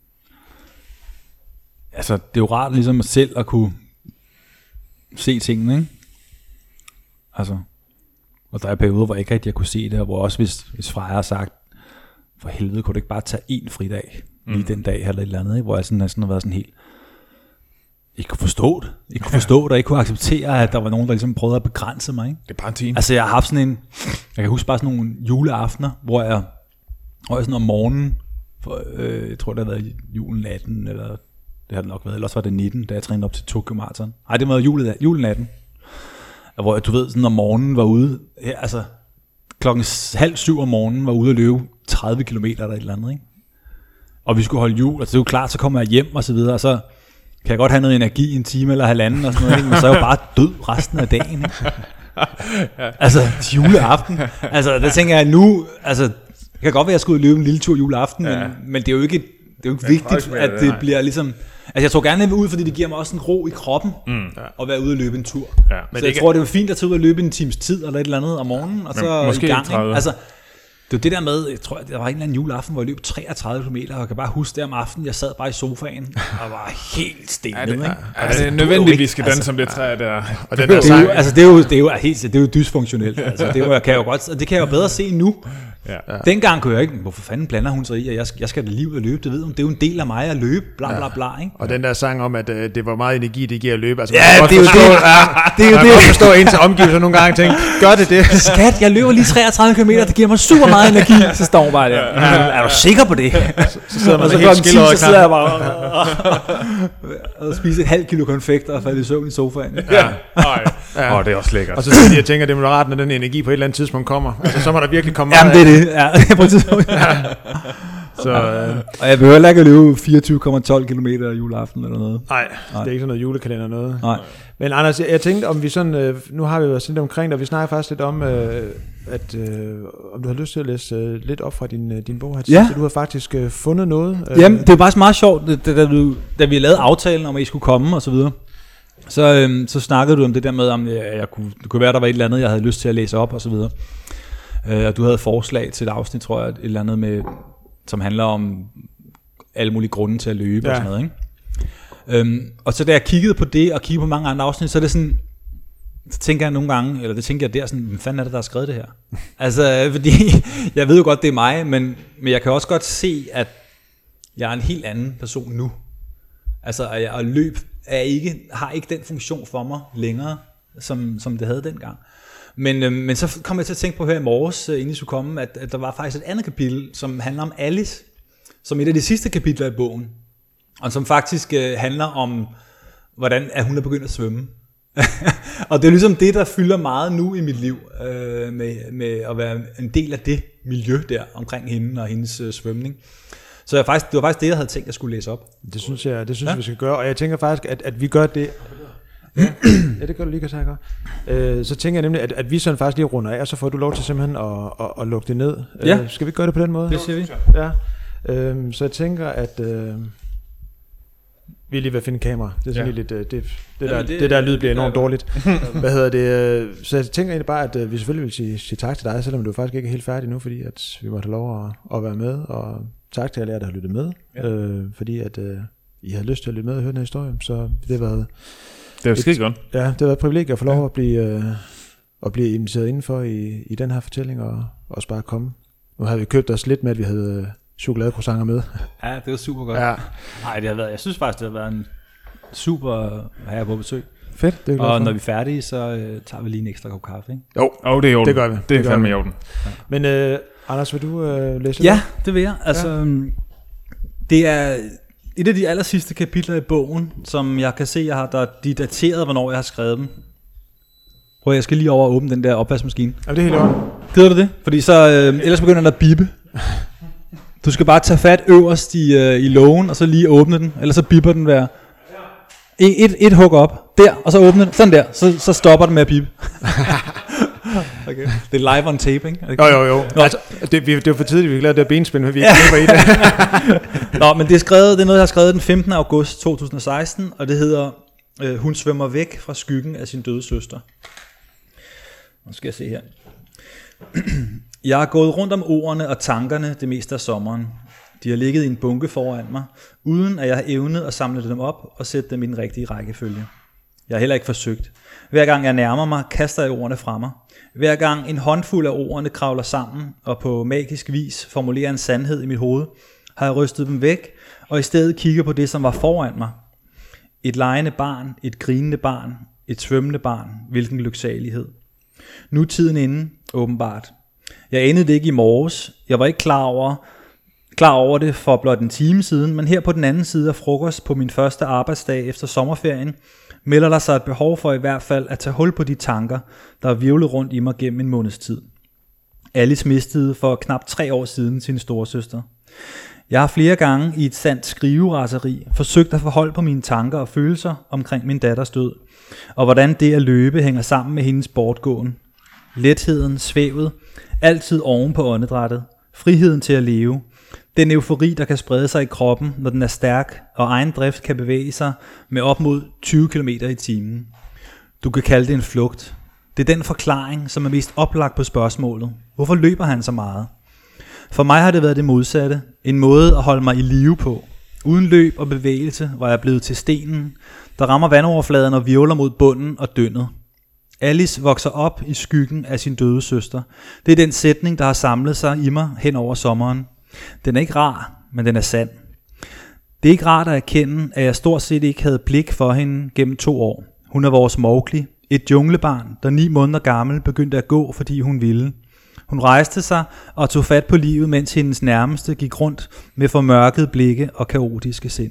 altså det er jo rart ligesom selv at kunne se tingene, ikke? Altså, og der er perioder, hvor jeg ikke rigtig kunne se det, og hvor også hvis Freja har sagt, for helvede, kunne du ikke bare tage en fridag lige den dag, eller et eller andet, ikke? Hvor jeg sådan har været sådan helt, ikke kunne forstå det. Ikke kunne forstå det, og ikke kunne acceptere, at der var nogen, der ligesom prøvede at begrænse mig, ikke? Det er bare en time. Altså jeg har haft sådan jeg kan huske bare sådan nogle juleaftener, hvor jeg sådan om morgenen, jeg tror det har været julen 18, eller det har det nok været, ellers var det 19, da jeg trænede op til Tokyo Marathon. Nej, det var julen 18. Hvor jeg, du ved, sådan om morgenen var ude, altså 6:30 om morgenen var ude at løbe 30 kilometer eller et eller andet, ikke? Og vi skulle holde jul, og så er det jo klart, så kommer jeg hjem og så videre, og så kan jeg godt have noget energi i en time eller halvanden og sådan noget, ikke? Men så er jeg jo bare død resten af dagen, ikke? Altså, juleaften. Altså, der tænker jeg nu, altså, det kan godt være, at jeg skal ud og løbe en lille tur juleaften, men det er jo ikke, vigtigt, at det bliver ligesom... Altså, jeg tror gerne, at jeg vil ud, fordi det giver mig også en ro i kroppen at være ude og løbe en tur. Ja, men så jeg tror, det er fint at tage ud og løbe en times tid eller et eller andet om morgenen, og så måske i gang. Altså, det er det der med, jeg tror, der var en eller anden juleaften, hvor jeg løb 33 km, og jeg kan bare huske det om aftenen, jeg sad bare i sofaen og var helt stenet. Det er nødvendigt, vi skal danse som det træ der. Og det er jo dysfunktionelt. Altså, det kan jeg jo godt, og det kan jeg jo bedre se nu. Ja. Dengang kunne jeg ikke, hvorfor fanden blander hun sig i, at jeg skal da liv at løbe, det ved hun, det er jo en del af mig at løbe, bla bla bla, ikke? Og den der sang om, at det var meget energi, det giver at løbe, altså det er jo det. Det er jo det. Man kan forstå ens omgivelser nogle gange og tænke, gør det? Skat, jeg løber lige 33 km, det giver mig super meget energi, så står hun bare der. Er du sikker på det? Så sidder man så helt skildret, så sidder jeg bare og spiser et halvt kilo konfekter og falder i søvn i sofaen. Det er også lækkert. Og så sidder jeg og tænker, det er rart, når den energi på et eller andet tidspunkt kommer. Altså, så må der virkelig komme meget. Jamen det er det, på et tidspunkt. Så, og jeg behøver heller ikke at løbe 24,12 km juleaften eller noget. Nej, det er ikke sådan noget julekalender noget. Nej. Men Anders, jeg tænkte, om vi sådan, nu har vi været sådan omkring, og vi snakker faktisk lidt om, om du har lyst til at læse lidt op fra din bog her. Ja. Så du har faktisk fundet noget. Jamen, det er bare meget sjovt, da vi lavede aftalen om, at I skulle komme og så videre. Så snakkede du om det der med, om det kunne være, der var et eller andet, jeg havde lyst til at læse op og så videre. Og du havde et forslag til et afsnit, tror jeg, et eller andet med, som handler om alle mulige grunde til at løbe og sådan noget, ikke? Og så da jeg kiggede på det, og kiggede på mange andre afsnit, så er det sådan, så tænker jeg nogle gange, eller det tænker jeg der sådan, hvad fanden er det, der har skrevet det her? Altså, fordi jeg ved jo godt, det er mig, men jeg kan også godt se, at jeg er en helt anden person nu. Altså, at løb har ikke den funktion for mig længere, som det havde dengang. Men så kom jeg til at tænke på her i morges, inden I skulle komme, at der var faktisk et andet kapitel, som handler om Alice, som et af de sidste kapitler i bogen, og som faktisk handler om, hvordan at hun er begyndt at svømme. Og det er ligesom det, der fylder meget nu i mit liv, med at være en del af det miljø der omkring hende og hendes svømning. Så det var faktisk det, jeg havde tænkt, at jeg skulle læse op. Det synes jeg, vi skal gøre, og jeg tænker faktisk, at vi gør det. Ja, det gør du lige, kan jeg så tænker jeg nemlig, at vi sådan faktisk lige runder af, og så får du lov til simpelthen at lukke det ned. Ja. Skal vi gøre det på den måde? Det siger vi. Ja. Så jeg tænker, at vi er lige ved at finde kamera. Det er sådan lidt, det der lyd bliver enormt dårligt. Hvad hedder det? Så jeg tænker egentlig bare, at vi selvfølgelig vil sige tak til dig, selvom du faktisk ikke er helt færdig nu, fordi at vi måtte have lov at være med, og tak til alle jer, der har lyttet med, fordi at I har lyst til at lytte med og høre den her historie, så det har været... Det er jo skide godt. Ja, det har været et privilegie at få lov at blive inviteret indenfor i den her fortælling, og også bare komme. Nu havde vi købt os lidt med, at vi havde chokoladecroissanter med. Ja, det var super godt. Ja. Nej, jeg synes faktisk, det har været en super at have på besøg. Fedt, det er og når vi er færdige, så tager vi lige en ekstra kop kaffe, ikke? Jo, det er i orden. Det gør vi. Det er fandme i orden. Ja. Men Anders, vil du læse Ja, det vil jeg. Altså, det er et af de aller sidste kapitler i bogen, som jeg kan se, de er dateret, hvornår jeg har skrevet dem. Prøv, jeg skal lige over og åbne den der opvaskemaskine. Ja, det er helt i orden. Gider du det? Fordi så, ellers begynder den at bippe. Du skal bare tage fat øverst i lågen, og så lige åbne den, ellers så bipper den hver... Et hug op, der, og så åbne den, sådan der, så stopper den med at bippe. Okay. Det er live on tape, ikke? Jo. Altså, det er for tidligt, vi kan lave det benspænd, men vi ikke i det. Nå, men det er noget, jeg har skrevet den 15. august 2016, og det hedder, hun svømmer væk fra skyggen af sin døde søster. Nu skal jeg se her. Jeg har gået rundt om ordene og tankerne det meste af sommeren. De har ligget i en bunke foran mig, uden at jeg har evnet at samle dem op og sætte dem i den rigtige rækkefølge. Jeg har heller ikke forsøgt. Hver gang jeg nærmer mig, kaster jeg ordene fra mig. Hver gang en håndfuld af ordene kravler sammen og på magisk vis formulerer en sandhed i mit hoved, har jeg rystet dem væk og i stedet kigger på det, som var foran mig. Et legende barn, et grinende barn, et svømmende barn. Hvilken lyksalighed. Nu er tiden inde, åbenbart. Jeg anede det ikke i morges. Jeg var ikke klar over det for blot en time siden, men her på den anden side af frokost på min første arbejdsdag efter sommerferien, melder der sig et behov for i hvert fald at tage hul på de tanker, der er hvirvlet rundt i mig gennem en måneds tid. Alice mistede for knap 3 år siden sin storesøster. Jeg har flere gange i et sandt skriveraseri forsøgt at forholde på mine tanker og følelser omkring min datters død, og hvordan det at løbe hænger sammen med hendes bortgåen. Letheden, svævet, altid oven på åndedrættet, friheden til at leve, den eufori, der kan sprede sig i kroppen, når den er stærk, og egen drift kan bevæge sig med op mod 20 km i timen. Du kan kalde det en flugt. Det er den forklaring, som er mest oplagt på spørgsmålet. Hvorfor løber han så meget? For mig har det været det modsatte. En måde at holde mig i live på. Uden løb og bevægelse var jeg blevet til stenen, der rammer vandoverfladen og virvler mod bunden og dyndet. Alice vokser op i skyggen af sin døde søster. Det er den sætning, der har samlet sig i mig hen over sommeren. Den er ikke rar, men den er sand. Det er ikke rart at erkende, at jeg stort set ikke havde blik for hende gennem 2 år. Hun er vores Mowgli, et junglebarn, der 9 måneder gammel begyndte at gå, fordi hun ville. Hun rejste sig og tog fat på livet, mens hendes nærmeste gik rundt med formørkede blikke og kaotiske sind.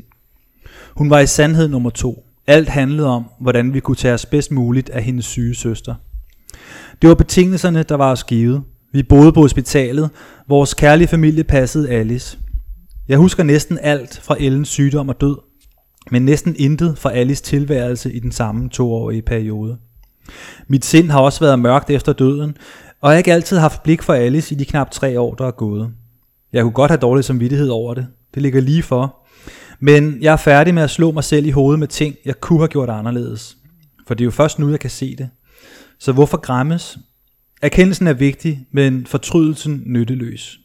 Hun var i sandhed nummer 2. Alt handlede om, hvordan vi kunne tage os bedst muligt af hendes syge søster. Det var betingelserne, der var os givet. Vi boede på hospitalet. Vores kærlige familie passede Alice. Jeg husker næsten alt fra Ellens sygdom og død, men næsten intet fra Alice tilværelse i den samme 2-årige periode. Mit sind har også været mørkt efter døden, og jeg har ikke altid haft blik for Alice i de knap 3 år, der er gået. Jeg kunne godt have dårlig samvittighed over det. Det ligger lige for. Men jeg er færdig med at slå mig selv i hovedet med ting, jeg kunne have gjort anderledes. For det er jo først nu, jeg kan se det. Så hvorfor græmmes? Erkendelsen er vigtig, men fortrydelsen nytteløs.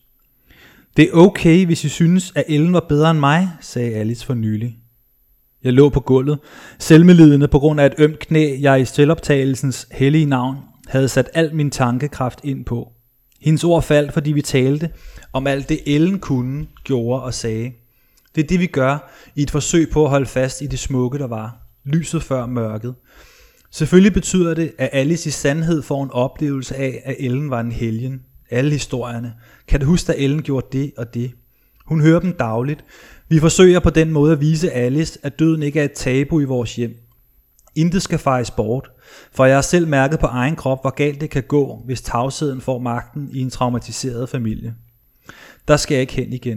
Det er okay, hvis I synes, at Ellen var bedre end mig, sagde Alice for nylig. Jeg lå på gulvet, selvmedlidende på grund af et ømt knæ, jeg i selvoptagelsens hellige navn havde sat al min tankekraft ind på. Hendes ord faldt, fordi vi talte om alt det Ellen kunne, gjorde og sagde. Det er det, vi gør i et forsøg på at holde fast i det smukke, der var. Lyset før mørket. Selvfølgelig betyder det, at Alice i sandhed får en oplevelse af, at Ellen var en helgen. Alle historierne. Kan du huske, at Ellen gjorde det og det? Hun hører dem dagligt. Vi forsøger på den måde at vise Alice, at døden ikke er et tabu i vores hjem. Intet skal fejes bort, for jeg har selv mærket på egen krop, hvor galt det kan gå, hvis tavsheden får magten i en traumatiseret familie. Der skal jeg ikke hen igen.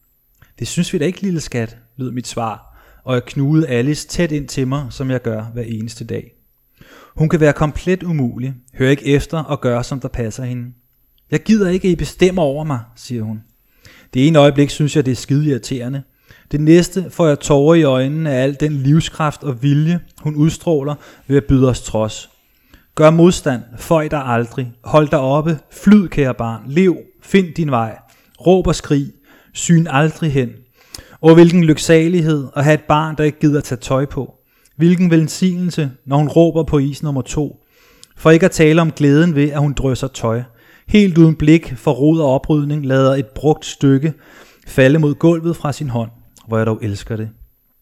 Det synes vi da ikke, lille skat, lød mit svar, og jeg knugede Alice tæt ind til mig, som jeg gør hver eneste dag. Hun kan være komplet umulig, hør ikke efter og gør, som der passer hende. Jeg gider ikke, at I bestemmer over mig, siger hun. Det ene øjeblik synes jeg, det er skide irriterende. Det næste får jeg tårer i øjnene af al den livskraft og vilje, hun udstråler ved at byde os trods. Gør modstand, føj dig aldrig, hold dig oppe, flyd kære barn, lev, find din vej, råb og skrig, syn aldrig hen. Og hvilken lyksalighed at have et barn, der ikke gider tage tøj på. Hvilken velsignelse, når hun råber på is nummer 2. For ikke at tale om glæden ved, at hun drysser tøj. Helt uden blik for rod og oprydning lader et brugt stykke falde mod gulvet fra sin hånd, hvor jeg dog elsker det.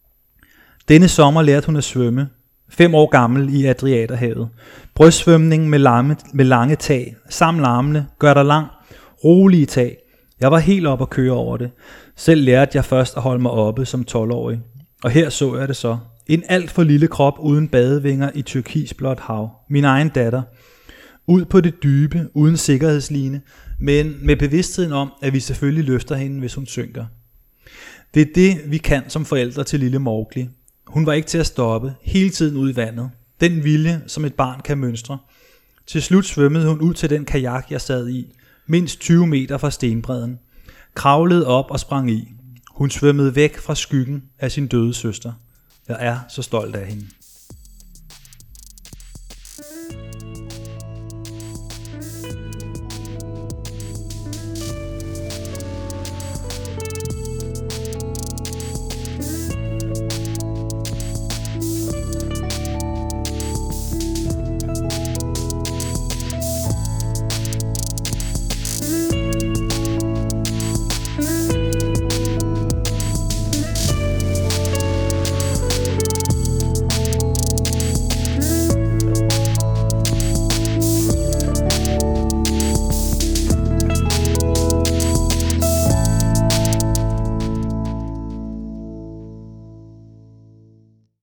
Denne sommer lærte hun at svømme. 5 år gammel i Adriaterhavet. Brystsvømning med lange tag. Sammen armene, gør dig lang, rolige tag. Jeg var helt op at køre over det. Selv lærte jeg først at holde mig oppe som 12-årig. Og her så jeg det så. En alt for lille krop uden badevinger i turkisblåt hav. Min egen datter. Ud på det dybe, uden sikkerhedsline, men med bevidstheden om, at vi selvfølgelig løfter hende, hvis hun synker. Det er det, vi kan som forældre til lille Mowgli. Hun var ikke til at stoppe, hele tiden ude i vandet. Den vilje, som et barn kan mønstre. Til slut svømmede hun ud til den kajak, jeg sad i, mindst 20 meter fra stenbredden. Kravlede op og sprang i. Hun svømmede væk fra skyggen af sin døde søster. Jeg er så stolt af hende.